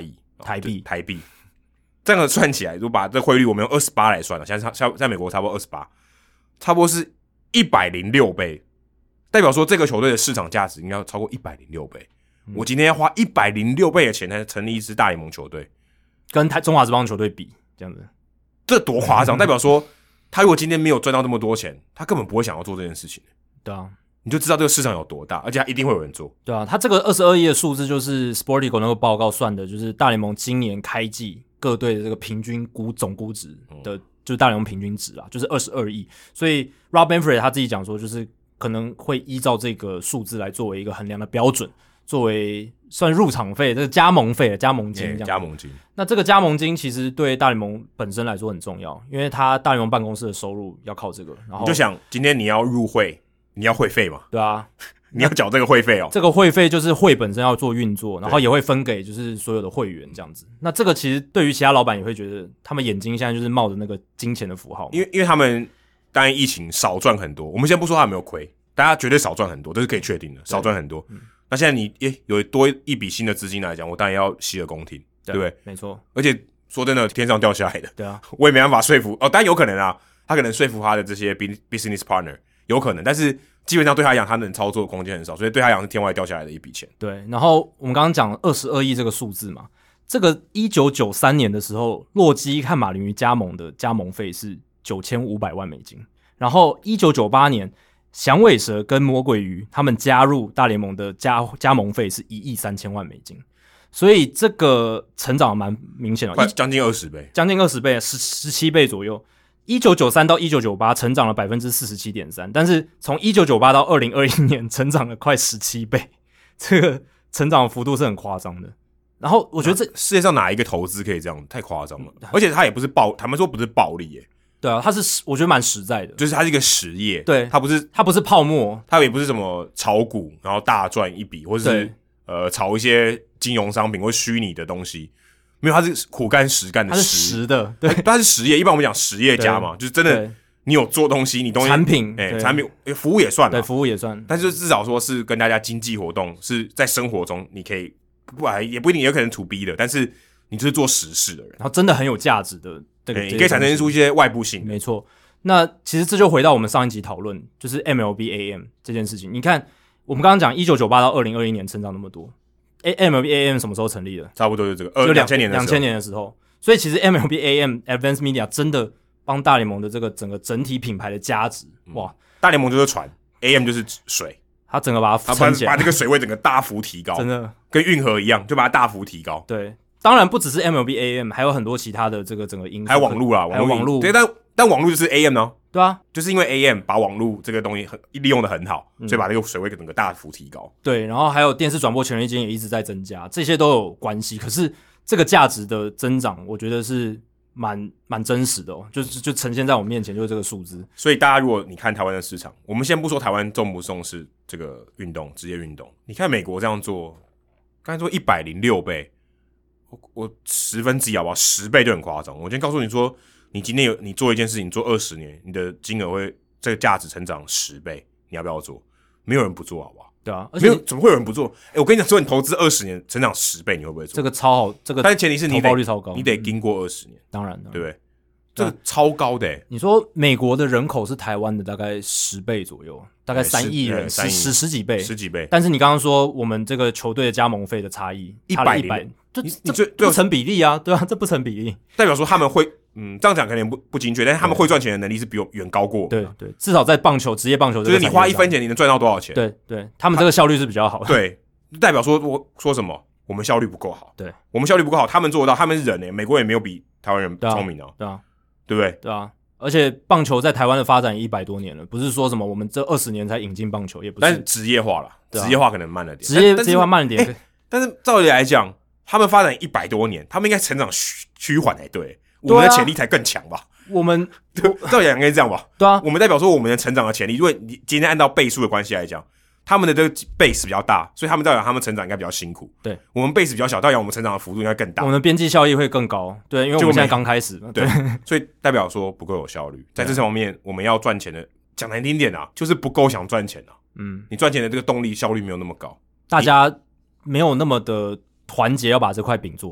台币台币。这样算起来，如果把这汇率我们用二十八来算了，现在在在美国差不多二十八，差不多是一百零六倍，代表说这个球队的市场价值应该要超过一百零六倍。嗯、我今天要花一百零六倍的钱才成立一支大联盟球队， 跟台中华职棒球队比，这样子， 这多夸张！代表说他如果今天没有赚到那么多钱，他根本不会想要做这件事情。 对啊。 你就知道这个市场有多大，而且它一定会有人做。 对啊，他这个二十二亿的数字就是 Sportico 那个报告算的，就是大联盟今年开季各队的这个平均估总估值的，嗯、就是大联盟平均值啦，就是二十二亿。所以 Rob Manfred 他自己讲说，就是可能会依照这个数字来作为一个衡量的标准，作为算入场费，这个加盟费、加盟金这样。 加盟金。 那这个加盟金其实对大联盟本身来说很重要，因为他大联盟办公室的收入要靠这个。然后你就想，今天你要入会。你要会费嘛？ 对啊， 你要缴这个会费哦。 这个会费就是会本身要做运作，然后也会分给就是所有的会员这样子。那这个其实对于其他老板也会觉得，他们眼睛现在就是冒着那个金钱的符号， 因为因为他们当然疫情少赚很多，我们先不说他有没有亏，大家绝对少赚很多，这是可以确定的，少赚很多。嗯、那现在你诶有多一笔新的资金来讲，我当然要洗耳恭听，对不对？ 没错。 而且说真的，天上掉下来的， 对啊， 我也没办法说服哦，当然有可能啊，他可能说服他的这些 business partner 有可能，但是。基本上对他来讲，他能操作的空间很少，所以对他来讲是天外掉下来的一笔钱。 对，然后我们刚刚讲二十二亿这个数字嘛，这个一九九三年的时候，洛基和马林鱼加盟的加盟费是九千五百万美金，然后一九九八年，响尾蛇跟魔鬼鱼他们加入大联盟的加加盟费是一亿三千万美金，所以这个成长蛮明显的， 快将近二十倍， 将近二十倍，十十七倍左右。一九九三到一九九八成长了 百分之四十七点三， 但是从一九九八到二零二一年成长了快十七倍，这个成长的幅度是很夸张的。然后我觉得这世界上哪一个投资可以这样，太夸张了，而且它也不是暴，他们说不是暴利耶。 对啊，它是我觉得蛮实在的， 就是它是一个实业， 对， 它不是它不是泡沫， 它也不是什么炒股然后大赚一笔，或是呃炒一些金融商品或虚拟的东西。没有，它是苦干实干的实， 它是实的，对， 它是实业。一般我们讲实业家嘛，就是真的，你有做东西，你东西产品， 哎、欸，产品、欸，服务也算了， 对，服务也算， 但是至少说是跟大家经济活动，是在生活中你可以不也不一定也有可能 to B 的，但是你就是做实事的人， 然后真的很有价值的，这个、 欸、你可以产生出一些外部性， 没错。那其实这就回到我们上一集讨论，就是 M L B A M 这件事情。你看，我们刚刚讲一九九八到二零二一年成长那么多。M L B A M 什么时候成立的？ 差不多就这个，呃，两千年的时候。 两千年的时候，所以其实 M L B A M Advanced Media 真的帮大联盟的这个整个整体品牌的价值，嗯、哇！ 大联盟就是船 ，A M 就是水， 它整个把它撑起来， 把这个水位整个大幅提高， 真的跟运河一样，就把它大幅提高。 对，当然不只是 M L B A M， 还有很多其他的这个整个因素， 还有网络啦， 还有网络， 对，但但网络就是 A M 呢。 对啊， 就是因为 A M 把网络这个东西很利用的很好，嗯、所以把这个水位整个大幅提高。 对，然后还有电视转播权利金也一直在增加，这些都有关系。可是这个价值的增长，我觉得是蛮蛮真实的哦，就就呈现在我们面前就是这个数字。 所以大家如果你看台湾的市场，我们先不说台湾重不重视这个运动，职业运动，你看美国这样做，刚才说一百零六倍，我我十分之一好不好？十倍就很夸张。我今天告诉你说。你今天有你做一件事情做二十年，你的金额会这个价值成长十倍，你要不要做？没有人不做，好不好？ 对啊， 而且没有怎么会有人不做？哎、欸，我跟你讲，说你投资二十年成长十倍，你会不会做？ 这个超好，这个但是前提是你投报率超高， 你得经过二十年、嗯， 当然， 对不对？这个超高的、欸。 你说美国的人口是台湾的大概十倍左右，大概三亿人，十十十几倍， 十几倍。 但是你刚刚说我们这个球队的加盟费的差异，一百一百，这这不成比例啊，对啊，这不成比例， 代表说他们会。嗯，这样讲可能不不精确，但是他们会赚钱的能力是比我远高过我。 对对，至少在棒球职业棒球这个， 就是你花一分钱，你能赚到多少钱？ 对对，他们这个效率是比较好的。 对，代表说我说什么？我们效率不够好。 对， 我们效率不够好，他们做得到，他们是人诶、欸，美国也没有比台湾人聪明哦、喔。 对啊， 对不对？ 对啊，而且棒球在台湾的发展一百多年了，不是说什么我们这二十年才引进棒球，也不是。 但是职业化了，职、啊、业化可能慢了点。 职业职业化慢了点、 欸，但是照理来讲，他们发展一百多年，他们应该成长趋缓才对。我们的潜力才更强吧？ 我们照理讲应该是这样吧？ 对啊，我们代表说我们的成长的潜力，如果你今天按照倍数的关系来讲，他们的这个 base 比较大，所以他们代表他们成长应该比较辛苦。 对， 我们 base 比较小，代表我们成长的幅度应该更大， 我们的边际效益会更高。对，因为我们现在刚开始， 对，所以代表说不够有效率。在这方面，我们要赚钱的，讲难听点啊，就是不够想赚钱啊。嗯，你赚钱的这个动力效率没有那么高， 大家没有那么的团结，要把这块饼做大。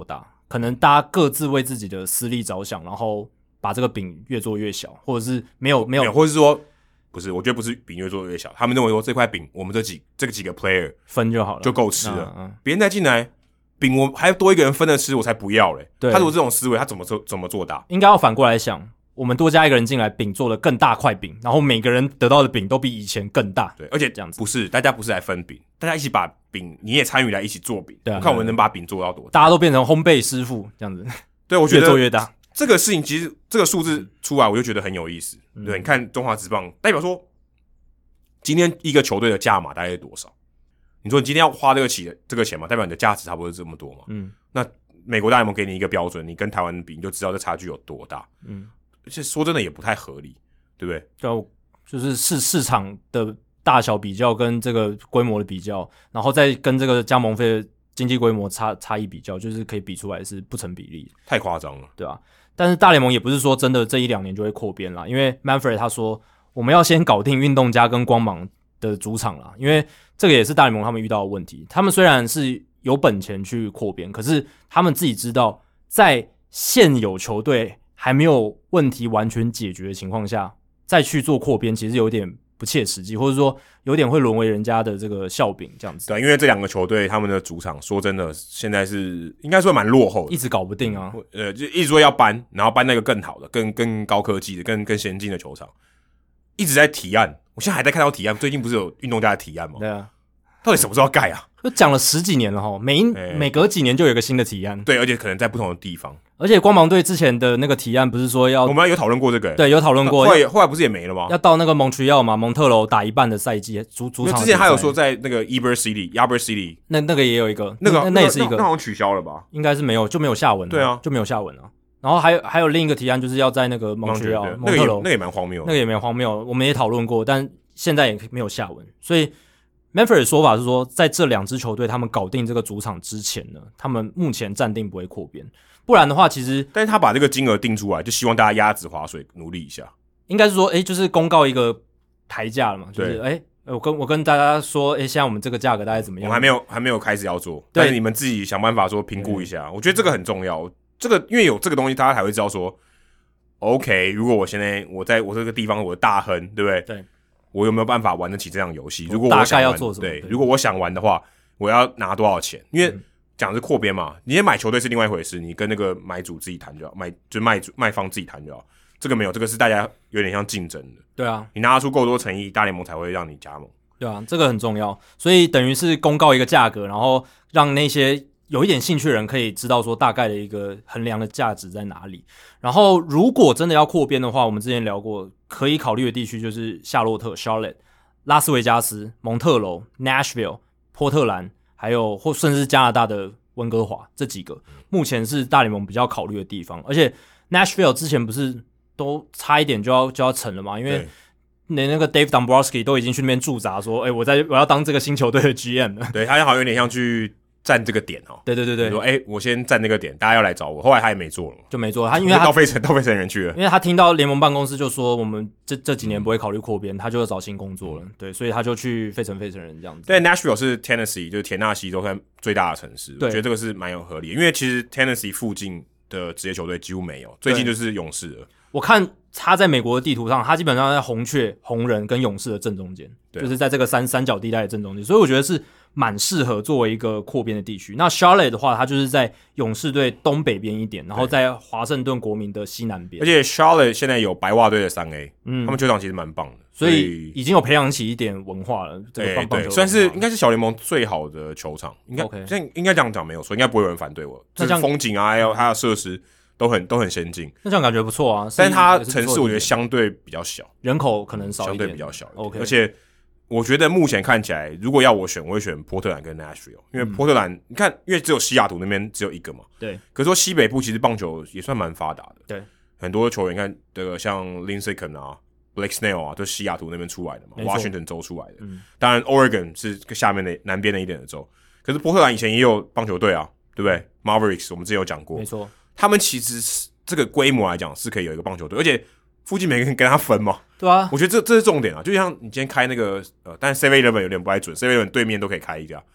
可能大家各自为自己的私利着想，然后把这个饼越做越小，或者是没有没有， 没有或者是说不是，我觉得不是饼越做越小，他们认为说这块饼我们这几这几个 player 分就好了， 就够吃了， 嗯嗯、 别人再进来饼我还多一个人分着吃，我才不要嘞。 对， 他如果这种思维，他怎么做怎么做大？ 应该要反过来想。我们多加一个人进来，饼做了更大块饼，然后每个人得到的饼都比以前更大。 对，而且这样子不是大家不是来分饼，大家一起把饼，你也参与来一起做饼。 对、啊， 我看我们能把饼做到多大， 大家都变成烘焙师傅这样子。 对，我觉得越做越大。 这个事情其实这个数字出来，我就觉得很有意思。嗯、对，你看中华职棒，代表说今天一个球队的价码大概是多少？你说你今天要花这个钱这个钱嘛，代表你的价值差不多是这么多嘛？嗯，那美国大联盟给你一个标准，你跟台湾比，你就知道这差距有多大。嗯。而且说真的也不太合理，对不对？ 就就是市市场的大小比较跟这个规模的比较，然后再跟这个加盟费的经济规模差差异比较，就是可以比出来是不成比例， 太夸张了， 对吧、啊？但是大联盟也不是说真的这一两年就会扩编啦，因为 Manfred 他说我们要先搞定运动家跟光芒的主场啦，因为这个也是大联盟他们遇到的问题。他们虽然是有本钱去扩编，可是他们自己知道在现有球队还没有问题完全解决的情况下，再去做扩编，其实有点不切实际，或者说有点会沦为人家的这个笑柄这样子。 对，因为这两个球队他们的主场，说真的，现在是应该说蛮落后的， 一直搞不定啊。 呃，就一直说要搬，然后搬那个更好的、更更高科技的、更更先进的球场，一直在提案。我现在还在看到提案，最近不是有运动家的提案吗？ 对啊， 到底什么时候要盖啊？ 就讲了十几年了齁，每一、欸、每隔几年就有一个新的提案。 对，而且可能在不同的地方。 而且光芒队之前的那个提案不是说要， 我们有讨论过这个、欸， 对，有讨论过。 后来后来不是也没了吗？ 要到那个蒙特利尔嘛，蒙特楼打一半的赛季，主主场。 之前还有说在那个 Ybor City、Ybor City， 那那个也有一个， 那个那, 那也是一个， 那好像取消了吧？ 应该是没有，就没有下文了。 对啊， 就没有下文了。然后还有还有另一个提案，就是要在那个蒙特利尔、蒙特楼， 那个也蛮荒谬， 那个也蛮荒谬。我们也讨论过，但现在也没有下文，所以。Manfred 的说法是说，在这两支球队他们搞定这个主场之前呢，他们目前暂定不会扩编，不然的话，其实， 但是他把这个金额定出来，就希望大家鸭子划水，努力一下。 应该是说，诶，就是公告一个台价了嘛，就是诶，我跟我跟大家说，诶，现在我们这个价格大概怎么样？ 我们还没有还没有开始要做，但是你们自己想办法说评估一下。我觉得这个很重要，这个因为有这个东西，大家才会知道说 ，OK， 如果我现在我在我这个地方我的大亨，对不对？ 对。 我有没有办法玩得起这样游戏？如果我想玩， 要做什么？ 对，如果我想玩的话，我要拿多少钱？因为讲的是扩编嘛，你先买球队是另外一回事，你跟那个买主自己谈就好，买就卖主卖方自己谈就好。这个没有，这个是大家有点像竞争的。 对啊， 你拿出够多诚意，大联盟才会让你加盟。 对啊，这个很重要。所以等于是公告一个价格，然后让那些有一点兴趣的人可以知道说大概的一个衡量的价值在哪里。然后如果真的要扩编的话，我们之前聊过，可以考虑的地区就是夏洛特 Charlotte、拉斯维加斯、蒙特楼、Nashville、波特兰，还有或甚至加拿大的温哥华，这几个目前是大联盟比较考虑的地方。而且 Nashville 之前不是都差一点就要就要成了嘛，因为连那个 Dave Dombrowski 都已经去那边驻扎说，哎，我在我要当这个新球队的 G M 了。 对，他好像有点像去占这个点哦。 对对对对， 说哎，我先占那个点，大家要来找我。后来他也没做了， 就没做了。他因为他到费城到费城人去了， 因为他听到联盟办公室就说我们这这几年不会考虑扩编，他就要找新工作了。对，所以他就去费城费城人这样子。 对 ，Nashville 是 Tennessee， 就是田纳西州算最大的城市，我觉得这个是蛮有合理的，因为其实 Tennessee 附近的职业球队几乎没有，最近就是勇士了。 我看他在美国的地图上，他基本上在红雀、红人跟勇士的正中间，就是在这个三三角地带的正中间，所以我觉得是蛮适合作为一个扩编的地区。那 Charlotte 的话，它就是在勇士队东北边一点，然后在华盛顿国民的西南边。 而且 Charlotte 现在有白袜队的三 A， 嗯，他们球场其实蛮棒的， 所以已经有培养起一点文化了。这个棒棒球对，算是应该是小联盟最好的球场，应该 OK， 现在应该这样讲没有错，应该不会有人反对我。这风景啊，还有它的设施。都很都很先进， 那这样感觉不错啊。 但是它城市我觉得相对比较小， 人口可能少一点， 相对比较小一点。 OK， 而且我觉得目前看起来，如果要我选，我会选波特兰跟 Nashville， 因为波特兰、嗯、你看，因为只有西雅图那边只有一个嘛， 对。 可是说西北部其实棒球也算蛮发达的， 对。 很多球员，你看这个像 Lindsey Conn 啊、Blake Snell 啊，都是西雅图那边出来的嘛，华盛顿州出来的。嗯、当然 ，Oregon 是下面的南边的一点的州，可是波特兰以前也有棒球队啊，对不对 ？Mavericks 我们之前有讲过， 没错， 他们其实是。这个规模来讲是可以有一个棒球队，而且附近每个人跟他分嘛， 对啊， 我觉得这这是重点啊。就像你今天开那个呃，但是 seven eleven 有点不太准 ，seven eleven 对面都可以开一家，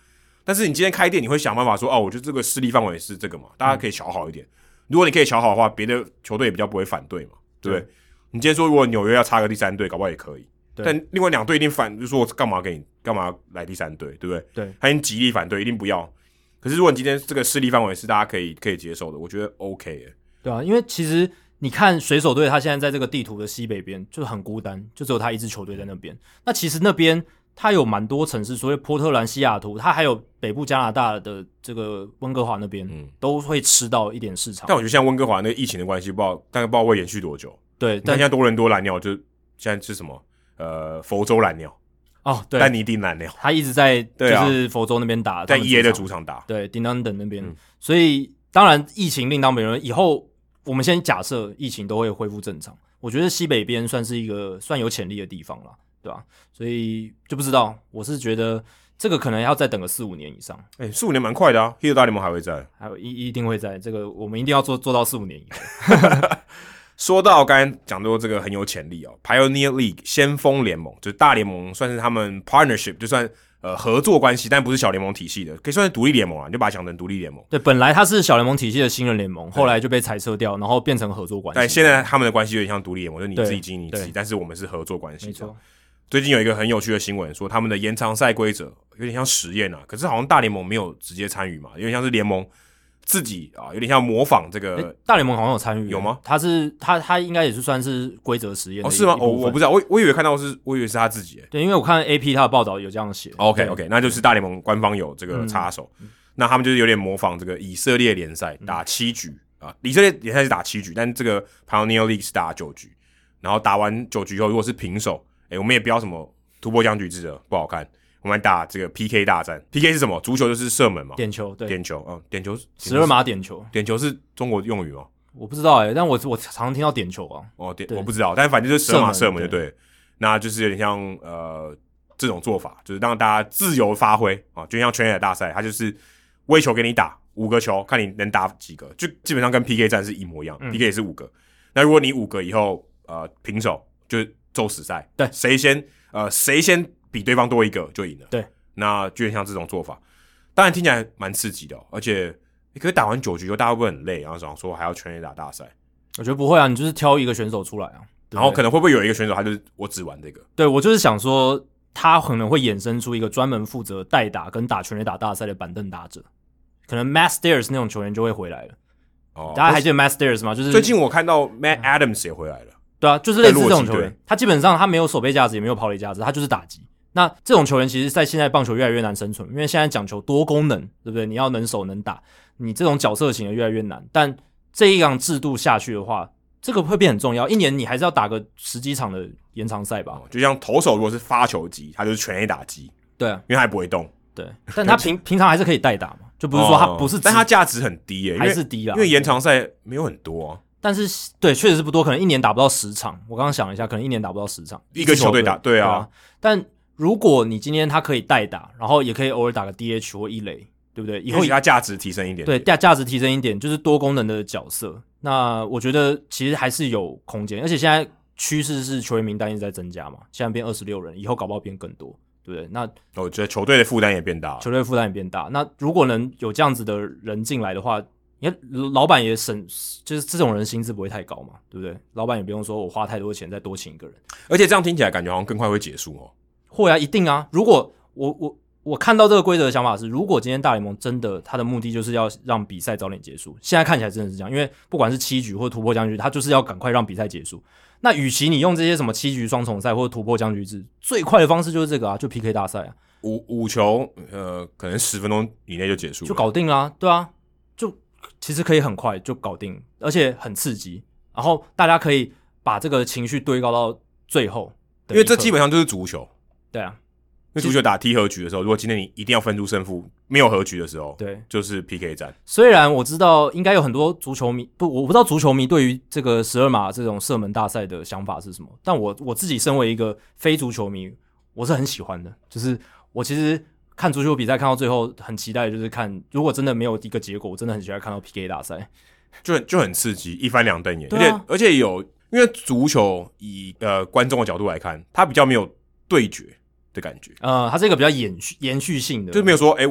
但是你今天开店，你会想办法说，哦，我觉得这个势力范围是这个嘛，大家可以瞧好一点。嗯、如果你可以瞧好的话，别的球队也比较不会反对嘛，对不对？你今天说如果纽约要插个第三队，搞不好也可以。但另外两队一定反，就说我干嘛给你干嘛来第三队，对不对？ 对， 他已经极力反对，一定不要。可是如果你今天这个势力范围是大家可以可以接受的，我觉得 OK 耶。 对啊，因为其实你看水手队，他现在在这个地图的西北边就是很孤单，就只有他一支球队在那边。那其实那边他有蛮多城市，所谓波特兰、西雅图，他还有北部加拿大的这个温哥华那边，嗯，都会吃到一点市场。 但我觉得像温哥华那个疫情的关系，不知道大概不知道会延续多久。 对， 但现在多伦多蓝鸟就现在是什么？呃，佛州蓝鸟哦，对， 丹尼丁蓝鸟， 他一直在就是佛州那边打， 啊、在 E A 的主场打， 对 ，Dunedin 那边、嗯。所以当然疫情另当别论，以后我们先假设疫情都会恢复正常，我觉得西北边算是一个算有潜力的地方啦，对吧、啊？所以就不知道，我是觉得这个可能要再等个四五年以上。 哎、欸，四五年蛮快的啊 ，Hito 大联盟还会在， 还有一一定会在，这个我们一定要做做到四五年以后。 说到刚才讲到这个很有潜力哦 ，Pioneer League 先锋联盟就是大联盟，算是他们 partnership， 就算呃合作关系，但不是小联盟体系的，可以算是独立联盟啊，你就把它想成独立联盟。 对，本来它是小联盟体系的新人联盟，后来就被裁撤掉，然后变成合作关系。 但现在他们的关系有点像独立联盟，就是你自己经营你自己，但是我们是合作关系。没错。最近有一个很有趣的新闻，说他们的延长赛规则有点像实验啊，可是好像大联盟没有直接参与嘛，有点像是联盟自己啊，有点像模仿这个。 大联盟好像有参与， 有吗？ 他是他他应该也是算是规则实验的。 哦，是吗？哦，我不知道，我我以为看到是，我以为是他自己。 对，因为我看 A P 他的报道有这样写。 OK OK， 那就是大联盟官方有这个插手，嗯、那他们就是有点模仿这个以色列联赛打七局、嗯、啊，以色列联赛是打七局，但这个 Pioneer League 是打九局，然后打完九局后，如果是平手，哎，我们也不要什么突破僵局制的，不好看。我们来打这个 P K 大战 ，P K 是什么？足球就是射门嘛， 点球，对， 点球，嗯，点球， 十二码点球， 点球是中国用语吗？ 我不知道哎、欸，但我我常常听到点球啊， 哦，点我不知道，但反正就是十二码射门就对了，对，那就是有点像呃这种做法，就是让大家自由发挥啊，就像全垒大赛，它就是微球给你打五个球，看你能打几个，就基本上跟 P K 战是一模一样、嗯、，P K 也是五个，那如果你五个以后呃平手，就骤死赛， 对， 谁先呃谁先比对方多一个就赢了， 对。 那就很像这种做法，当然听起来蛮刺激的、哦，而且你可以打完九局后，大家会不会很累？然后想说还要全垒打大赛？ 我觉得不会啊，你就是挑一个选手出来啊， 然后可能会不会有一个选手，他就是我只玩这个？ 对，我就是想说，他可能会衍生出一个专门负责代打跟打全垒打大赛的板凳打者，可能 Matt Stairs 那种球员就会回来了。哦，大家还记得 Matt Stairs 吗？就是最近我看到 Matt Adams 也回来了。 对啊，就是类似这种球员，他基本上他没有守备价值，也没有跑垒价值，他就是打击。那这种球员其实在现在棒球越来越难生存，因为现在讲求多功能，对不对？你要能守能打，你这种角色型的越来越难。但这一样制度下去的话，这个会变很重要。一年你还是要打个十几场的延长赛吧、哦。 就像投手如果是发球机，他就是全垒打机， 对啊， 因为他还不会动。 对，但他平平常还是可以代打嘛，就不是说他不是、哦， 但他价值很低耶、欸， 还是低啦， 因为延长赛没有很多啊。 但是对，确实是不多，可能一年打不到十场。我刚刚想了一下，可能一年打不到十场， 一个球队打，对啊。 对啊但如果你今天他可以代打，然后也可以偶尔打个 D H 或一垒，对不对？以后他价值提升一点， 对，价价值提升一点，就是多功能的角色。那我觉得其实还是有空间，而且现在趋势是球员名单一直在增加嘛，现在变二十六人，以后搞不好变更多，对不对？那我觉得球队的负担也变大了， 球队负担也变大。那如果能有这样子的人进来的话，你看老板也省，就是这种人薪资不会太高嘛，对不对？老板也不用说我花太多钱再多请一个人， 而且这样听起来感觉好像更快会结束哦。 会啊，一定啊！如果我我我看到这个规则的想法是，如果今天大联盟真的他的目的就是要让比赛早点结束，现在看起来真的是这样，因为不管是七局或突破僵局，他就是要赶快让比赛结束。那与其你用这些什么七局双重赛或者突破僵局制，最快的方式就是这个啊，就 P K 大赛啊， 五五球，呃，可能十分钟以内就结束了， 就搞定啦，对啊，就其实可以很快就搞定，而且很刺激，然后大家可以把这个情绪堆高到最后， 因为这基本上就是足球。 对啊， 因为足球打踢和局的时候，如果今天你一定要分出胜负，没有和局的时候， 对， 就是 P K 战。 虽然我知道应该有很多足球迷不，我不知道足球迷对于这个十二码这种射门大赛的想法是什么，但我我自己身为一个非足球迷，我是很喜欢的。就是我其实看足球比赛看到最后，很期待，就是看如果真的没有一个结果，我真的很喜欢看到 P K 大赛， 就很就很刺激，一翻两瞪眼， 啊、 而且而且有，因为足球以呃观众的角度来看，它比较没有对决的感觉， 呃，它是一个比较延续延续性的， 就是没有说，哎、欸，我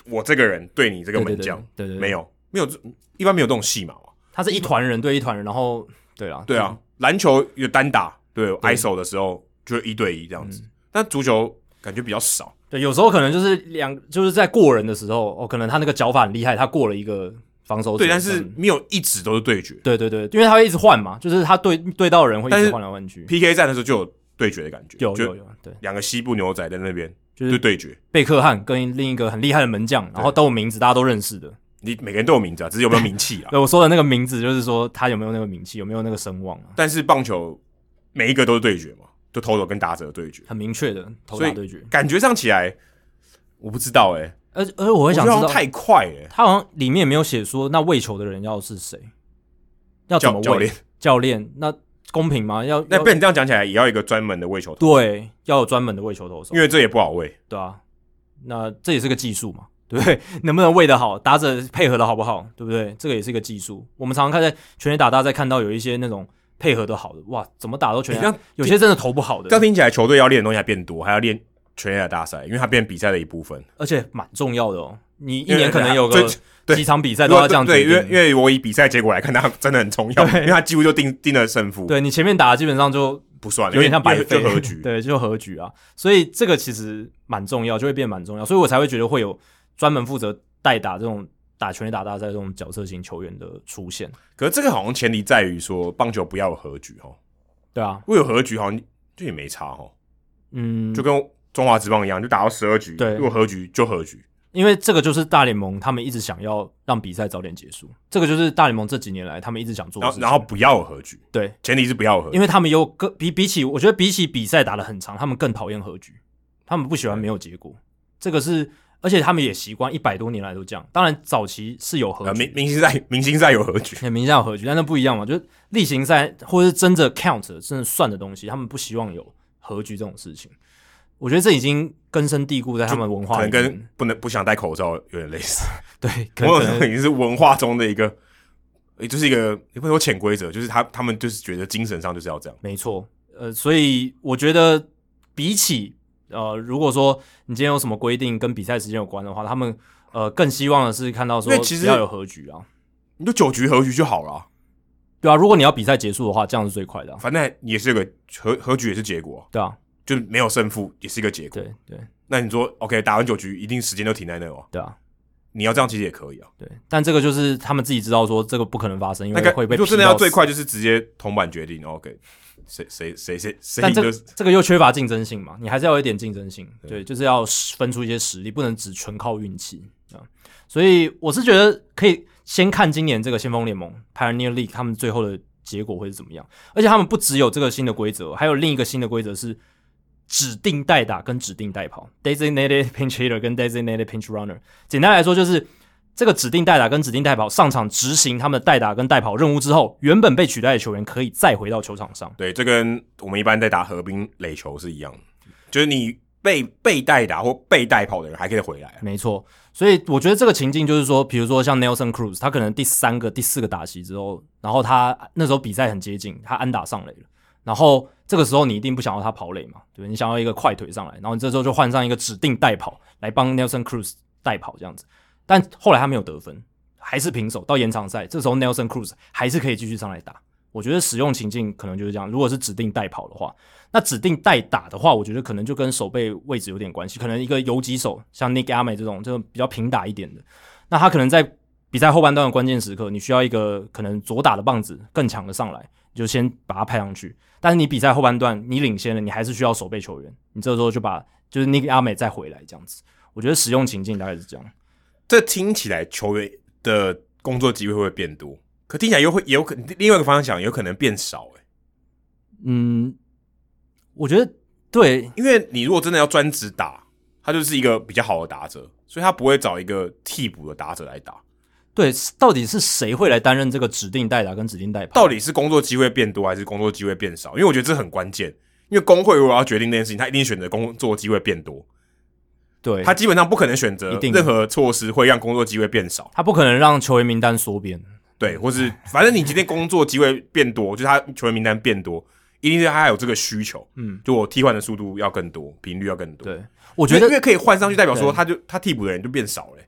我这个人对你这个门将， 对 对, 对, 对, 对， 没有没有，一般没有这种戏码嘛。 他是一团人对一团人，然后对啊， 对啊，篮球有单打，对 I S O 的时候就一对一这样子，嗯、但足球感觉比较少。 对，有时候可能就是两就是在过人的时候，哦，可能他那个脚法很厉害，他过了一个防守者， 对，但是没有一直都是对决。 对对对，因为他会一直换嘛，就是他对对到的人会一直换来换去。 P K 战的时候就有对决的感觉， 有有有，对， 两个西部牛仔在那边就是对决， 贝克汉跟另一个很厉害的门将，然后都有名字，大家都认识的。 你每个人都有名字啊，只是有没有名气啊？ 对，我说的那个名字就是说他有没有那个名气，有没有那个声望啊？ 但是棒球每一个都是对决嘛，就投手跟打者的对决， 很明确的投打对决， 感觉上起来我不知道哎、欸， 而而我会想知道太快了、欸， 他好像里面也没有写说那喂球的人要是谁，要怎么喂教练教练那公平吗？要那被你这样讲起来，也要一个专门的喂球投手， 对，要有专门的喂球投手， 因为这也不好喂， 对啊，那这也是个技术嘛。对不对？能不能喂得好，打者配合的好不好，对不对？这个也是一个技术。我们常常看在全垒打大赛看到有一些那种配合的好的，哇，怎么打都全垒打，有些真的投不好的。 这样听起来球队要练的东西还变多，还要练全垒打大赛，因为它变比赛的一部分， 而且蛮重要的哦。你一年可能有个几场比赛都要这样对，对，因为因为我以比赛结果来看，它真的很重要，因为它几乎就定定了胜负。 对，你前面打的基本上就不算了， 有点像白费， 就和局， 对，就和局啊。所以这个其实蛮重要，就会变蛮重要，所以我才会觉得会有专门负责代打这种打全垒打大赛这种角色型球员的出现。 可是这个好像前提在于说棒球不要有和局齁。 对啊， 如果有和局好像就也没差齁。嗯，就跟中华职棒一样，就打到十二局， 对， 如果和局就和局。 因为这个就是大联盟他们一直想要让比赛早点结束，这个就是大联盟这几年来他们一直想做的事情。 然后，然后不要有和局， 对， 前提是不要有和局， 因为他们有个比比起，我觉得比起比赛打得很长，他们更讨厌和局，他们不喜欢没有结果。这个是，而且他们也习惯一百多年来都这样。当然早期是有和局， 明明星赛明星赛有和局， 明星赛有和局，但那不一样嘛，就是例行赛或者是真的 count 真的算的东西，他们不希望有和局这种事情。我觉得这已经根深蒂固在他们文化里面， 可能跟不能不想戴口罩有点类似。 对，可能已经是文化中的一个，也就是一个也不能说潜规则，就是他他们就是觉得精神上就是要这样。 没错，呃，所以我觉得比起呃，如果说你今天有什么规定跟比赛时间有关的话，他们呃更希望的是看到说不要有和局啊， 你就九局和局就好了、啊。 对啊，如果你要比赛结束的话，这样是最快的、啊。 反正也是个和和局也是结果。 对啊。 就没有胜负也是一个结果。 对对， 那你说 OK 打完九局一定时间都停在那哦。 对啊， 你要这样其实也可以啊。 对，但这个就是他们自己知道说这个不可能发生，因为会被。 如果真的要最快，就是直接铜板决定 OK， 谁谁谁谁谁。 但这这个又缺乏竞争性嘛，你还是要有一点竞争性。对，对就是要分出一些实力，不能只纯靠运气啊。所以我是觉得可以先看今年这个先锋联盟 Pioneer League 他们最后的结果会是怎么样，而且他们不只有这个新的规则，还有另一个新的规则是。指定代打跟指定代跑 ，designated pinch hitter 跟 designated pinch runner。简单来说，就是这个指定代打跟指定代跑上场执行他们的代打跟代跑任务之后，原本被取代的球员可以再回到球场上。 对，这跟我们一般在打河滨垒球是一样的，就是你被被代打或被代跑的人还可以回来、啊。 没错，所以我觉得这个情境就是说，比如说像 Nelson Cruz， 他可能第三个、第四个打席之后，然后他那时候比赛很接近，他安打上垒了。然后这个时候你一定不想要他跑垒嘛，对不对？你想要一个快腿上来，然后你这时候就换上一个指定代跑来帮 Nelson Cruz 代跑这样子。但后来他没有得分，还是平手到延长赛，这时候 Nelson Cruz 还是可以继续上来打。我觉得使用情境可能就是这样。如果是指定代跑的话，那指定代打的话，我觉得可能就跟手背位置有点关系。可能一个游击手像 Nick Ahmed 这种，这种比较平打一点的，那他可能在比赛后半段的关键时刻，你需要一个可能左打的棒子更强的上来，你就先把他派上去。但是你比赛后半段你领先了，你还是需要守备球员，你这时候就把就是 Nick Ahmed 再回来这样子。我觉得使用情境大概是这样。 这听起来球员的工作机会会变多，可听起来又会也有可能另外一个方向想，有可能变少、欸、 嗯，我觉得对， 因为你如果真的要专职打，他就是一个比较好的打者，所以他不会找一个替补的打者来打。 对，到底是谁会来担任这个指定代打跟指定代跑？ 到底是工作机会变多还是工作机会变少？因为我觉得这很关键。因为工会如果要决定这件事情，他一定选择工作机会变多。 对， 他基本上不可能选择任何措施会让工作机会变少。 他不可能让球员名单缩编。 对，或是反正你今天工作机会变多，就是他球员名单变多，一定是他有这个需求。嗯，就我替换的速度要更多，频率要更多。 对，我觉得因为可以换上去，代表说他就他替补的人就变少了、欸。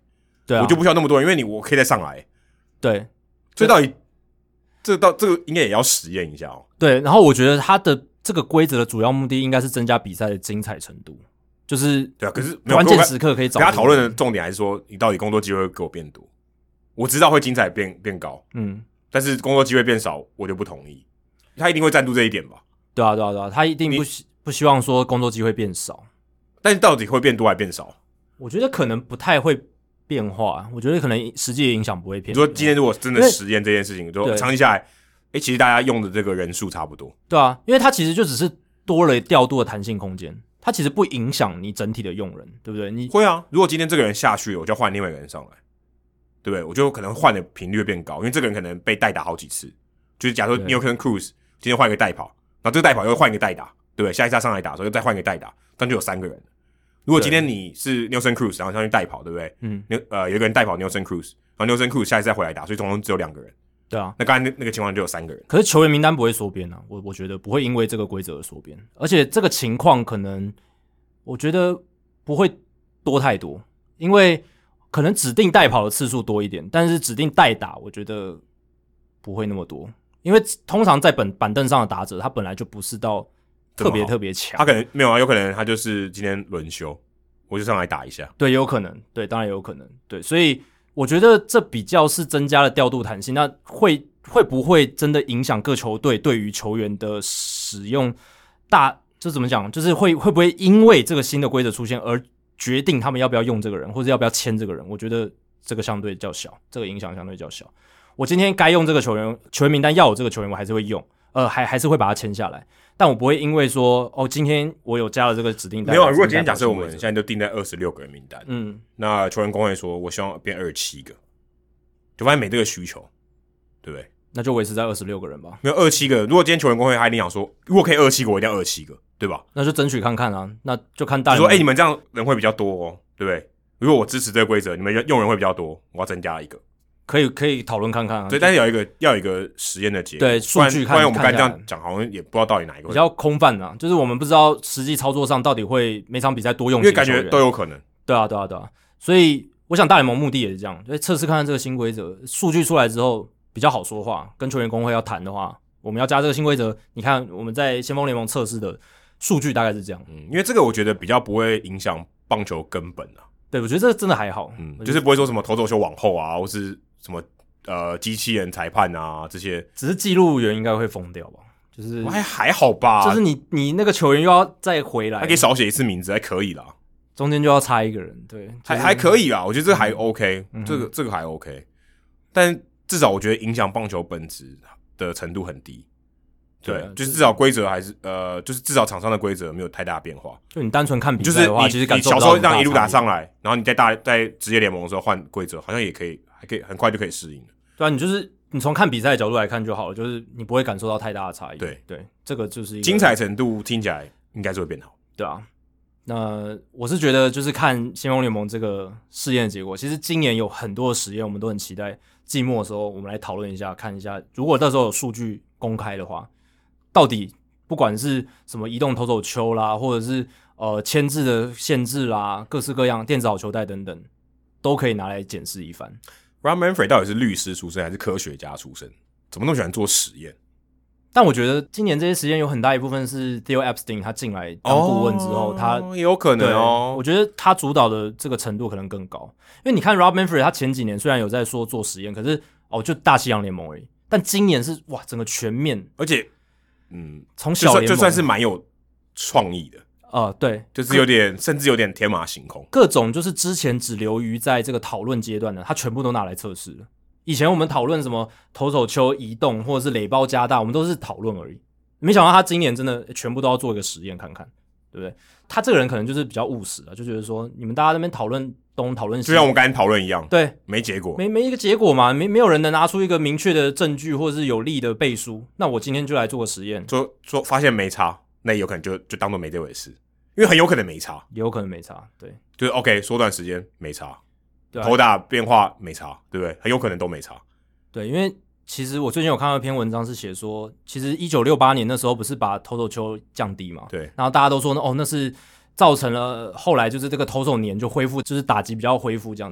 对啊， 我就不需要那么多人，因为你我可以再上来。 对， 所以到底这到这个应该也要实验一下哦。 对，然后我觉得它的这个规则的主要目的应该是增加比赛的精彩程度，就是对啊，可是关键时刻可以找。 大家讨论的重点还是说，你到底工作机会会给我变多？我知道会精彩变变高，嗯，但是工作机会变少，我就不同意。他一定会赞助这一点吧？ 对啊，对啊，对啊，他一定不希不希望说工作机会变少， 但是到底会变多还变少？ 我觉得可能不太会变化，我觉得可能实际的影响不会变。 你说今天如果真的实验这件事情，就长期下来，哎，其实大家用的这个人数差不多。 对啊，因为它其实就只是多了调度的弹性空间，它其实不影响你整体的用人，对不对？你会啊，如果今天这个人下去了，我就换另外一个人上来，对不对？我就可能换的频率会变高，因为这个人可能被代打好几次。就是假如说你有可能 Cruz 今天换一个代跑，然后这个代跑又换一个代打，对不对？下一次他上来打的时候又再换一个代打，这样就有三个人。如果今天你是 Nelson Cruz 然后上去代跑，对不对？嗯，呃，有一个人代跑 Nelson Cruz， 然后 Nelson Cruz 下一次再回来打，所以总共只有两个人。 对啊， 那刚才 那, 那个情况就有三个人。 可是球员名单不会缩编啊，我我觉得不会因为这个规则而缩编，而且这个情况可能我觉得不会多太多，因为可能指定代跑的次数多一点，但是指定代打我觉得不会那么多，因为通常在本板凳上的打者他本来就不是到特别特别强， 他可能没有啊，有可能他就是今天轮休，我就上来打一下。 对，有可能，对，当然有可能，对，所以我觉得这比较是增加了调度弹性，那会会不会真的影响各球队对于球员的使用大？就怎么讲？就是会会不会因为这个新的规则出现而决定他们要不要用这个人，或者要不要签这个人？我觉得这个相对较小，这个影响相对较小。我今天该用这个球员，球员名单要有这个球员，我还是会用，呃，还还是会把他签下来。但我不会因为说，哦，今天我有加了这个指定单， 没有啊。如果今天假设我们现在就定在二十六个人名单， 嗯， 那球员工会说，我希望变二十七个，就发现没这个需求，对不对？ 那就维持在二十六个人吧。 没有二十七个，如果今天球员工会他一定想说，如果可以二十七个，我一定要二十七个，对吧？ 那就争取看看啊，那就看大人。 就说，哎、欸，你们这样人会比较多哦，对不对？如果我支持这个规则，你们用人会比较多，我要增加一个。 可以可以讨论看看啊， 对，但是有一个要有一个实验的结果， 对数据看， 不然我们刚才这样讲，好像也不知道到底哪一个比较空泛啊，就是我们不知道实际操作上到底会每场比赛多用几个球员， 因为感觉都有可能。 对啊，对啊，对啊，所以我想大联盟目的也是这样，所以测试看看这个新规则，数据出来之后比较好说话，跟球员工会要谈的话，我们要加这个新规则，你看我们在先锋联盟测试的数据大概是这样， 嗯，因为这个我觉得比较不会影响棒球根本啊。 对，我觉得这个真的还好， 嗯，就是不会说什么投手球往后啊，或是什么。呃，机器人裁判啊，这些只是记录员应该会疯掉吧？就是还还好吧， 就是你你那个球员又要再回来， 他可以少写一次名字，还可以啦。 中间就要插一个人，对， 还、就是、还可以啦。我觉得这个还 OK，、嗯、这个这个还 OK， 但至少我觉得影响棒球本质的程度很低。对，对就是至少规则还是呃，就是至少场上的规则没有太大变化。 就你单纯看比赛的话， 就是你其实感受你小时候这样一路打上来，然后你在大在职业联盟的时候换规则，好像也可以，还可以很快就可以适应了。 对啊，你就是你从看比赛的角度来看就好了，就是你不会感受到太大的差异。 对对，这个就是一个精彩程度听起来应该是会变好。 对啊，那我是觉得就是看先锋联盟这个试验的结果，其实今年有很多的实验，我们都很期待季末的时候我们来讨论一下，看一下如果到时候有数据公开的话，到底不管是什么移动投手球啦，或者是呃牵制的限制啦，各式各样电子好球带等等，都可以拿来检视一番。 Rob Manfred 到底是律师出身还是科学家出身？怎么那么喜欢做实验？ 但我觉得今年这些实验有很大一部分是 Theo Epstein 他进来当顾问之后，哦、他有可能哦。 我觉得他主导的这个程度可能更高，因为你看 Rob Manfred 他前几年虽然有在说做实验，可是哦就大西洋联盟而已，但今年是哇整个全面， 而且嗯从小联盟就, 就算是蛮有创意的。 呃，对， 就是有点，甚至有点天马行空。 各种就是之前只流于在这个讨论阶段的，他全部都拿来测试了。以前我们讨论什么投手丘移动或者是垒包加大，我们都是讨论而已。没想到他今年真的全部都要做一个实验看看，对不对？他这个人可能就是比较务实啊，就觉得说你们大家在那边讨论东讨论西， 就像我们刚才讨论一样， 对， 没结果， 没没一个结果嘛，没没有人能拿出一个明确的证据或者是有力的背书。那我今天就来做个实验， 说说发现没差，那有可能就就当做没这回事。因为很有可能没差， 也有可能没差，对， 就是 OK， 缩短时间没差， 对、啊， 投打变化没差，对不对？很有可能都没差， 对，因为其实我最近有看到一篇文章是写说，其实一九六八年那时候不是把投手丘降低嘛， 对， 然后大家都说哦，那是造成了后来就是这个投手年就恢复，就是打击比较恢复这样子，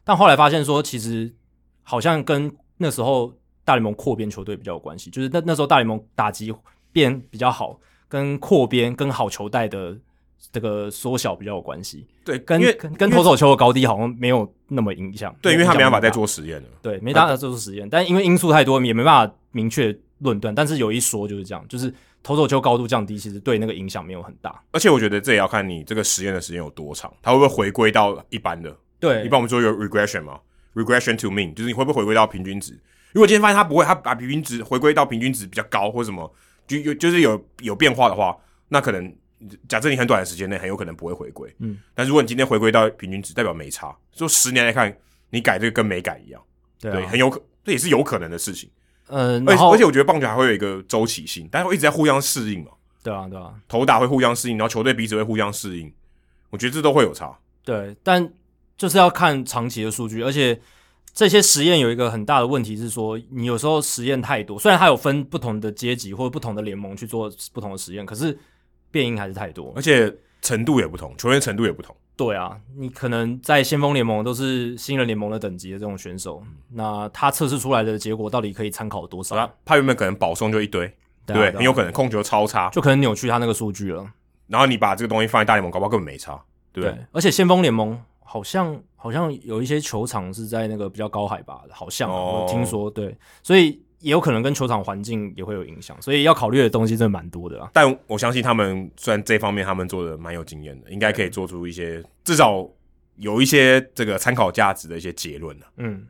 但后来发现说，其实好像跟那时候大联盟扩编球队比较有关系，就是那那时候大联盟打击变比较好，跟扩编跟好球带的这个缩小比较有关系。 对， 跟因为跟跟投手球的高低好像没有那么影响。 对，因为他没办法再做实验了。 对，没办法做出实验，但因为因素太多，也没办法明确论断。但是有一说就是这样，就是投手球高度降低，其实对那个影响没有很大。 而且我觉得这也要看你这个实验的时间有多长，它会不会回归到一般的。 对， 一般我们说有 regression 嘛 ，regression to mean 就是你会不会回归到平均值。如果今天发现它不会，它把平均值回归到平均值比较高或什么，就有就是有有变化的话，那可能假设你很短的时间内很有可能不会回归。嗯，但如果你今天回归到平均值，代表没差。就十年来看，你改这个跟没改一样。 对、啊， 对，很有可，这也是有可能的事情。 嗯， 而且而且我觉得棒球还会有一个周期性，大家会一直在互相适应嘛。 对啊，对啊， 投打会互相适应，然后球队彼此会互相适应，我觉得这都会有差。 对，但就是要看长期的数据，而且这些实验有一个很大的问题是说，你有时候实验太多，虽然它有分不同的阶级或者不同的联盟去做不同的实验，可是变因还是太多， 而且程度也不同，球员程度也不同。 对啊，你可能在先锋联盟都是新人联盟的等级的这种选手，那他测试出来的结果到底可以参考多少？ 他他原本可能保送就一堆，对，对，很有可能控球超差， 就可能扭曲他那个数据了。 然后你把这个东西放在大联盟，搞不好根本没差，对不对？ 对，而且先锋联盟好像好像有一些球场是在那个比较高海拔的，好像、啊哦、我听说，对，所以也有可能跟球场环境也会有影响，所以要考虑的东西真的蛮多的啊。 但我相信他们虽然这方面他们做的蛮有经验的，应该可以做出一些至少有一些这个参考价值的一些结论、啊、嗯。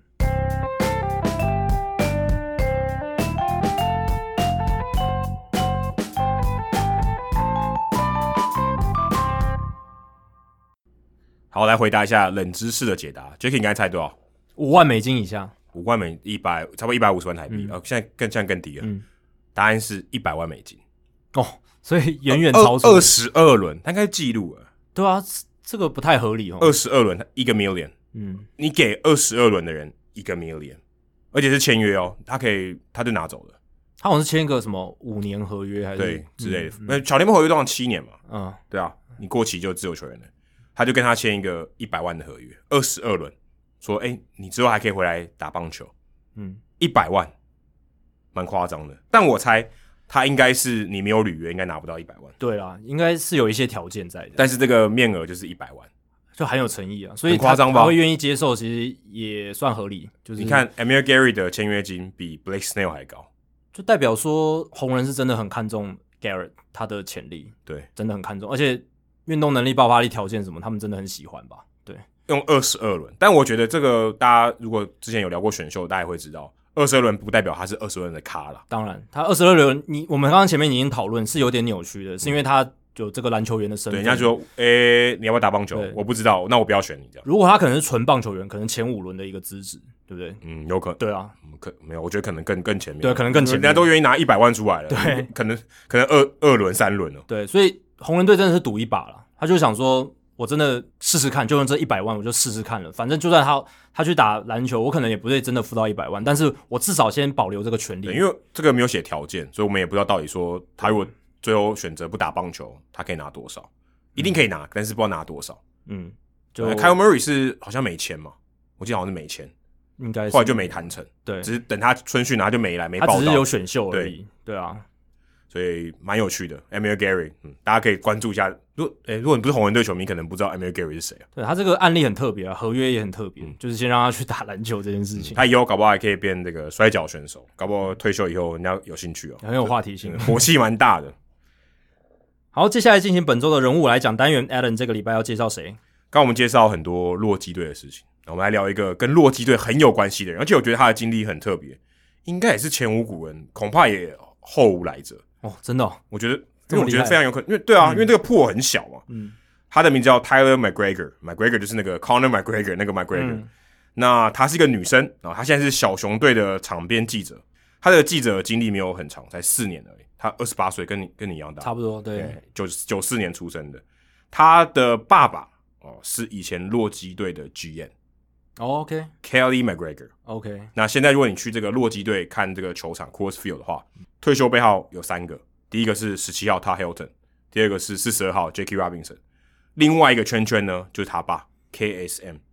好，来回答一下冷知识的解答。Jacky 应该猜多少？ 五万美金以下。 五万美一百，差不多一百五十万台币。嗯、哦，现在更现在更低了。嗯，答案是一百万美金。 哦，所以远远超出二十二轮，他应该记录了。 对啊，这个不太合理哦。 二十二轮一个 million， 嗯，你给二十二轮的人一个 million， 而且是签约哦，他可以他就拿走了。 他好像是签一个什么五年合约还是对之类的。那、嗯、小联盟合约都要七年嘛。嗯，对啊，你过期就自由球员了。他就跟他签一个一百万的合约，二十二轮，说，哎、欸，你之后还可以回来打棒球，嗯，一百万，蛮夸张的。但我猜他应该是你没有履约，应该拿不到一百万。 对啦，应该是有一些条件在的， 但是这个面额就是一百万， 就很有诚意啊，所以很夸张吧？ 他会愿意接受，其实也算合理。就是你看 Amir Garrett 的签约金比 Blake Snell 还高， 就代表说红人是真的很看重 Garrett 他的潜力， 对， 真的很看重，而且。运动能力、爆发力条件什么，他们真的很喜欢吧？对， 用二十二轮，但我觉得这个大家如果之前有聊过选秀，大家也会知道，二十二轮不代表他是二十二轮的咖啦。 当然，他二十二轮，你我们刚刚前面已经讨论是有点扭曲的，是因为他有这个篮球员的身份。 对，人家说，诶、欸，你要不要打棒球？我不知道，那我不要选你这样。 如果他可能是纯棒球员，可能前五轮的一个资质，对不对？ 嗯，有可能。 对啊， 可没有，我觉得可能更更前面。 对，可能更前面， 人家都愿意拿一百万出来了。 对， 可能可能二二轮、三轮了。 对，所以红人队真的是赌一把了。他就想说，我真的试试看，就用这一百万，我就试试看了。反正就算他他去打篮球，我可能也不会真的付到一百万，但是我至少先保留这个权利。 因为这个没有写条件，所以我们也不知道到底说他如果最后选择不打棒球，他可以拿多少，一定可以拿，但是不知道拿多少。嗯，就 Kyle Murray 是好像没签嘛，我记得好像是没签， 应该是后来就没谈成。 对， 只是等他春训拿就没来，没报道， 他只是有选秀而已。对, 对啊。 所以蛮有趣的 ，Amir Garrett， 嗯，大家可以关注一下。如果诶、欸，如果你不是红人队球迷，可能不知道 Amir Garrett 是谁啊？ 对他这个案例很特别啊，合约也很特别、嗯，就是先让他去打篮球这件事情。 嗯、他以后搞不好还可以变这个摔跤选手，搞不好退休以后人家有兴趣哦， 很有话题性， 火气蛮大的。 好，接下来进行本周的人物来讲单元 ，Adam 这个礼拜要介绍谁？ 刚我们介绍很多洛基队的事情，我们来聊一个跟洛基队很有关系的人，而且我觉得他的经历很特别，应该也是前无古人，恐怕也后无来者。 哦，真的、哦， 我觉得，因为我觉得非常有可能，因为对啊、嗯，因为这个破很小嘛，嗯，他的名字叫 Tyler McGregor，McGregor 就是那个 Conor McGregor 那个 McGregor，、嗯、那她是一个女生啊，她现在是小熊队的场边记者，她的记者经历没有很长，才四年而已，她二十八岁，跟你跟你一样大， 差不多，对， 九九四年出生的，她的爸爸哦是以前洛基队的 G M。Oh, OK，Kelly、okay. McGregor。OK， 那现在如果你去这个洛基队看这个球场 Coors Field 的话，退休背号有三个，第一个是十七号 Todd Helton， 第二个是四十二号 Jackie Robinson， 另外一个圈圈呢就是他爸 K S M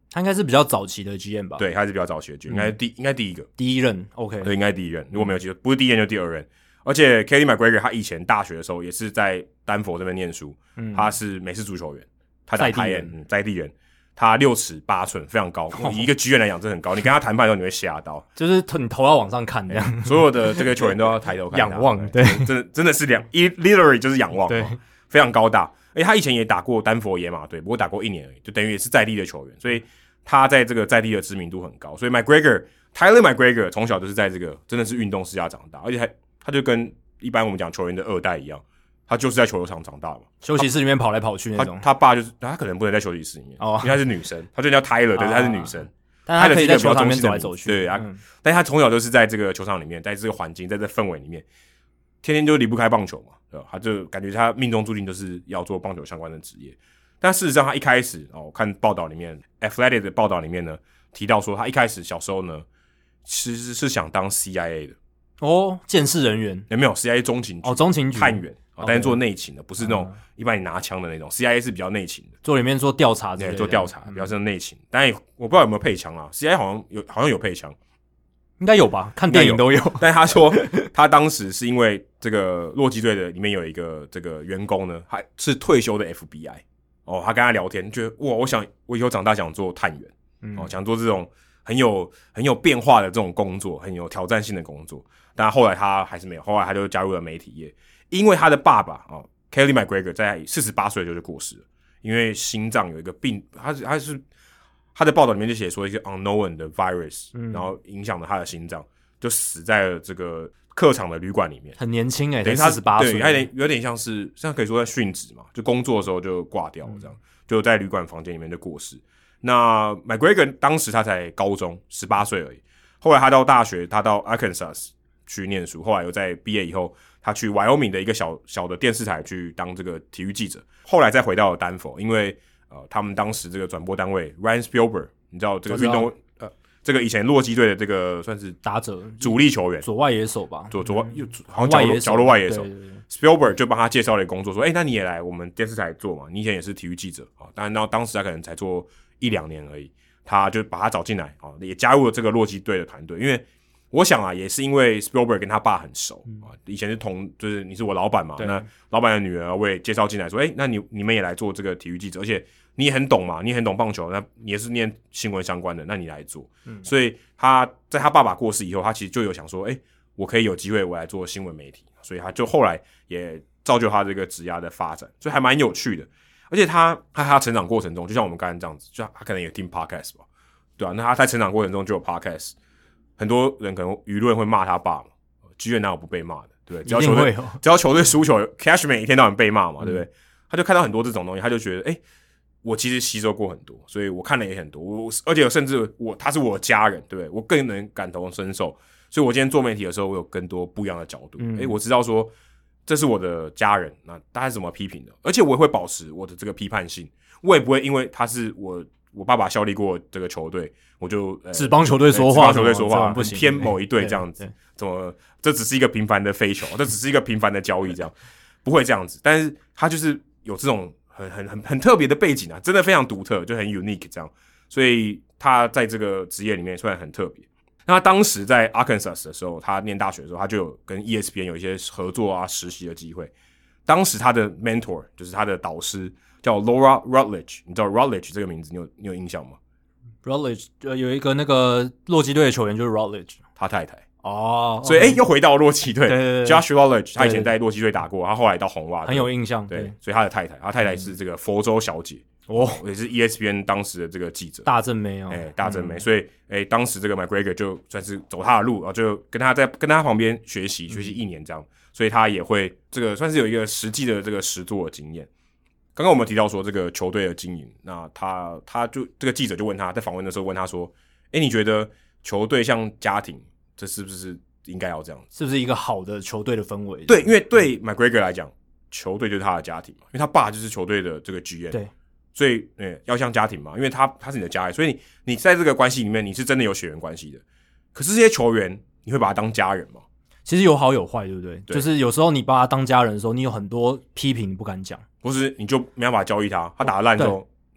他应该是比较早期的 G M 吧？ 对，他是比较早期的 G M，、嗯、应该是第应该第一个第一任 ，OK， 对，应该第一任，如果没有记错，不是第一任就第二任。而且 Kelly McGregor 他以前大学的时候也是在丹佛这边念书，嗯、他是美式足球员，他打台人，嗯，在地人。他六尺八寸，非常高。以一个 G M 来讲，真的很高。你跟他谈判的时候，你会吓到， 就是你头要往上看这样、 欸。所有的这个球员都要抬头看他， 仰望，对， 真的真的是两 ，literally 就是仰望， 对， 非常高大。而且他以前也打过丹佛野马队，不过打过一年而已，就等于也是在地的球员，所以他在这个在地的知名度很高。所以 McGregor，Tyler McGregor 从小就是在这个真的是运动世家长大，而且还他就跟一般我们讲球员的二代一样。他就是在球球场长大嘛， 休息室里面跑来跑去那种。 他, 他爸就是他可能不能在休息室里面，哦、因为他是女生，他就叫 Tyler，、哦、但是他是女生， 但他可以在球场里面走来走去。 对啊、嗯，但他从小就是在这个球场里面，在这个环境，在这氛围里面，天天就离不开棒球嘛，对吧？他就感觉他命中注定就是要做棒球相关的职业。但事实上，他一开始哦，我看报道里面 ，Athletic 的报道里面呢，提到说他一开始小时候呢，其实是想当 C I A 的哦，监视人员有没有 C I A 中情局哦，中情局探员。 Okay. 但是做内勤的，不是那种一般你拿枪的那种、嗯、，C I A 是比较内勤的， 做里面做调查之类的， 对，做调查，比较是内勤。但也我不知道有没有配枪啊 ，C I A 好像有，好像有配枪， 应该有吧？看电影都有。 但他说他当时是因为这个洛基队的里面有一个这个员工呢，还是退休的 F B I 哦，他跟他聊天，觉得哇，我想我以后长大想做探员，嗯、哦，想做这种很有很有变化的这种工作，很有挑战性的工作。但后来他还是没有，后来他就加入了媒体业。因为他的爸爸哦 ，Kelly McGregor 在四十八岁就就过世了，因为心脏有一个病，他是他是他的报道里面就写说一个 unknown 的 virus，、嗯、然后影响了他的心脏，就死在了这个客场的旅馆里面。 很年轻哎、欸， 等于他四十八岁， 对，有点有点像是，像可以说在殉职嘛，就工作的时候就挂掉了，这样、嗯、就在旅馆房间里面就过世。那 McGregor 当时他才高中十八岁而已，后来他到大学，他到 Arkansas 去念书，后来又在毕业以后。他去 Wyoming 的一个小小的电视台去当这个体育记者，后来再回到了丹佛，因为呃他们当时这个转播单位 Ryan Spielberg， 你知道这个运动呃这个以前洛基队的这个算是打者主力球员， 左外野手吧， 左左又好像角落角落外野手。 对对对 Spielberg 就帮他介绍了一个工作，说：“哎、欸，那你也来我们电视台做嘛？你以前也是体育记者啊。”当然，然后当时他可能才做一两年而已，他就把他找进来啊，也加入了这个洛基队的团队，因为。我想啊，也是因为 Spielberg 跟他爸很熟、嗯、啊，以前是同，就是你是我老板嘛，那老板的女儿我也介绍进来说，哎、欸，那你你们也来做这个体育记者，而且你也很懂嘛，你也很懂棒球，那你也是念新闻相关的，那你来做。嗯、所以他在他爸爸过世以后，他其实就有想说，哎、欸，我可以有机会我来做新闻媒体，所以他就后来也造就他这个职业的发展，所以还蛮有趣的。而且他他他成长过程中，就像我们刚才这样子，就他可能也听 podcast 吧，对啊，那他在成长过程中就有 podcast。很多人可能舆论会骂他爸嘛 ，G M 哪有不被骂的，对不对？只要球队只要球队输球 ，Cashman 一天到晚被骂嘛，对不对？嗯、他就看到很多这种东西，他就觉得，哎、欸，我其实吸收过很多，所以我看的也很多，我而且甚至我他是我的家人，对不对？我更能感同身受，所以我今天做媒体的时候，我有更多不一样的角度。哎、嗯欸，我知道说这是我的家人，那大家是怎么批评的，而且我也会保持我的这个批判性，我也不会因为他是我。我爸爸效力过这个球队，我就只帮球队说话， 只帮球队说话， 不行， 偏某一队这样子，怎么？这只是一个平凡的飞球，这只是一个平凡的交易，这样不会这样子。但是他就是有这种很很很很特别的背景啊，真的非常独特，就很 unique 这样。所以他在这个职业里面虽然很特别，那他当时在 Arkansas 的时候，他念大学的时候，他就有跟 E S P N 有一些合作啊、实习的机会。当时他的 mentor 就是他的导师。叫 Laura Rutledge， 你知道 Rutledge 这个名字，你有你有印象吗 ？Rutledge 呃有一个那个洛基队的球员就是 Rutledge， 他太太哦， 所以哎、欸、又回到洛基队 ，Josh Rutledge， 他以前在洛基队打过，他后来到红袜， 很有印象， 对，对所以他的太太，他太太是这个佛州小姐哦，也是 E S P N 当时的这个记者， 大正妹哦， 哎、欸、大正妹，嗯、所以哎、欸、当时这个 McGregor 就算是走他的路，然后就跟他在跟他旁边学习学习一年这样，所以他也会这个算是有一个实际的这个实作的经验。刚刚我们提到说这个球队的经营，那他他就这个记者就问他在访问的时候问他说：“哎、欸，你觉得球队像家庭，这是不是应该要这样？ 是不是一个好的球队的氛围？” 对，因为对 McGregor 来讲，球队就是他的家庭嘛，因为他爸就是球队的这个 G M， 对， 所以欸要像家庭嘛，因为他他是你的家人，所以你你在这个关系里面你是真的有血缘关系的。可是这些球员，你会把他当家人吗？ 其实有好有坏，对不 对, 对？就是有时候你把他当家人的时候，你有很多批评不敢讲， 不是你就没办法教育他，他打得烂之后，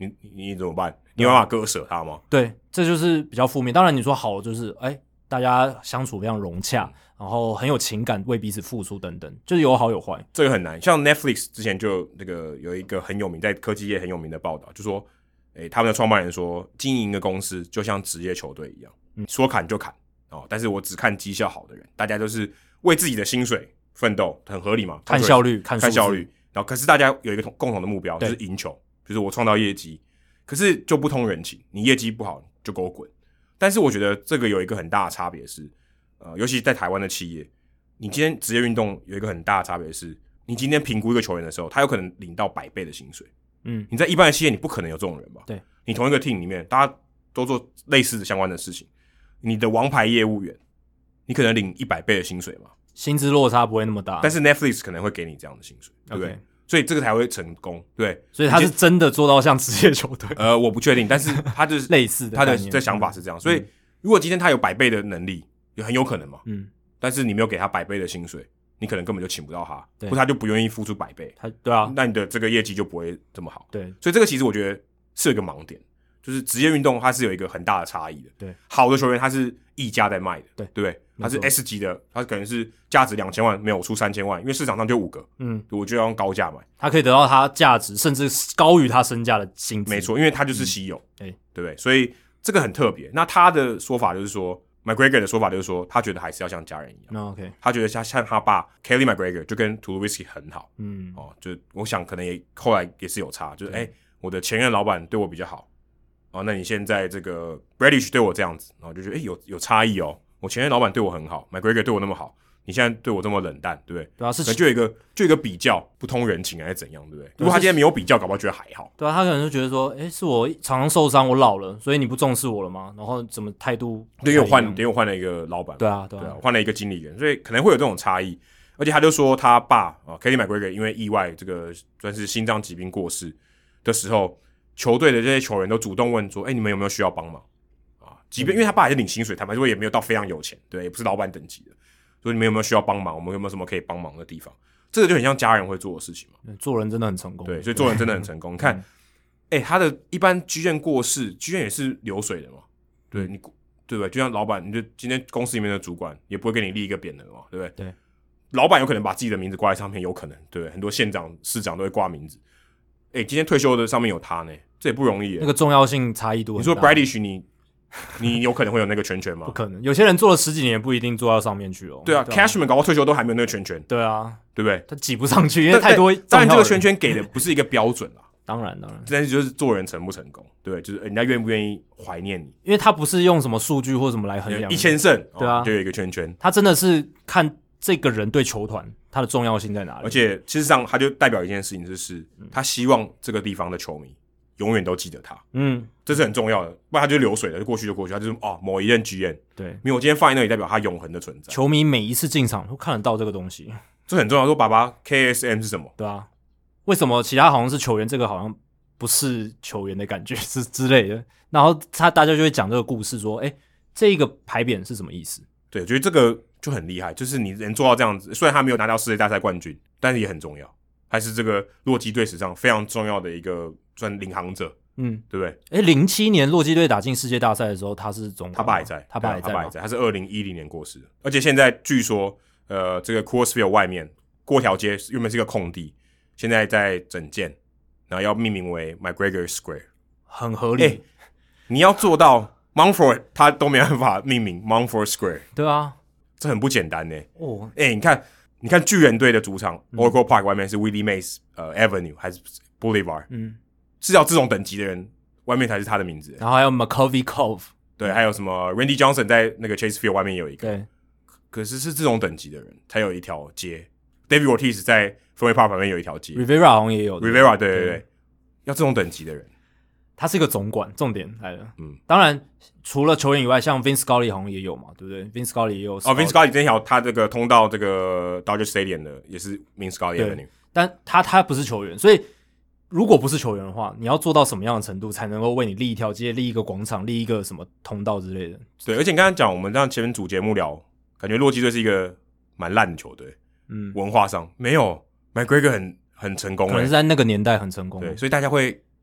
你你你怎么办？你有办法割舍他吗？ 对，这就是比较负面。当然你说好就是哎，大家相处非常融洽，嗯、然后很有情感，为彼此付出等等，就是有好有坏。 这个很难。像 Netflix 之前就那个有一个很有名，在科技业很有名的报道，就说，哎，他们的创办人说，经营一个公司就像职业球队一样，嗯、说砍就砍哦。但是我只看绩效好的人，大家都是为自己的薪水奋斗，很合理嘛？ 看效率，看看效率。然后可是大家有一个共同的目标，就是赢球，就是我创造业绩。可是就不通人情，你业绩不好就给我滚。但是我觉得这个有一个很大的差别是，呃，尤其在台湾的企业，你今天职业运动有一个很大的差别是，你今天评估一个球员的时候，他有可能领到百倍的薪水。嗯，你在一般的企业你不可能有这种人吧？ 对， 你同一个 team 里面，大家都做类似的相关的事情，你的王牌业务员，你可能领一百倍的薪水嘛？ 薪资落差不会那么大。 但是 Netflix 可能会给你这样的薪水，对不对？Okay.所以这个才会成功，对。 所以他是真的做到像职业球队？ 呃，我不确定，但是他就是类似的， 他的这想法是这样。所以如果今天他有百倍的能力，也很有可能嘛。嗯。但是你没有给他百倍的薪水，你可能根本就请不到他，或他就不愿意付出百倍。 他对啊， 那你的这个业绩就不会这么好。 对。 所以这个其实我觉得是有一个盲点，就是职业运动它是有一个很大的差异的。 对。 好的球员他是溢价在卖的， 对对不对？他是 S 级的，他可能是价值两千万，没有我出三千万，因为市场上就五个，嗯，我就要用高价买， 他可以得到他价值甚至高于他身价的薪资， 没错，因为他就是稀有， 嗯、 对不对？所以这个很特别。那他的说法就是说 ，McGregor 的说法就是说，他觉得还是要像家人一样， oh, OK， 他觉得像像他爸 Kelly McGregor 就跟 Tulowitzki 很好，嗯，哦，就我想可能也后来也是有差，就是哎、欸，我的前任老板对我比较好，哦，那你现在这个 Bradish 对我这样子，然后就觉得哎、欸、有有差异哦。我前任老板对我很好 ，McGregor 对我那么好，你现在对我这么冷淡，对不对？ 对啊，是就有一个就有一个比较，不通人情还是怎样，对不对？如果他今天没有比较，搞不好觉得还好。 对啊，他可能就觉得说，哎，是我常常受伤，我老了，所以你不重视我了吗？然后怎么态度？ 对，因为我换，因为我换了一个老板， 对啊，对啊，换了一个经理人，所以可能会有这种差异。而且他就说他爸啊 ，Kelly McGregor 因为意外这个算是心脏疾病过世的时候，球队的这些球员都主动问说，哎，你们有没有需要帮忙？即便因为他爸也是领薪水，坦白说也没有到非常有钱，对，也不是老板等级的，所以你们有没有需要帮忙？我们有没有什么可以帮忙的地方？这个就很像家人会做的事情嘛。 做人真的很成功， 对，所以做人真的很成功。你看，哎、欸，他的一般剧院过世，剧院也是流水的嘛，对你对不对？就像老板，你就今天公司里面的主管也不会给你立一个匾额嘛，对不对？ 对， 老板有可能把自己的名字挂在上面，有可能，对不对？很多县长、市长都会挂名字。哎、欸，今天退休的上面有他呢，这也不容易。 那个重要性差异度很大。 你说 Bradish 你。你有可能会有那个圈圈吗？ 不可能，有些人做了十几年也不一定做到上面去哦。 对啊, 對啊 Cashman 搞到退休都还没有那个圈圈。 对啊， 对不对？ 他挤不上去，因为太多。 当然，这个圈圈给的不是一个标准啦。 当然，当然， 但是就是做人成不成功，对不对？就是人家愿不愿意怀念你， 因为他不是用什么数据或什么来衡量。 一千胜， 对啊、 哦，就有一个圈圈。 他真的是看这个人对球团他的重要性在哪里， 而且事实上，他就代表一件事情，就是他希望这个地方的球迷永远都记得他，嗯，这是很重要的，不然他就流水了，就过去就过去，他就是哦某一任 G M， 对， 因为我今天放在那里，代表他永恒的存在。 球迷每一次进场都看得到这个东西， 这很重要。说爸爸 K S M 是什么？ 对啊，为什么其他好像是球员，这个好像不是球员的感觉是之类的？然后他大家就会讲这个故事，说，哎，这个牌匾是什么意思？ 对，我觉得这个就很厉害，就是你能做到这样子，虽然他没有拿到世界大赛冠军，但是也很重要，还是这个洛基队史上非常重要的一个算领航者。嗯，对不对？ 哎，零七年洛基队打进世界大赛的时候，他是总他爸也在， 他爸也在， 他爸也在，他是二零一零年过世的。而且现在据说，呃，这个 Coors Field 外面过条街原本是一个空地，现在在整建，然后要命名为 McGregor Square， 很合理。 你要做到 Mountford， 他都没办法命名 Mountford Square， 对啊， 这很不简单呢。 哦， 哎，你看，你看巨人队的主场、嗯、Oracle Park 外面是 Willie Mays 呃 Avenue 还是 Boulevard？ 嗯。是要这种等级的人，外面才是他的名字。 然后还有 McCovey Cove， 对，还有什么 Randy Johnson 在那个 Chase Field 外面有一个。 对， 可是是这种等级的人才有一条街。David Ortiz 在 Fenway Park 旁边有一条街 ，Rivera 好像也有。 Rivera 对对 对, 对，要这种等级的人， 他是一个总管，重点来了。嗯，当然除了球员以外，像 Vince Scully 好像也有嘛，对不对 ？Vince Scully 也有。 哦 ，Vince Scully 这条他这个通到这个 Dodger Stadium 的也是 Vince Scully Avenue， 但他他不是球员，所以。如果不是球员的话，你要做到什么样的程度才能够为你立一条街、立一个广场、立一个什么通道之类的？ 对，而且你刚才讲，我们让前面主节目聊，感觉洛基队是一个蛮烂的球队，嗯，文化上没有 McGregor 很很成功， 可能是在那个年代很成功， 对，所以大家会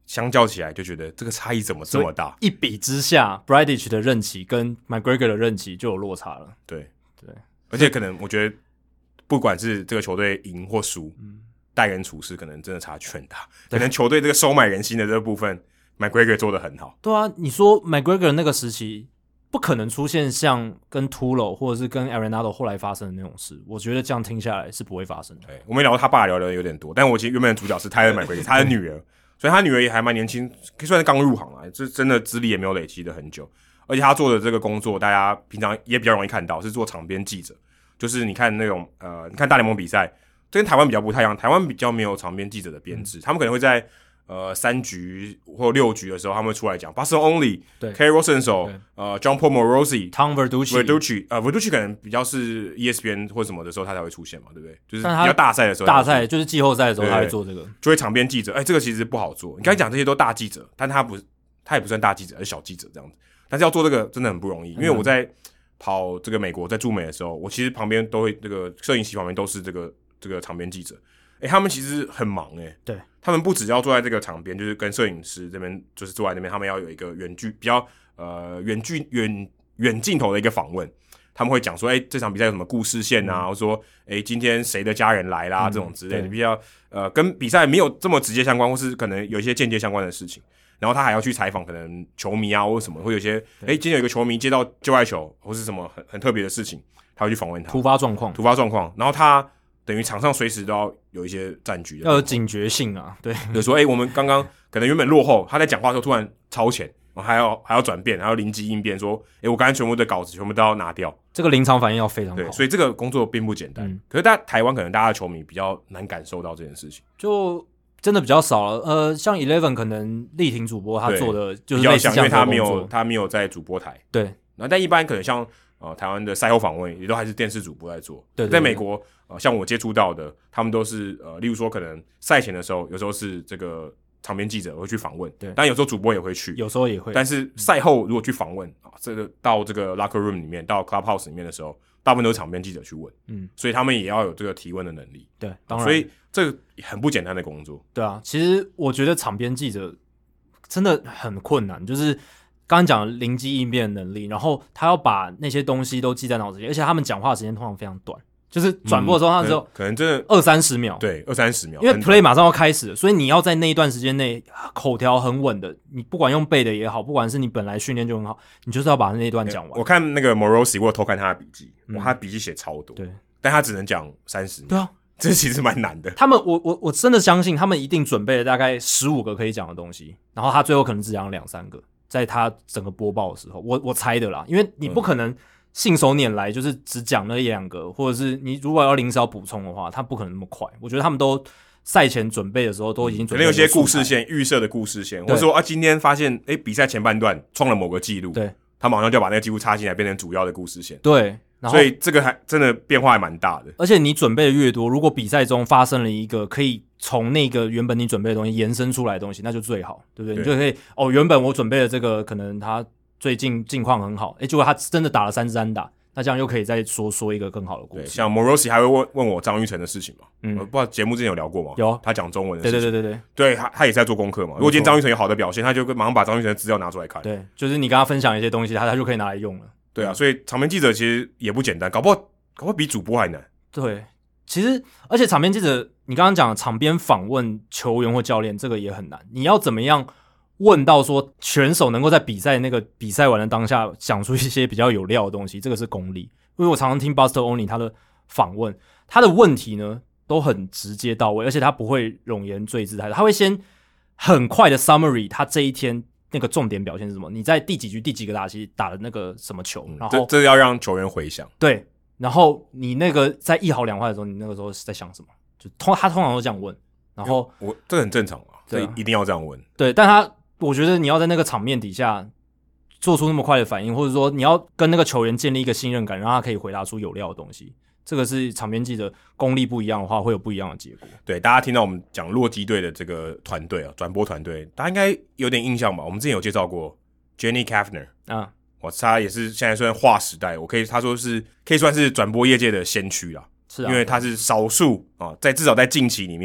相较起来就觉得这个差异怎么这么大？ 一比之下 ，Bradich 的任期跟 McGregor 的任期就有落差了。 对对， 而且可能我觉得，不管是这个球队赢或输，嗯，待人处事可能真的差距很大。可能球队这个收买人心的这个部分 ，McGregor 做得很好。 对啊，你说 McGregor 那个时期不可能出现像跟 Tulo 或者是跟 Arenado 后来发生的那种事，我觉得这样听下来是不会发生的。 对，我们聊他爸聊的有点多，但我其实原本的主角是 Tyler McGregor， 他的女儿，所以他女儿也还蛮年轻，可以算是刚入行啊，这真的资历也没有累积的很久。而且他做的这个工作，大家平常也比较容易看到，是做场边记者。就是你看那种呃，你看大联盟比赛，这跟台湾比较不太一样，台湾比较没有场边记者的编制，嗯、他们可能会在呃三局或六局的时候，他们会出来讲 Buster Olney、Kerry Rosenthal、呃 John Paul Morosi、Tom Verducci、呃 Verducci 可能比较是 E S P N 或什么的时候他才会出现嘛，对不对？就是比较大赛的时候， 大赛就是季后赛的时候他会做这个， 就会场边记者。哎，这个其实不好做。你刚才讲这些都大记者，但他不，他也不算大记者，而是小记者这样子。但是要做这个真的很不容易，因为我在跑这个美国在驻美的时候，我其实旁边都会这个摄影席旁边都是这个这个场边记者，哎、欸，他们其实很忙哎、欸， 对， 他们不只要坐在这个场边，就是跟摄影师这边就是坐在那边，他们要有一个远距比较呃远距远远镜头的一个访问，他们会讲说，哎、欸，这场比赛有什么故事线啊，嗯、或者说，哎、欸，今天谁的家人来啦、嗯、这种之类的，比较呃跟比赛没有这么直接相关，或是可能有一些间接相关的事情。然后他还要去采访可能球迷啊或什么，会有些哎，今天有一个球迷接到界外球或是什么很很特别的事情，他会去访问他。 突发状况， 突发状况，然后他等于场上随时都要有一些战局的， 要有警觉性啊。对， 比如说哎，我们刚刚可能原本落后，他在讲话的时候突然超前，然后还要还要转变，还要灵机应变，说哎，我刚才全部的稿子全部都要拿掉， 这个临场反应要非常好。 对，所以这个工作并不简单。嗯、可是在台湾可能大家的球迷比较难感受到这件事情， 就。真的比较少了，呃，像 Eleven 可能力挺主播他做的就是类似这样的工作， 因为他没有他没有在主播台， 对， 然后但一般可能像呃台湾的赛后访问也都还是电视主播在做， 对， 对， 对， 在美国呃像我接触到的，他们都是呃例如说可能赛前的时候，有时候是这个场边记者会去访问， 对， 但有时候主播也会去， 有时候也会， 但是赛后如果去访问啊，这个到这个 locker room 里面，到 clubhouse 里面的时候，大部分都是场边记者去问，嗯，所以他们也要有这个提问的能力， 对，当然， 所以这个很不简单的工作。 对啊，其实我觉得场边记者真的很困难，就是刚刚讲的灵机应变的能力，然后他要把那些东西都记在脑子里，而且他们讲话的时间通常非常短，就是转播的时候，他只有可能真的二三十秒， 对，二三十秒， 因为 play 马上要开始了，所以你要在那一段时间内口条很稳的，你不管用背的也好，不管是你本来训练就很好，你就是要把那一段讲完。 我看那个 Morosi， 我有偷看他的笔记，哇，他笔记写超多， 对， 但他只能讲三十秒， 对啊。 这其实蛮难的。 他们，我我我真的相信他们一定准备了大概十五个可以讲的东西，然后他最后可能只讲两三个，在他整个播报的时候，我我猜的啦，因为你不可能信手拈来，就是只讲那一两个，或者是你如果要临时要补充的话，他不可能那么快。我觉得他们都赛前准备的时候都已经准备了， 可能有些故事线、预设的故事线，或者说啊，今天发现哎比赛前半段创了某个记录， 对， 他马上就把那个记录插进来，变成主要的故事线， 对。 所以这个还真的变化还蛮大的， 而且你准备的越多，如果比赛中发生了一个可以从那个原本你准备的东西延伸出来的东西，那就最好，对不对？对，你就可以哦，原本我准备的这个可能他最近近况很好，诶，结果他真的打了三支安打，那这样又可以再说说一个更好的故事。 对，像 Morosi 还会问问我张育成的事情嘛，嗯，我不知道节目之前有聊过吗？ 有， 他讲中文的事情， 对对对对对， 对他他也是在做功课嘛。如果今天张育成有好的表现，他就马上把张育成的资料拿出来看， 对，就是你跟他分享一些东西，他他就可以拿来用了。 对啊，所以场边记者其实也不简单，搞不好搞不好比主播还难。 对，其实而且场边记者，你刚刚讲的场边访问球员或教练，这个也很难。你要怎么样问到说选手能够在比赛那个比赛完的当下讲出一些比较有料的东西，这个是功力。因为我常常听 Buster Olney 他的访问，他的问题呢都很直接到位，而且他不会冗言赘字，他会先很快的 summary 他这一天那个重点表现是什么？你在第几局、第几个打席打的那个什么球？然后这这要让球员回想。 对，然后你那个在一好两坏的时候，你那个时候是在想什么？就通他通常都这样问。然后我这很正常啊，这一定要这样问。 对，但他我觉得你要在那个场面底下做出那么快的反应，或者说你要跟那个球员建立一个信任感，让他可以回答出有料的东西。这个是场边记者功力不一样的话，会有不一样的结果。 对，大家听到我们讲洛基队的这个团队啊，转播团队，大家应该有点印象吧？我们之前有介绍过 Jenny Kavner 啊，哇，他也是现在算划时代，我可以他说是可以算是转播业界的先驱啦， 是啊， 因为他是少数啊，在至少在近期里面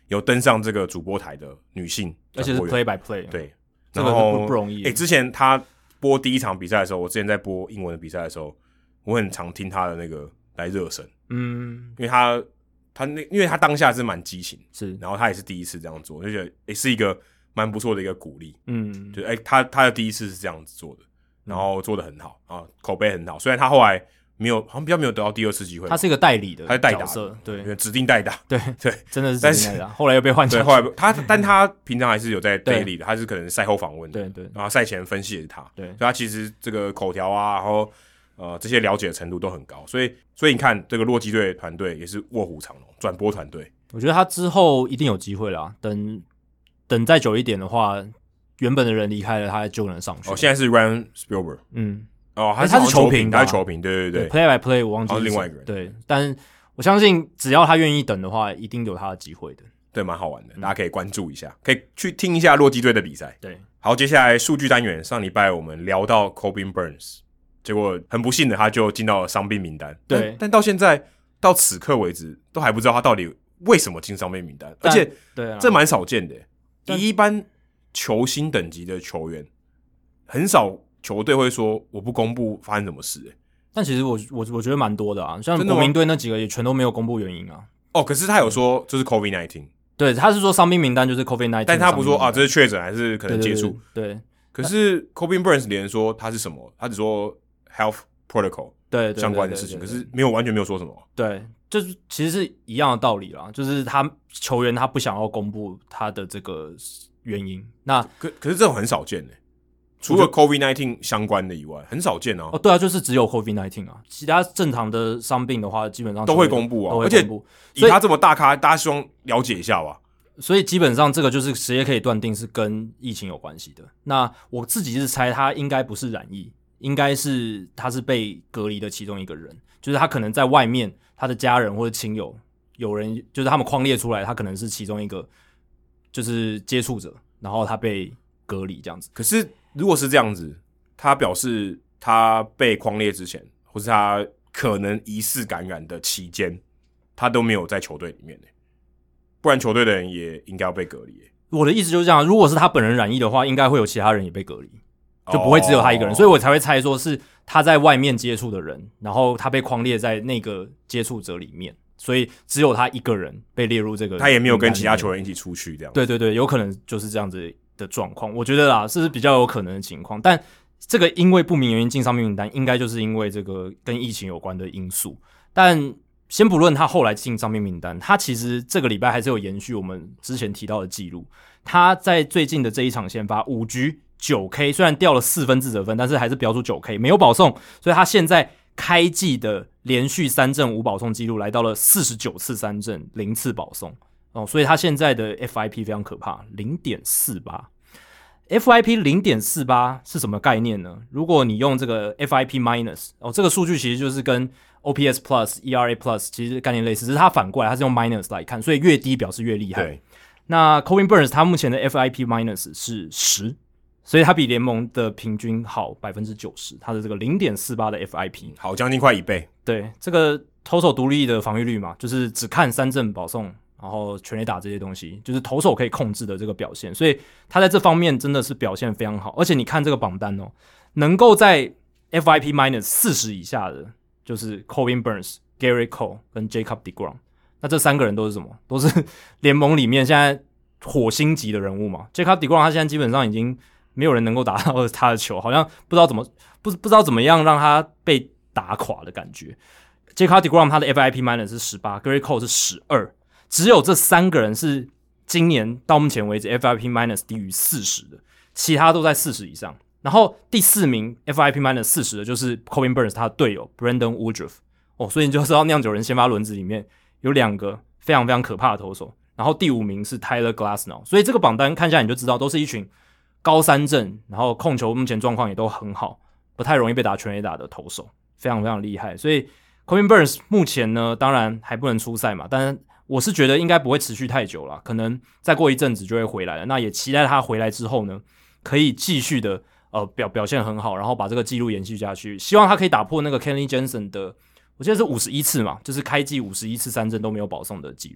有登上这个主播台的女性， 而且是 play by play， 对， 这个不不容易。 哎、欸，之前她播第一场比赛的时候，我之前在播英文的比赛的时候，我很常听她的那个来热身，嗯，因为她她那因为她当下是蛮激情， 是，然后她也是第一次这样做，就觉得也、欸、是一个蛮不错的一个鼓励， 嗯， 就哎、欸，她她的第一次是这样子做的，然后做得很好啊，口碑很好，虽然她后来。没有，好像比较没有得到第二次机会。 他是一个代理的， 他是代打， 对， 指定代打， 对对， 真的是指定代打。后来又被换下去， 对，后来他，但他平常还是有在 daily 的，他是可能赛后访问， 对对， 然后赛前分析也是他， 对， 所以他其实这个口条啊，然后呃这些了解的程度都很高，所以所以你看这个洛基队团队也是卧虎藏龙，转播团队， 我觉得他之后一定有机会啦，等等再久一点的话，原本的人离开了，他就能上去。 哦，现在是 Ryan Spielberg， 嗯。 哦，他是他是球评， 他是球评，对对对 ，play by play 我忘记是另外一个人， 对，但我相信只要他愿意等的话，一定有他的机会的， 对，蛮好玩的，嗯、大家可以关注一下，可以去听一下洛基队的比赛。 对， 好，接下来数据单元，上礼拜我们聊到 Corbin Burns， 结果很不幸的他就进到了伤病名单， 对， 但, 但到现在到此刻为止，都还不知道他到底为什么进伤病名单，而且对、啊， 这蛮少见的，以一般球星等级的球员，很少。球队会说我不公布发生什么事、欸， 但其实我我我觉得蛮多的啊，像国民队那几个也全都没有公布原因啊。 哦，可是他有说就是 COVID 十九， 对，他是说伤病名单就是 COVID 十九， 但他不说啊，这是确诊还是可能接触。 对, 对, 对， 可是 Corbin Burns 连说他是什么，他只说 health protocol 对相关的事情，可是没有完全没有说什么。 对，就是其实是一样的道理啦，就是他球员他不想要公布他的这个原因，那可可是这种很少见的、欸。除了 COVID 十九 相关的以外，很少见啊。 哦，对啊，就是只有 COVID 十九 啊，其他正常的伤病的话，基本上都会公布啊。 而且以他这么大咖，大家希望了解一下吧。 所以基本上这个就是直接可以断定是跟疫情有关系的。那我自己是猜他应该不是染疫，应该是他是被隔离的其中一个人，就是他可能在外面，他的家人或者亲友有人就是他们匡列出来，他可能是其中一个就是接触者，然后他被隔离这样子。 可是。如果是这样子，他表示他被匡列之前，或是他可能疑似感染的期间，他都没有在球队里面，不然球队的人也应该要被隔离。 我的意思就是这样，如果是他本人染疫的话，应该会有其他人也被隔离，就不会只有他一个人，哦、所以我才会猜说是他在外面接触的人，然后他被匡列在那个接触者里面，所以只有他一个人被列入这个， 他也没有跟其他球员一起出去这样。 对对对，有可能就是这样子的状况，我觉得啦，这是比较有可能的情况。但这个因为不明原因进伤病名单，应该就是因为这个跟疫情有关的因素。但先不论他后来进伤病名单，他其实这个礼拜还是有延续我们之前提到的记录。他在最近的这一场先发五局九 K， 虽然掉了四分自责分，但是还是标出九 K， 没有保送，所以他现在开季的连续三振无保送记录来到了四十九次三振，零次保送。哦，所以他现在的 F I P 非常可怕 ，零点四八。F I P 零点四八 是什么概念呢？如果你用这个 F I P minus， 哦，这个数据其实就是跟 O P S plus、E R A plus 其实概念类似，只是它反过来，它是用 minus 来看，所以越低表示越厉害。 对。 那 Corbin Burns 他目前的 F I P minus 是十，所以他比联盟的平均好 百分之九十， 他的这个 零点四八 的 F I P 好将近快一倍。 对，这个投手独立的防御率嘛，就是只看三振保送，然后全垒打这些东西，就是投手可以控制的这个表现，所以他在这方面真的是表现非常好。而且你看这个榜单哦，能够在 F I P minus 四十以下的，就是 Corbin Burns、Garrett Cole 跟 Jacob deGrom。那这三个人都是什么？都是联盟里面现在火星级的人物嘛。Jacob deGrom 他现在基本上已经没有人能够打到他的球，好像不知道怎么不不知道怎么样让他被打垮的感觉。Jacob deGrom 他的 F I P minus 是十八 ，Garrett Cole 是十二。只有这三个人是今年到目前为止 F I P minus 低于四十的，其他都在四十以上。然后第四名 F I P minus 四十的就是 Corbin Burns 他的队友 Brandon Woodruff。哦，所以你就知道酿酒人先发轮子里面有两个非常非常可怕的投手。然后第五名是 Tyler Glasnow， 所以这个榜单看下来你就知道都是一群高三振，然后控球目前状况也都很好，不太容易被打全垒打的投手，非常非常厉害。所以 Corbin Burns 目前呢，当然还不能出赛嘛，但是我是觉得应该不会持续太久啦，可能再过一阵子就会回来了。那也期待他回来之后呢，可以继续的呃表表现很好，然后把这个记录延续下去。希望他可以打破那个 Kenley Jansen 的，我记得是五十一次嘛，就是开季五十一次三振都没有保送的记录。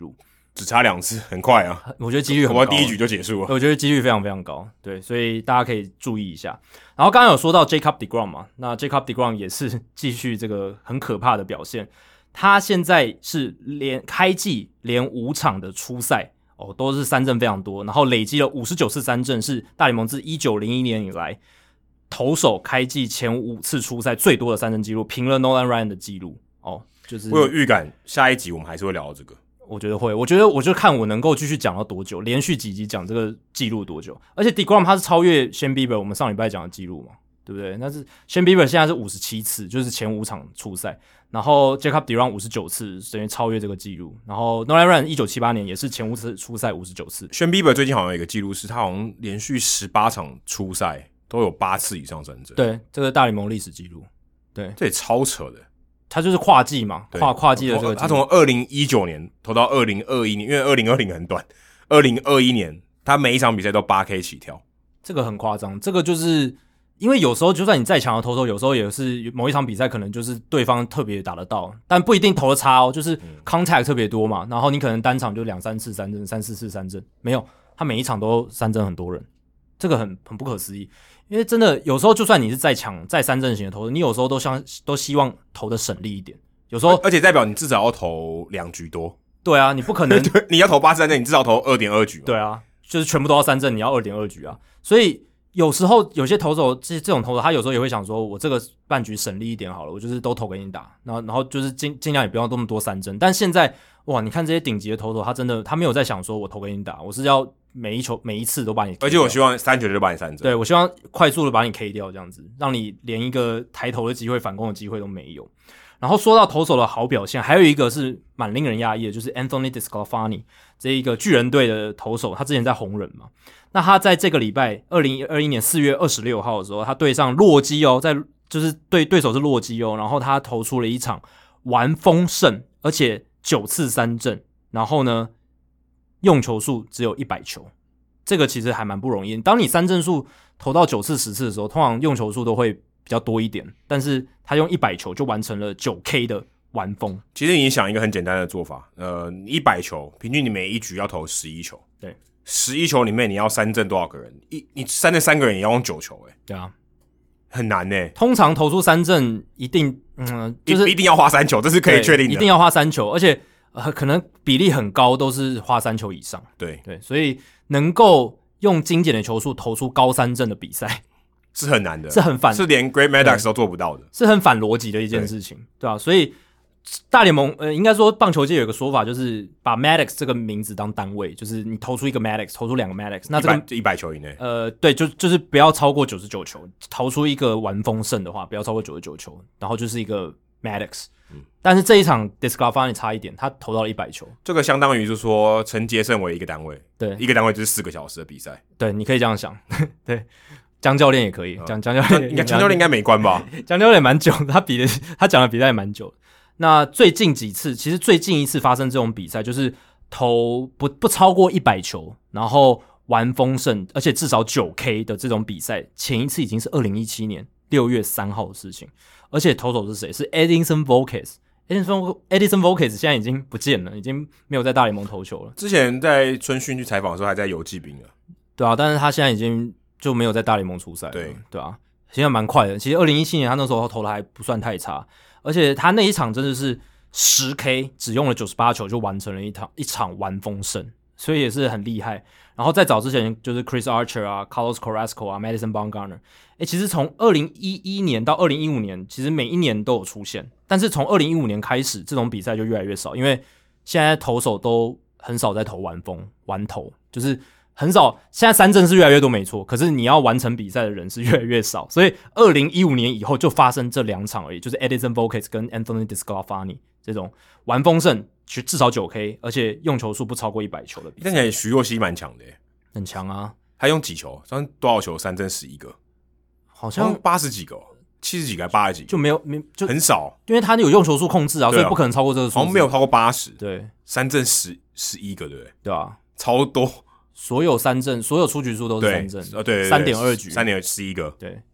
只差两次，很快啊！ 我觉得几率很高， 我第一局就结束了。 我觉得几率非常非常高，对，所以大家可以注意一下。然后刚刚有说到 Jacob deGrom 嘛，那 Jacob deGrom 也是继续这个很可怕的表现。他现在是连开季连五场的出赛哦，都是三振非常多，然后累积了五十九次三振，是大联盟自一九零一年以来投手开季前五次出赛最多的三振纪录，平了 Nolan Ryan 的纪录哦。就是我有预感，下一集我们还是会聊到这个。 我觉得会，我觉得我就看我能够继续讲到多久，连续几集讲这个记录多久。而且 deGrom 他是超越 Shane Bieber 我们上礼拜讲的记录嘛，对不对？那是 Shane Bieber 现在是五十七次，就是前五场出赛，然后 Jacob deGrom 五十九次，等于超越这个记录。然后 Nolan Ryan 一九七八年也是前五次出赛五十九次。 Shane Bieber 最近好像有一个记录是，他好像连续十八场出赛都有八次以上三振。 对，这个大联盟历史记录。对， 这也超扯的。 他就是跨季嘛，跨跨季的这个， 他从二零一九年投到二零二一年，因为二零二零很短，二零二一年他每一场比赛都八 K 起跳， 这个很夸张。这个就是因为有时候就算你再强的投手，有时候也是某一场比赛可能就是对方特别打得到，但不一定投得差哦，就是 contact 特别多嘛，然后你可能单场就两三次三振，三四次三振，没有，他每一场都三振很多人，这个很很不可思议。因为真的有时候就算你是再强再三振型的投手，你有时候都想都希望投的省力一点，有时候而且代表你至少要投两局多。 对啊，你不可能你要投八次三振，你至少投 二点二 局。 对啊，就是全部都要三振，你要 二点二 局啊。所以有时候有些投手这这种投手，他有时候也会想说，我这个半局省力一点好了，我就是都投给你打，然后然后就是尽尽量也不要那么多三振。但现在哇，你看这些顶级的投手，他真的他没有在想说我投给你打，我是要每一球每一次都把你 K 掉， 而且我希望三球就把你三振。 对，我希望快速的把你 K 掉，这样子让你连一个抬头的机会、反攻的机会都没有。然后说到投手的好表现，还有一个是蛮令人讶异的，就是 Anthony DeSclafani 这一个巨人队的投手，他之前在红人嘛，那他在这个礼拜二零二一年四月二十六号的时候，他对上洛基哦，在就是对对手是洛基哦，然后他投出了一场完封胜，而且九次三振，然后呢用球数只有一百球，这个其实还蛮不容易。当你三振数投到九次十次的时候，通常用球数都会比较多一点，但是他用一百球就完成了 九 K 的完封。 其实你想一个很简单的做法，呃，一百球，平均你每一局要投十一球， 对， 十一球里面你要三振多少个人？一你三振三个人也要用九球、欸， 对啊， 很难呢、欸。 通常投出三振一定，嗯，就是一定要花三球，这是可以确定的， 一定要花三球，而且呃，可能比例很高，都是花三球以上。 对对，所以能够用精简的球数投出高三振的比赛是很难的， 是很反， 是连 Great Maddox 都做不到的， 是很反逻辑的一件事情， 对, 对吧、啊？所以大联盟呃，应该说棒球界有个说法，就是把 Maddox 这个名字当单位，就是你投出一个 Maddox， 投出两个 Maddox， 那这个一百球以内， 呃，对，就就是不要超过九十九球，投出一个完封胜的话，不要超过九十九球，然后就是一个 Maddox。嗯，但是这一场 DeSclafani 差一点，他投到了一百球， 这个相当于就是说陈杰胜为一个单位， 对， 一个单位就是四个小时的比赛， 对，你可以这样想，对。江教练也可以，江江、嗯、教练， 应该江教练应该没关吧？ 江教练蛮久，他比的他讲的比赛也蛮久。那最近几次，其实最近一次发生这种比赛，就是投不不超过一百球，然后完封胜，而且至少九 K 的这种比赛，前一次已经是二零一七年六月三号的事情。而且投手是谁？是 Edinson Volquez。Edinson Edinson Volquez 现在已经不见了，已经没有在大联盟投球了。 之前在春训去采访的时候，还在游骑兵了。 对啊，但是他现在已经就没有在大联盟出赛了， 对对啊，现在蛮快的。其实二零一七年他那时候投的还不算太差，而且他那一场真的是十 K 只用了九十八球就完成了一场一场完封胜，所以也是很厉害。然后再早之前就是 Chris Archer 啊 Carlos Carrasco 啊 Madison Bumgarner， 诶其实从二零一一年到二零一五年其实每一年都有出现，但是从二零一五年开始这种比赛就越来越少，因为现在投手都很少在投完封完投，就是很少，现在三振是越来越多没错，可是你要完成比赛的人是越来越少，所以二零一五年以后就发生这两场而已，就是 Edinson Volquez 跟 Anthony DeSclafani 这种完封胜至少 九 K， 而且用球数不超过一百球的比赛。 看起来徐若曦蛮强的耶， 很强啊， 他用几球？他多少球三振十一个？ 好像八十几个，七十几个，八十几个， 就没有没就很少， 因为他有用球数控制啊，所以不可能超过这个数字， 好像没有超过八十。 对， 三振十十一个，对不对？ 对啊， 超多。 所有三振，所有出局数都是三振， 呃，对， 三点二局， 三点十一个， 对，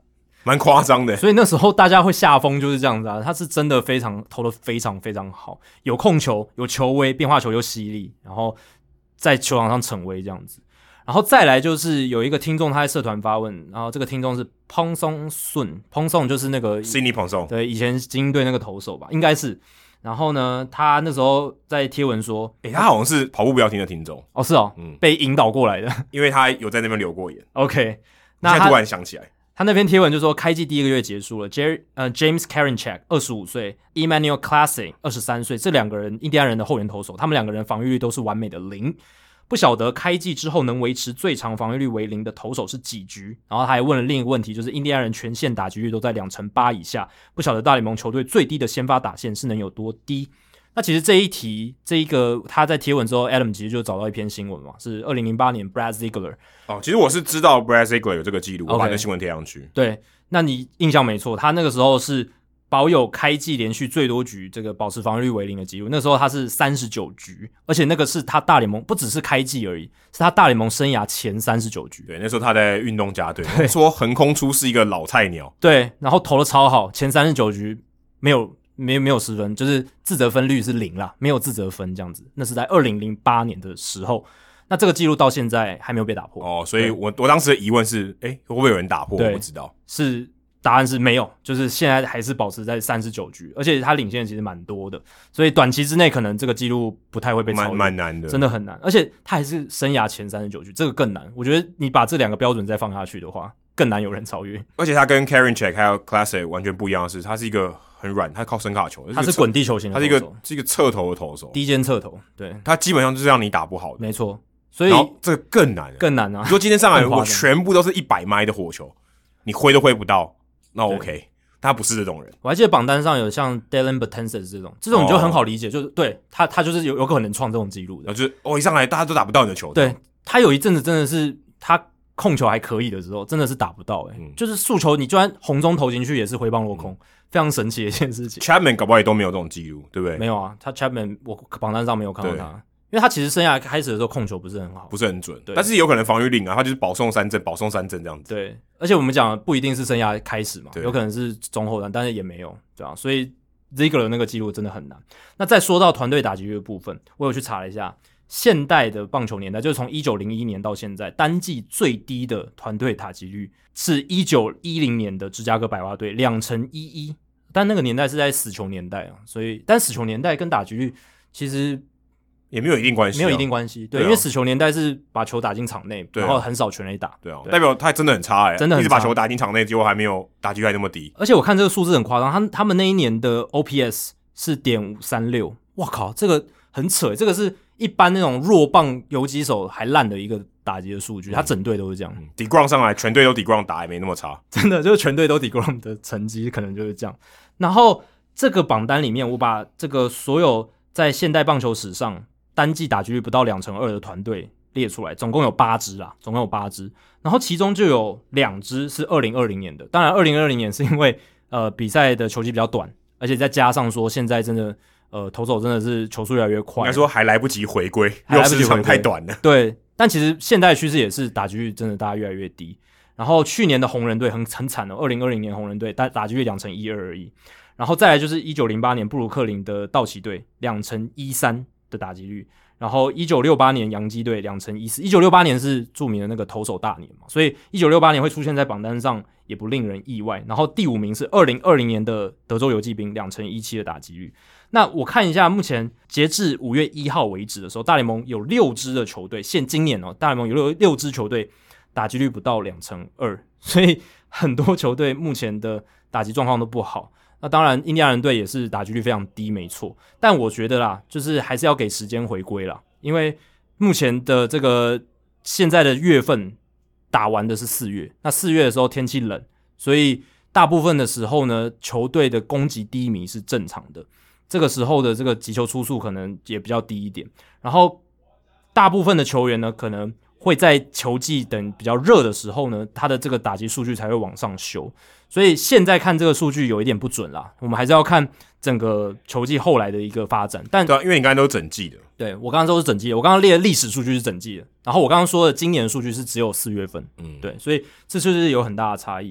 蛮夸张的。 所以那时候大家会下风就是这样子啊，他是真的非常投的非常非常好，有控球，有球威，变化球又犀利，然后在球场上逞威这样子。然后再来就是有一个听众他在社团发问，然后这个听众是彭松顺，彭松就是那个 Sidney 彭松， 对，以前精英队那个投手吧，应该是。然后呢，他那时候在贴文说， 诶、欸，他好像是跑步不要停的听众哦，是哦，嗯，被引导过来的， 因为他有在那边留过言。 OK， 那现在突然想起来， 他那篇贴文就说，开季第一个月结束了 ，Jerry 呃 James Karinchak 二十五岁 ，Emmanuel Clase 二十三岁，这两个人印第安人的后援投手，他们两个人防御率都是完美的零。不晓得开季之后能维持最长防御率为零的投手是几局？然后他还问了另一个问题，就是印第安人全线打击率都在两成八以下，不晓得大联盟球队最低的先发打线是能有多低？那其实这一题，这一个他在贴文之后 ，Adam 其实就找到一篇新闻嘛，是二零零八年 Brad Ziegler。 哦，其实我是知道 Brad Ziegler 有这个记录， okay, 我把那新闻贴上去。 对，那你印象没错，他那个时候是保有开季连续最多局这个保持防御率为零的记录，那时候他是三十九局，而且那个是他大联盟不只是开季而已，是他大联盟生涯前三十九局。 对，那时候他在运动家队，说横空出世一个老菜鸟。 对，然后投的超好，前三十九局没有没没有失分，就是自责分率是零啦，没有自责分这样子。那是在二零零八年的时候，那这个记录到现在还没有被打破。 哦，所以我我当时的疑问是，诶，会不会有人打破？我不知道。 是。答案是没有，就是现在还是保持在三十九局，而且他领先的其实蛮多的，所以短期之内可能这个记录不太会被超越， 蛮难的， 真的很难。而且他还是生涯前三十九局，这个更难。我觉得你把这两个标准再放下去的话，更难有人超越。 而且他跟 Karinchak 还有 Clase 完全不一样的是，他是一个很软，他靠伸卡球， 他是滚地球型的投手， 他是一个是一个侧投的投手， 低肩侧投，对， 他基本上就是让你打不好的， 没错。所以这个更难， 更难啊！ 你说今天上来我全部都是一百迈的火球，你挥都挥不到，那 OK。他不是这种人， 我还记得榜单上有像 Dellin Betances 这种，这种你就很好理解，哦、就是对他，他就是有有可能创这种记录的， 就是哦，一上来大家都打不到你的球， 对他有一阵子真的是他控球还可以的时候，真的是打不到、欸，哎、嗯，就是速球你就算红中投进去也是挥棒落空，嗯、非常神奇的一件事情。 Chapman 搞不好也都没有这种记录，对不对？ 没有啊，他 Chapman 我榜单上没有看到他，因为他其实生涯开始的时候控球不是很好， 不是很准，但是有可能防御零啊，他就是保送三振，保送三振这样子。 对，而且我们讲不一定是生涯开始嘛，有可能是中后段，但是也没有，对啊，所以 Ziegler 那个记录真的很难。那再说到团队打击率的部分，我有去查了一下，现代的棒球年代，就是从一九零一年到现在，单季最低的团队打击率是一九一零年的芝加哥白袜队两成一一，但那个年代是在死球年代啊，所以但死球年代跟打击率其实。 也没有一定关系、啊， 没有一定关系，对，对啊、因为死球年代是把球打进场内，然后很少全垒打， 对啊，对代表他真的很差哎、欸， 真的很差， 一直把球打进场内，结果还没有打击率那么低。 而且我看这个数字很夸张，他他们那一年的 O P S 是 点五三六， 哇靠，这个很扯，这个是一般那种弱棒游击手还烂的一个打击的数据，他整队都是这样。 嗯、DeGrom 上来，全队都 DeGrom 打，也没那么差， 真的就是全队都 DeGrom 的成绩可能就是这样。然后这个榜单里面，我把这个所有在现代棒球史上单季打击率不到两成二的团队列出来，总共有八支啦，总共有八支，然后其中就有两支是二零二零年的，当然二零二零年是因为呃比赛的球季比较短，而且再加上说现在真的呃投手真的是球速越来越快， 应该说还来不及回归，因为时长太短了。 对，但其实现在的趋势也是打击率真的大家越来越低。然后去年的红人队很很惨哦，二零二零年红人队打打击率两成一二而已，然后再来就是一九零八年布鲁克林的道奇队两成一三。的打击率，然后一九六八年洋基队两成一四，一九六八年是著名的那个投手大年嘛，所以一九六八年会出现在榜单上也不令人意外。然后第五名是二零二零年的德州游骑兵两成一七的打击率。那我看一下，目前截至五月一号为止的时候，大联盟有六支的球队，现今年哦，大联盟有六六支球队打击率不到两成二，所以很多球队目前的打击状况都不好。那当然，印第安人队也是打击率非常低，没错。但我觉得啦，就是还是要给时间回归啦，因为目前的这个现在的月份打完的是四月，那四月的时候天气冷，所以大部分的时候呢，球队的攻击低迷是正常的。这个时候的这个击球出速可能也比较低一点，然后大部分的球员呢，可能会在球季等比较热的时候呢，他的这个打击数据才会往上修。所以现在看这个数据有一点不准啦，我们还是要看整个球季后来的一个发展。但对啊，因为你刚才都是整季的， 对，我刚刚都是整季的，我刚刚列的历史数据是整季的，然后我刚刚说的今年的数据是只有四月份，嗯，对，所以这就是有很大的差异。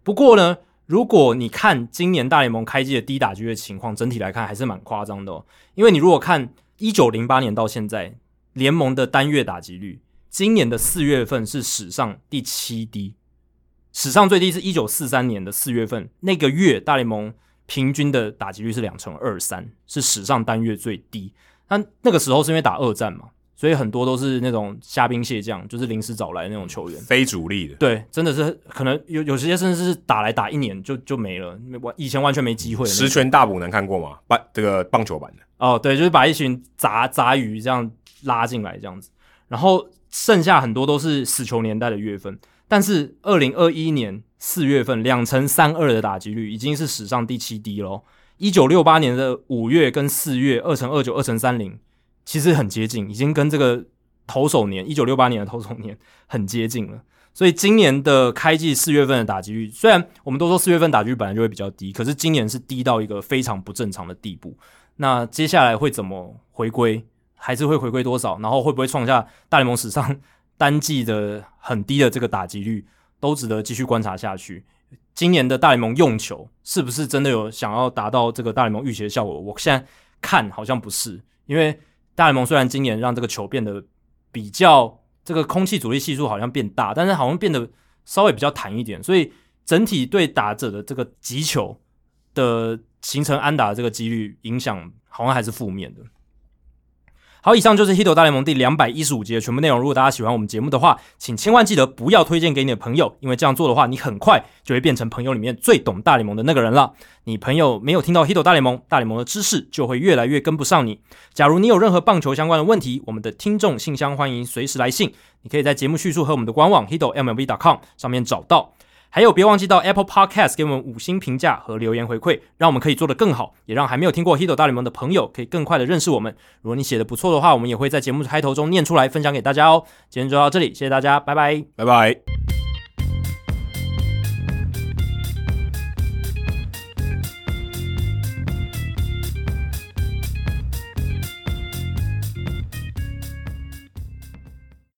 不过呢，如果你看今年大联盟开季的低打击率的情况，整体来看还是蛮夸张的哦。因为你如果看一九零八年到现在联盟的单月打击率，今年的四月份是史上第七低，史上最低是一九四三年的四月份，那个月大联盟平均的打击率是 两成二三， 是史上单月最低。那那个时候是因为打二战嘛，所以很多都是那种虾兵蟹将，就是临时找来的那种球员， 非主力的。 对，真的是可能有有些甚至是打来打一年就就没了，以前完全没机会。 十全大补能看过吗？棒这个棒球版的哦，对，就是把一群杂杂鱼这样拉进来这样子，然后剩下很多都是死球年代的月份。但是二零二一年四月份两成三二的打击率已经是史上第七低咯。一九六八年的五月跟四月二成二九、二成三零，其实很接近，已经跟这个投手年一九六八年的投手年很接近了。所以今年的开季四月份的打击率，虽然我们都说四月份打击率本来就会比较低，可是今年是低到一个非常不正常的地步。那接下来会怎么回归，还是会回归多少，然后会不会创下大联盟史上单季的很低的这个打击率，都值得继续观察下去。今年的大联盟用球是不是真的有想要达到这个大联盟预期的效果？我现在看好像不是，因为大联盟虽然今年让这个球变得比较这个空气阻力系数好像变大，但是好像变得稍微比较弹一点，所以整体对打者的这个击球的形成安打的这个几率影响好像还是负面的。好，以上就是 Hito 大联盟第两百一十五集的全部内容。如果大家喜欢我们节目的话，请千万记得不要推荐给你的朋友，因为这样做的话，你很快就会变成朋友里面最懂大联盟的那个人了。你朋友没有听到 Hito 大联盟，大联盟的知识就会越来越跟不上你。假如你有任何棒球相关的问题，我们的听众信箱欢迎随时来信，你可以在节目叙述和我们的官网 hito m l b dot com 上面找到。还有，别忘记到 Apple Podcast 给我们五星评价和留言回馈，让我们可以做得更好，也让还没有听过 Hito 大联盟的朋友可以更快的认识我们。如果你写得不错的话，我们也会在节目开头中念出来，分享给大家哦。今天就到这里，谢谢大家，拜拜， 拜拜。